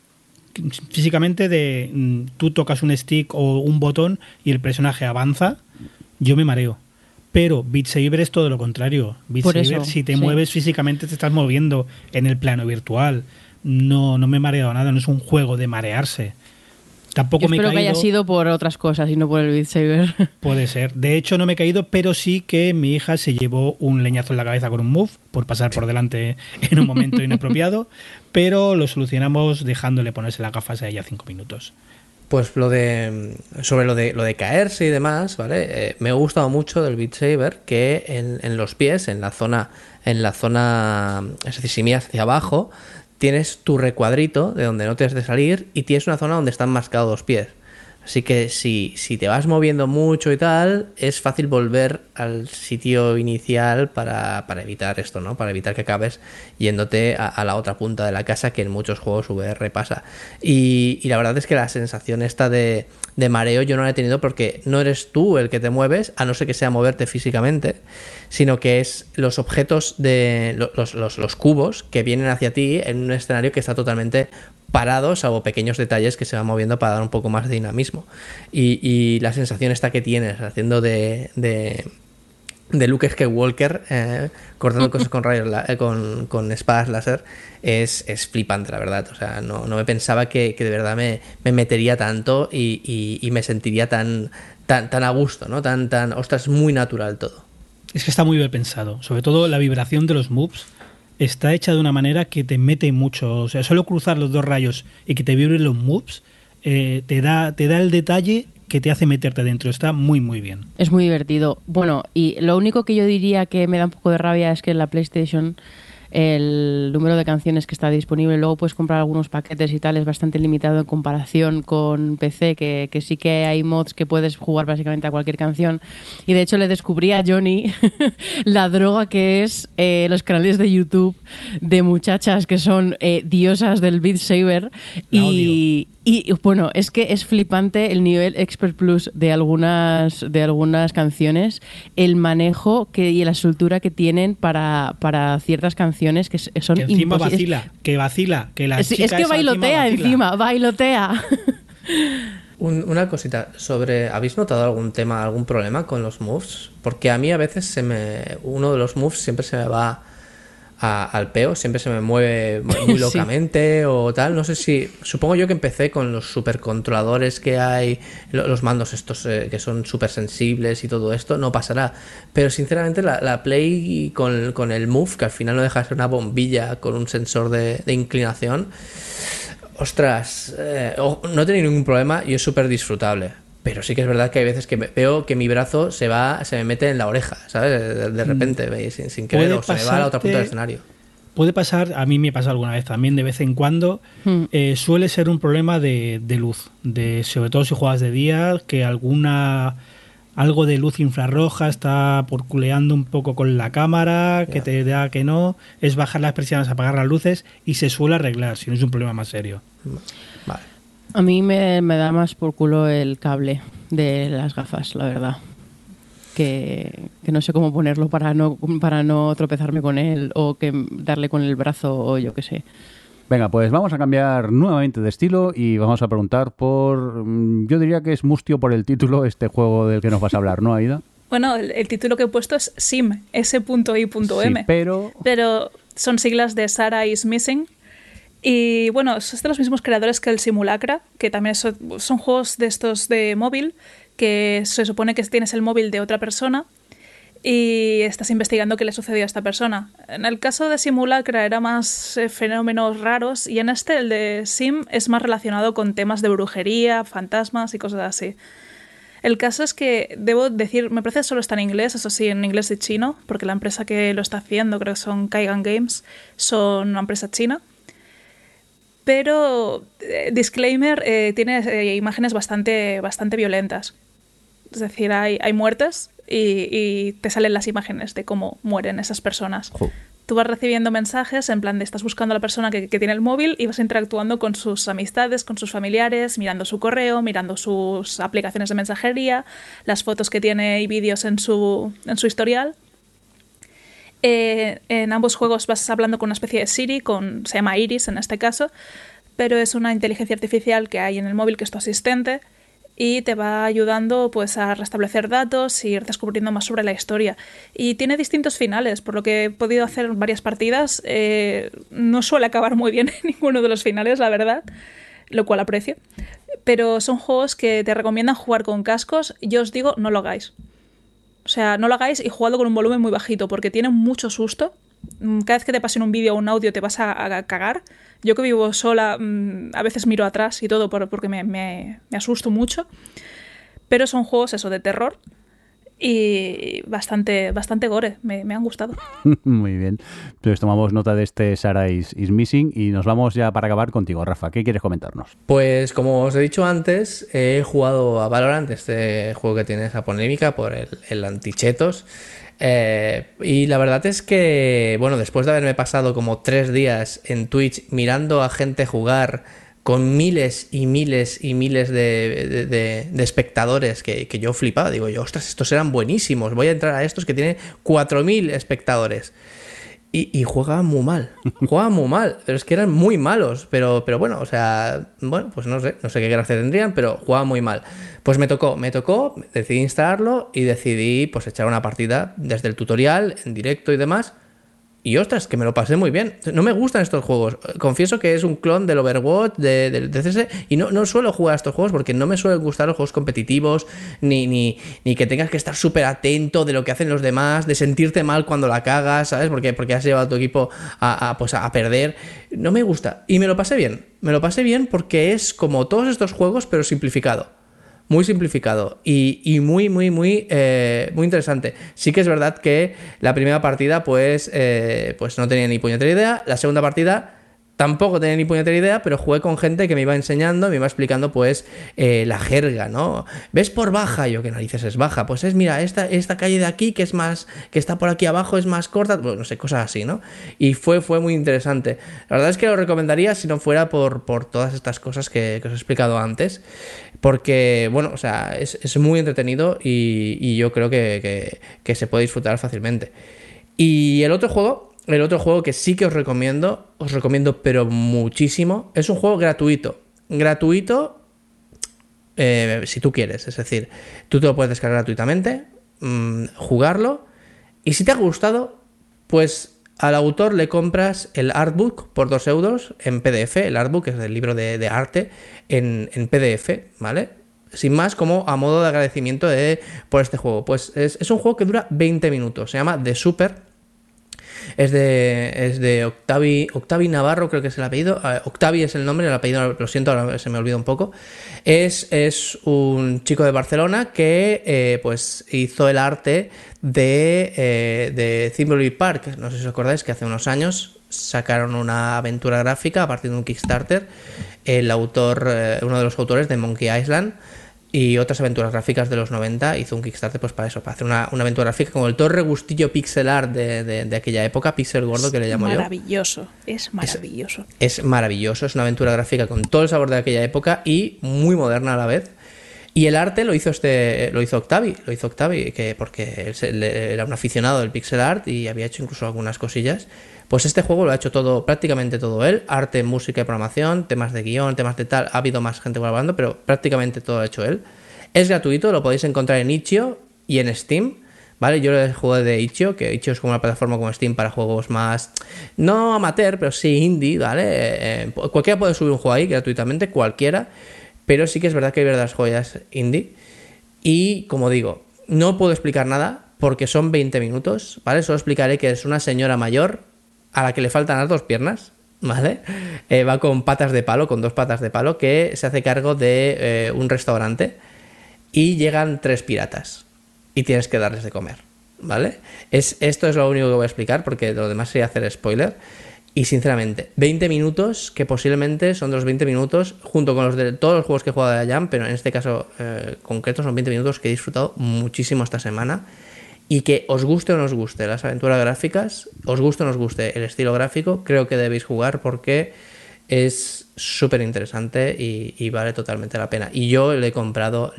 tú tocas un stick o un botón y el personaje avanza, yo me mareo. Pero Beat Saber es todo lo contrario. Beat Saber, si te mueves físicamente, te estás moviendo en el plano virtual. No me he mareado nada, no es un juego de marearse. Tampoco Yo me he espero caído. Que haya sido por otras cosas y no por el Beat Saber. Puede ser. De hecho, no me he caído, pero sí que mi hija se llevó un leñazo en la cabeza con un Move por pasar por delante en un momento inapropiado, pero lo solucionamos dejándole ponerse las gafas a ella 5 minutos. Pues sobre lo de caerse y demás, ¿vale? Me ha gustado mucho del Beat Saber que en los pies, en la zona, es decir, si miras hacia abajo, tienes tu recuadrito de donde no te has de salir y tienes una zona donde están mascados los pies. Así que si te vas moviendo mucho y tal, es fácil volver al sitio inicial para evitar esto, ¿no? Para evitar que acabes yéndote a la otra punta de la casa, que en muchos juegos VR pasa. Y la verdad es que la sensación esta de mareo yo no la he tenido, porque no eres tú el que te mueves, a no ser que sea moverte físicamente, sino que es los objetos los cubos que vienen hacia ti en un escenario que está totalmente parados, salvo pequeños detalles que se van moviendo para dar un poco más de dinamismo, y la sensación esta que tienes haciendo de Luke Skywalker, cortando cosas con rayos con espadas láser es flipante, la verdad. O sea, no me pensaba que de verdad me metería tanto y me sentiría tan a gusto, ¿no? Ostras, muy natural todo. Es que está muy bien pensado, sobre todo la vibración de los moves. Está hecha de una manera que te mete mucho. O sea, solo cruzar los dos rayos y que te vibren los moves te da el detalle que te hace meterte dentro. Está muy, muy bien. Es muy divertido. Bueno, y lo único que yo diría que me da un poco de rabia es que en la PlayStation el número de canciones que está disponible. Luego puedes comprar algunos paquetes y tal, es bastante limitado en comparación con PC, que sí que hay mods que puedes jugar básicamente a cualquier canción. Y de hecho le descubrí a Johnny la droga que es los canales de YouTube de muchachas que son diosas del Beat Saber. Y bueno, es que es flipante el nivel Expert Plus de algunas canciones, el manejo y la soltura que tienen para ciertas canciones que son que encima imposibles. vacila, que la chica es que esa bailotea bailotea. Una cosita sobre, ¿habéis notado algún tema, algún problema con los moves? Porque a mí a veces uno de los moves siempre se me va al peo, siempre se me mueve muy locamente o tal. No sé si, supongo yo que empecé con los supercontroladores que hay, los mandos estos que son súper sensibles y todo esto, no pasará. Pero sinceramente la Play con el Move, que al final no deja de ser una bombilla con un sensor de inclinación, ostras, no he tenido ningún problema y es súper disfrutable. Pero sí que es verdad que hay veces que veo que mi brazo se me mete en la oreja, ¿sabes? De repente, sin querer, o se me va a la otra punta del escenario. Puede pasar, a mí me pasa alguna vez también, de vez en cuando. Suele ser un problema de luz, sobre todo si juegas de día, que algo de luz infrarroja está porculeando un poco con la cámara, que te da que no, es bajar las persianas, apagar las luces y se suele arreglar, si no es un problema más serio. Vale. A mí me da más por culo el cable de las gafas, la verdad. Que no sé cómo ponerlo para no tropezarme con él o que darle con el brazo o yo qué sé. Venga, pues vamos a cambiar nuevamente de estilo y vamos a preguntar yo diría que es mustio por el título este juego del que nos vas a hablar, ¿no, Aida? Bueno, el título que he puesto es SIM, S.I.M. Sí, pero son siglas de Sarah is Missing. Y bueno, es de los mismos creadores que el Simulacra, que también son juegos de estos de móvil, que se supone que tienes el móvil de otra persona y estás investigando qué le sucedió a esta persona. En el caso de Simulacra era más fenómenos raros y en el de Sim es más relacionado con temas de brujería, fantasmas y cosas así. El caso es que, debo decir, me parece que solo está en inglés, eso sí, en inglés y chino, porque la empresa que lo está haciendo, creo que son Kaigan Games, son una empresa china. Pero, disclaimer, tiene imágenes bastante violentas. Es decir, hay muertes y te salen las imágenes de cómo mueren esas personas. Tú vas recibiendo mensajes en plan de estás buscando a la persona que tiene el móvil y vas interactuando con sus amistades, con sus familiares, mirando su correo, mirando sus aplicaciones de mensajería, las fotos que tiene y vídeos en su historial. En ambos juegos vas hablando con una especie de Siri, se llama Iris en este caso, pero es una inteligencia artificial que hay en el móvil que es tu asistente y te va ayudando pues a restablecer datos y ir descubriendo más sobre la historia. Y tiene distintos finales, por lo que he podido hacer varias partidas. No suele acabar muy bien en ninguno de los finales, la verdad, lo cual aprecio. Pero son juegos que te recomiendan jugar con cascos. Yo os digo, no lo hagáis. O sea, no lo hagáis y jugadlo con un volumen muy bajito porque tiene mucho susto. Cada vez que te pasen un vídeo o un audio te vas a cagar. Yo que vivo sola, a veces miro atrás y todo porque me asusto mucho. Pero son juegos eso de terror y bastante gore. Me han gustado. Muy bien. Entonces tomamos nota de este Sarah is Missing y nos vamos ya para acabar contigo, Rafa. ¿Qué quieres comentarnos? Pues como os he dicho antes, he jugado a Valorant, este juego que tiene esa polémica por el antichetos. Y la verdad es que, bueno, después de haberme pasado como 3 días en Twitch mirando a gente jugar con miles y miles y miles de espectadores que yo flipaba, digo yo, ostras, estos eran buenísimos, voy a entrar a estos que tienen 4.000 espectadores. Y jugaban muy mal, pero es que eran muy malos, pero bueno, o sea, bueno, pues no sé qué gracia tendrían, pero jugaban muy mal. Pues me tocó, decidí instalarlo y decidí pues echar una partida desde el tutorial, en directo y demás. Y ostras, que me lo pasé muy bien. No me gustan estos juegos. Confieso que es un clon del Overwatch, del CS, y no suelo jugar a estos juegos porque no me suelen gustar los juegos competitivos, ni que tengas que estar súper atento de lo que hacen los demás, de sentirte mal cuando la cagas, ¿sabes? Porque has llevado a tu equipo a perder. No me gusta. Y me lo pasé bien. Me lo pasé bien porque es como todos estos juegos, pero simplificado. muy simplificado y muy interesante. Sí que es verdad que la primera partida pues no tenía ni puñetera idea, la segunda partida tampoco tenía ni puñetera idea, pero jugué con gente que me iba enseñando, me iba explicando pues la jerga, ¿no? ¿Ves por baja? Yo, ¿qué narices es baja? Pues es, mira, esta calle de aquí que es más, que está por aquí abajo es más corta, bueno, no sé, cosas así, ¿no? Y fue muy interesante. La verdad es que lo recomendaría si no fuera por todas estas cosas que os he explicado antes, porque, bueno, o sea, es muy entretenido y yo creo que se puede disfrutar fácilmente. Y el otro juego que sí que os recomiendo pero muchísimo, es un juego gratuito si tú quieres, es decir, tú te lo puedes descargar gratuitamente, jugarlo, y si te ha gustado, pues al autor le compras el artbook por 2 euros en PDF, el artbook es el libro de arte en PDF, ¿vale? Sin más, como a modo de agradecimiento por este juego. Pues es un juego que dura 20 minutos, se llama The Super. Es de Octavi Navarro, creo que es el apellido. Octavi es el nombre, el apellido lo siento, ahora se me olvida un poco. Es un chico de Barcelona que pues hizo el arte de Thimbleweed Park. No sé si os acordáis que hace unos años sacaron una aventura gráfica a partir de un Kickstarter. El autor, uno de los autores de Monkey Island y otras aventuras gráficas de los 90, hizo un Kickstarter pues para eso, para hacer una aventura gráfica con el todo regustillo pixel art de aquella época, pixel gordo que le llamo yo. Es maravilloso. Es maravilloso, es una aventura gráfica con todo el sabor de aquella época y muy moderna a la vez. Y el arte lo hizo Octavi, porque él era un aficionado del pixel art y había hecho incluso algunas cosillas. Pues este juego lo ha hecho prácticamente todo él, arte, música y programación, temas de guión, temas de tal, ha habido más gente colaborando, pero prácticamente todo lo ha hecho él. Es gratuito, lo podéis encontrar en Itch.io y en Steam, ¿vale? Yo lo jugué de Itch.io, que Itch.io es como una plataforma como Steam para juegos más, no amateur, pero sí indie, ¿vale? Cualquiera puede subir un juego ahí gratuitamente, cualquiera, pero sí que es verdad que hay verdaderas joyas indie. Y, como digo, no puedo explicar nada porque son 20 minutos, ¿vale? Solo explicaré que es una señora mayor a la que le faltan las 2 piernas, ¿vale? Va con 2 patas de palo, que se hace cargo de un restaurante y llegan 3 piratas y tienes que darles de comer, ¿vale? Esto es lo único que voy a explicar porque lo demás sería hacer spoiler. Y sinceramente, 20 minutos que posiblemente son de los 20 minutos junto con los de todos los juegos que he jugado de la Jam, pero en este caso concreto son 20 minutos que he disfrutado muchísimo esta semana. Y que os guste o no os guste las aventuras gráficas, os guste o no os guste el estilo gráfico, creo que debéis jugar porque es súper interesante y vale totalmente la pena. Y yo le he comprado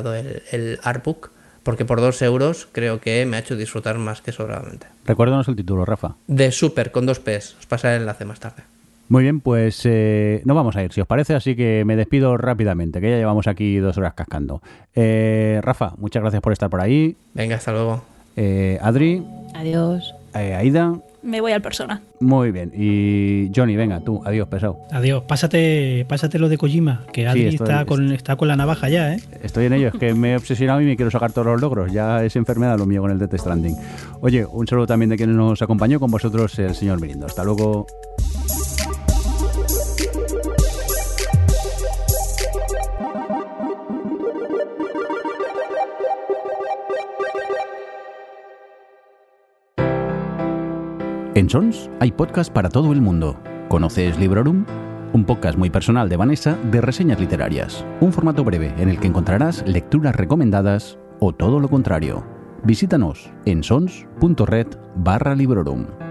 el artbook porque por 2 euros creo que me ha hecho disfrutar más que sobradamente. Recuérdanos el título, Rafa. The Super, con 2 P's. Os pasaré el enlace más tarde. Muy bien, pues no vamos a ir, si os parece, así que me despido rápidamente, que ya llevamos aquí 2 horas cascando. Rafa, muchas gracias por estar por ahí. Venga, hasta luego. Adri. Adiós. Aida. Me voy al Persona. Muy bien. Y Johnny, venga, tú, adiós, pesado. Adiós. Pásate lo de Kojima, que Adri está con la navaja ya, ¿eh? Estoy en ello, es que me he obsesionado y me quiero sacar todos los logros. Ya es enfermedad lo mío con el Death Stranding. Oye, un saludo también de quien nos acompañó, con vosotros el señor Mirindo. Hasta luego. En Sons hay podcast para todo el mundo. ¿Conoces Librorum? Un podcast muy personal de Vanessa de reseñas literarias. Un formato breve en el que encontrarás lecturas recomendadas o todo lo contrario. Visítanos en sons.red/Librorum.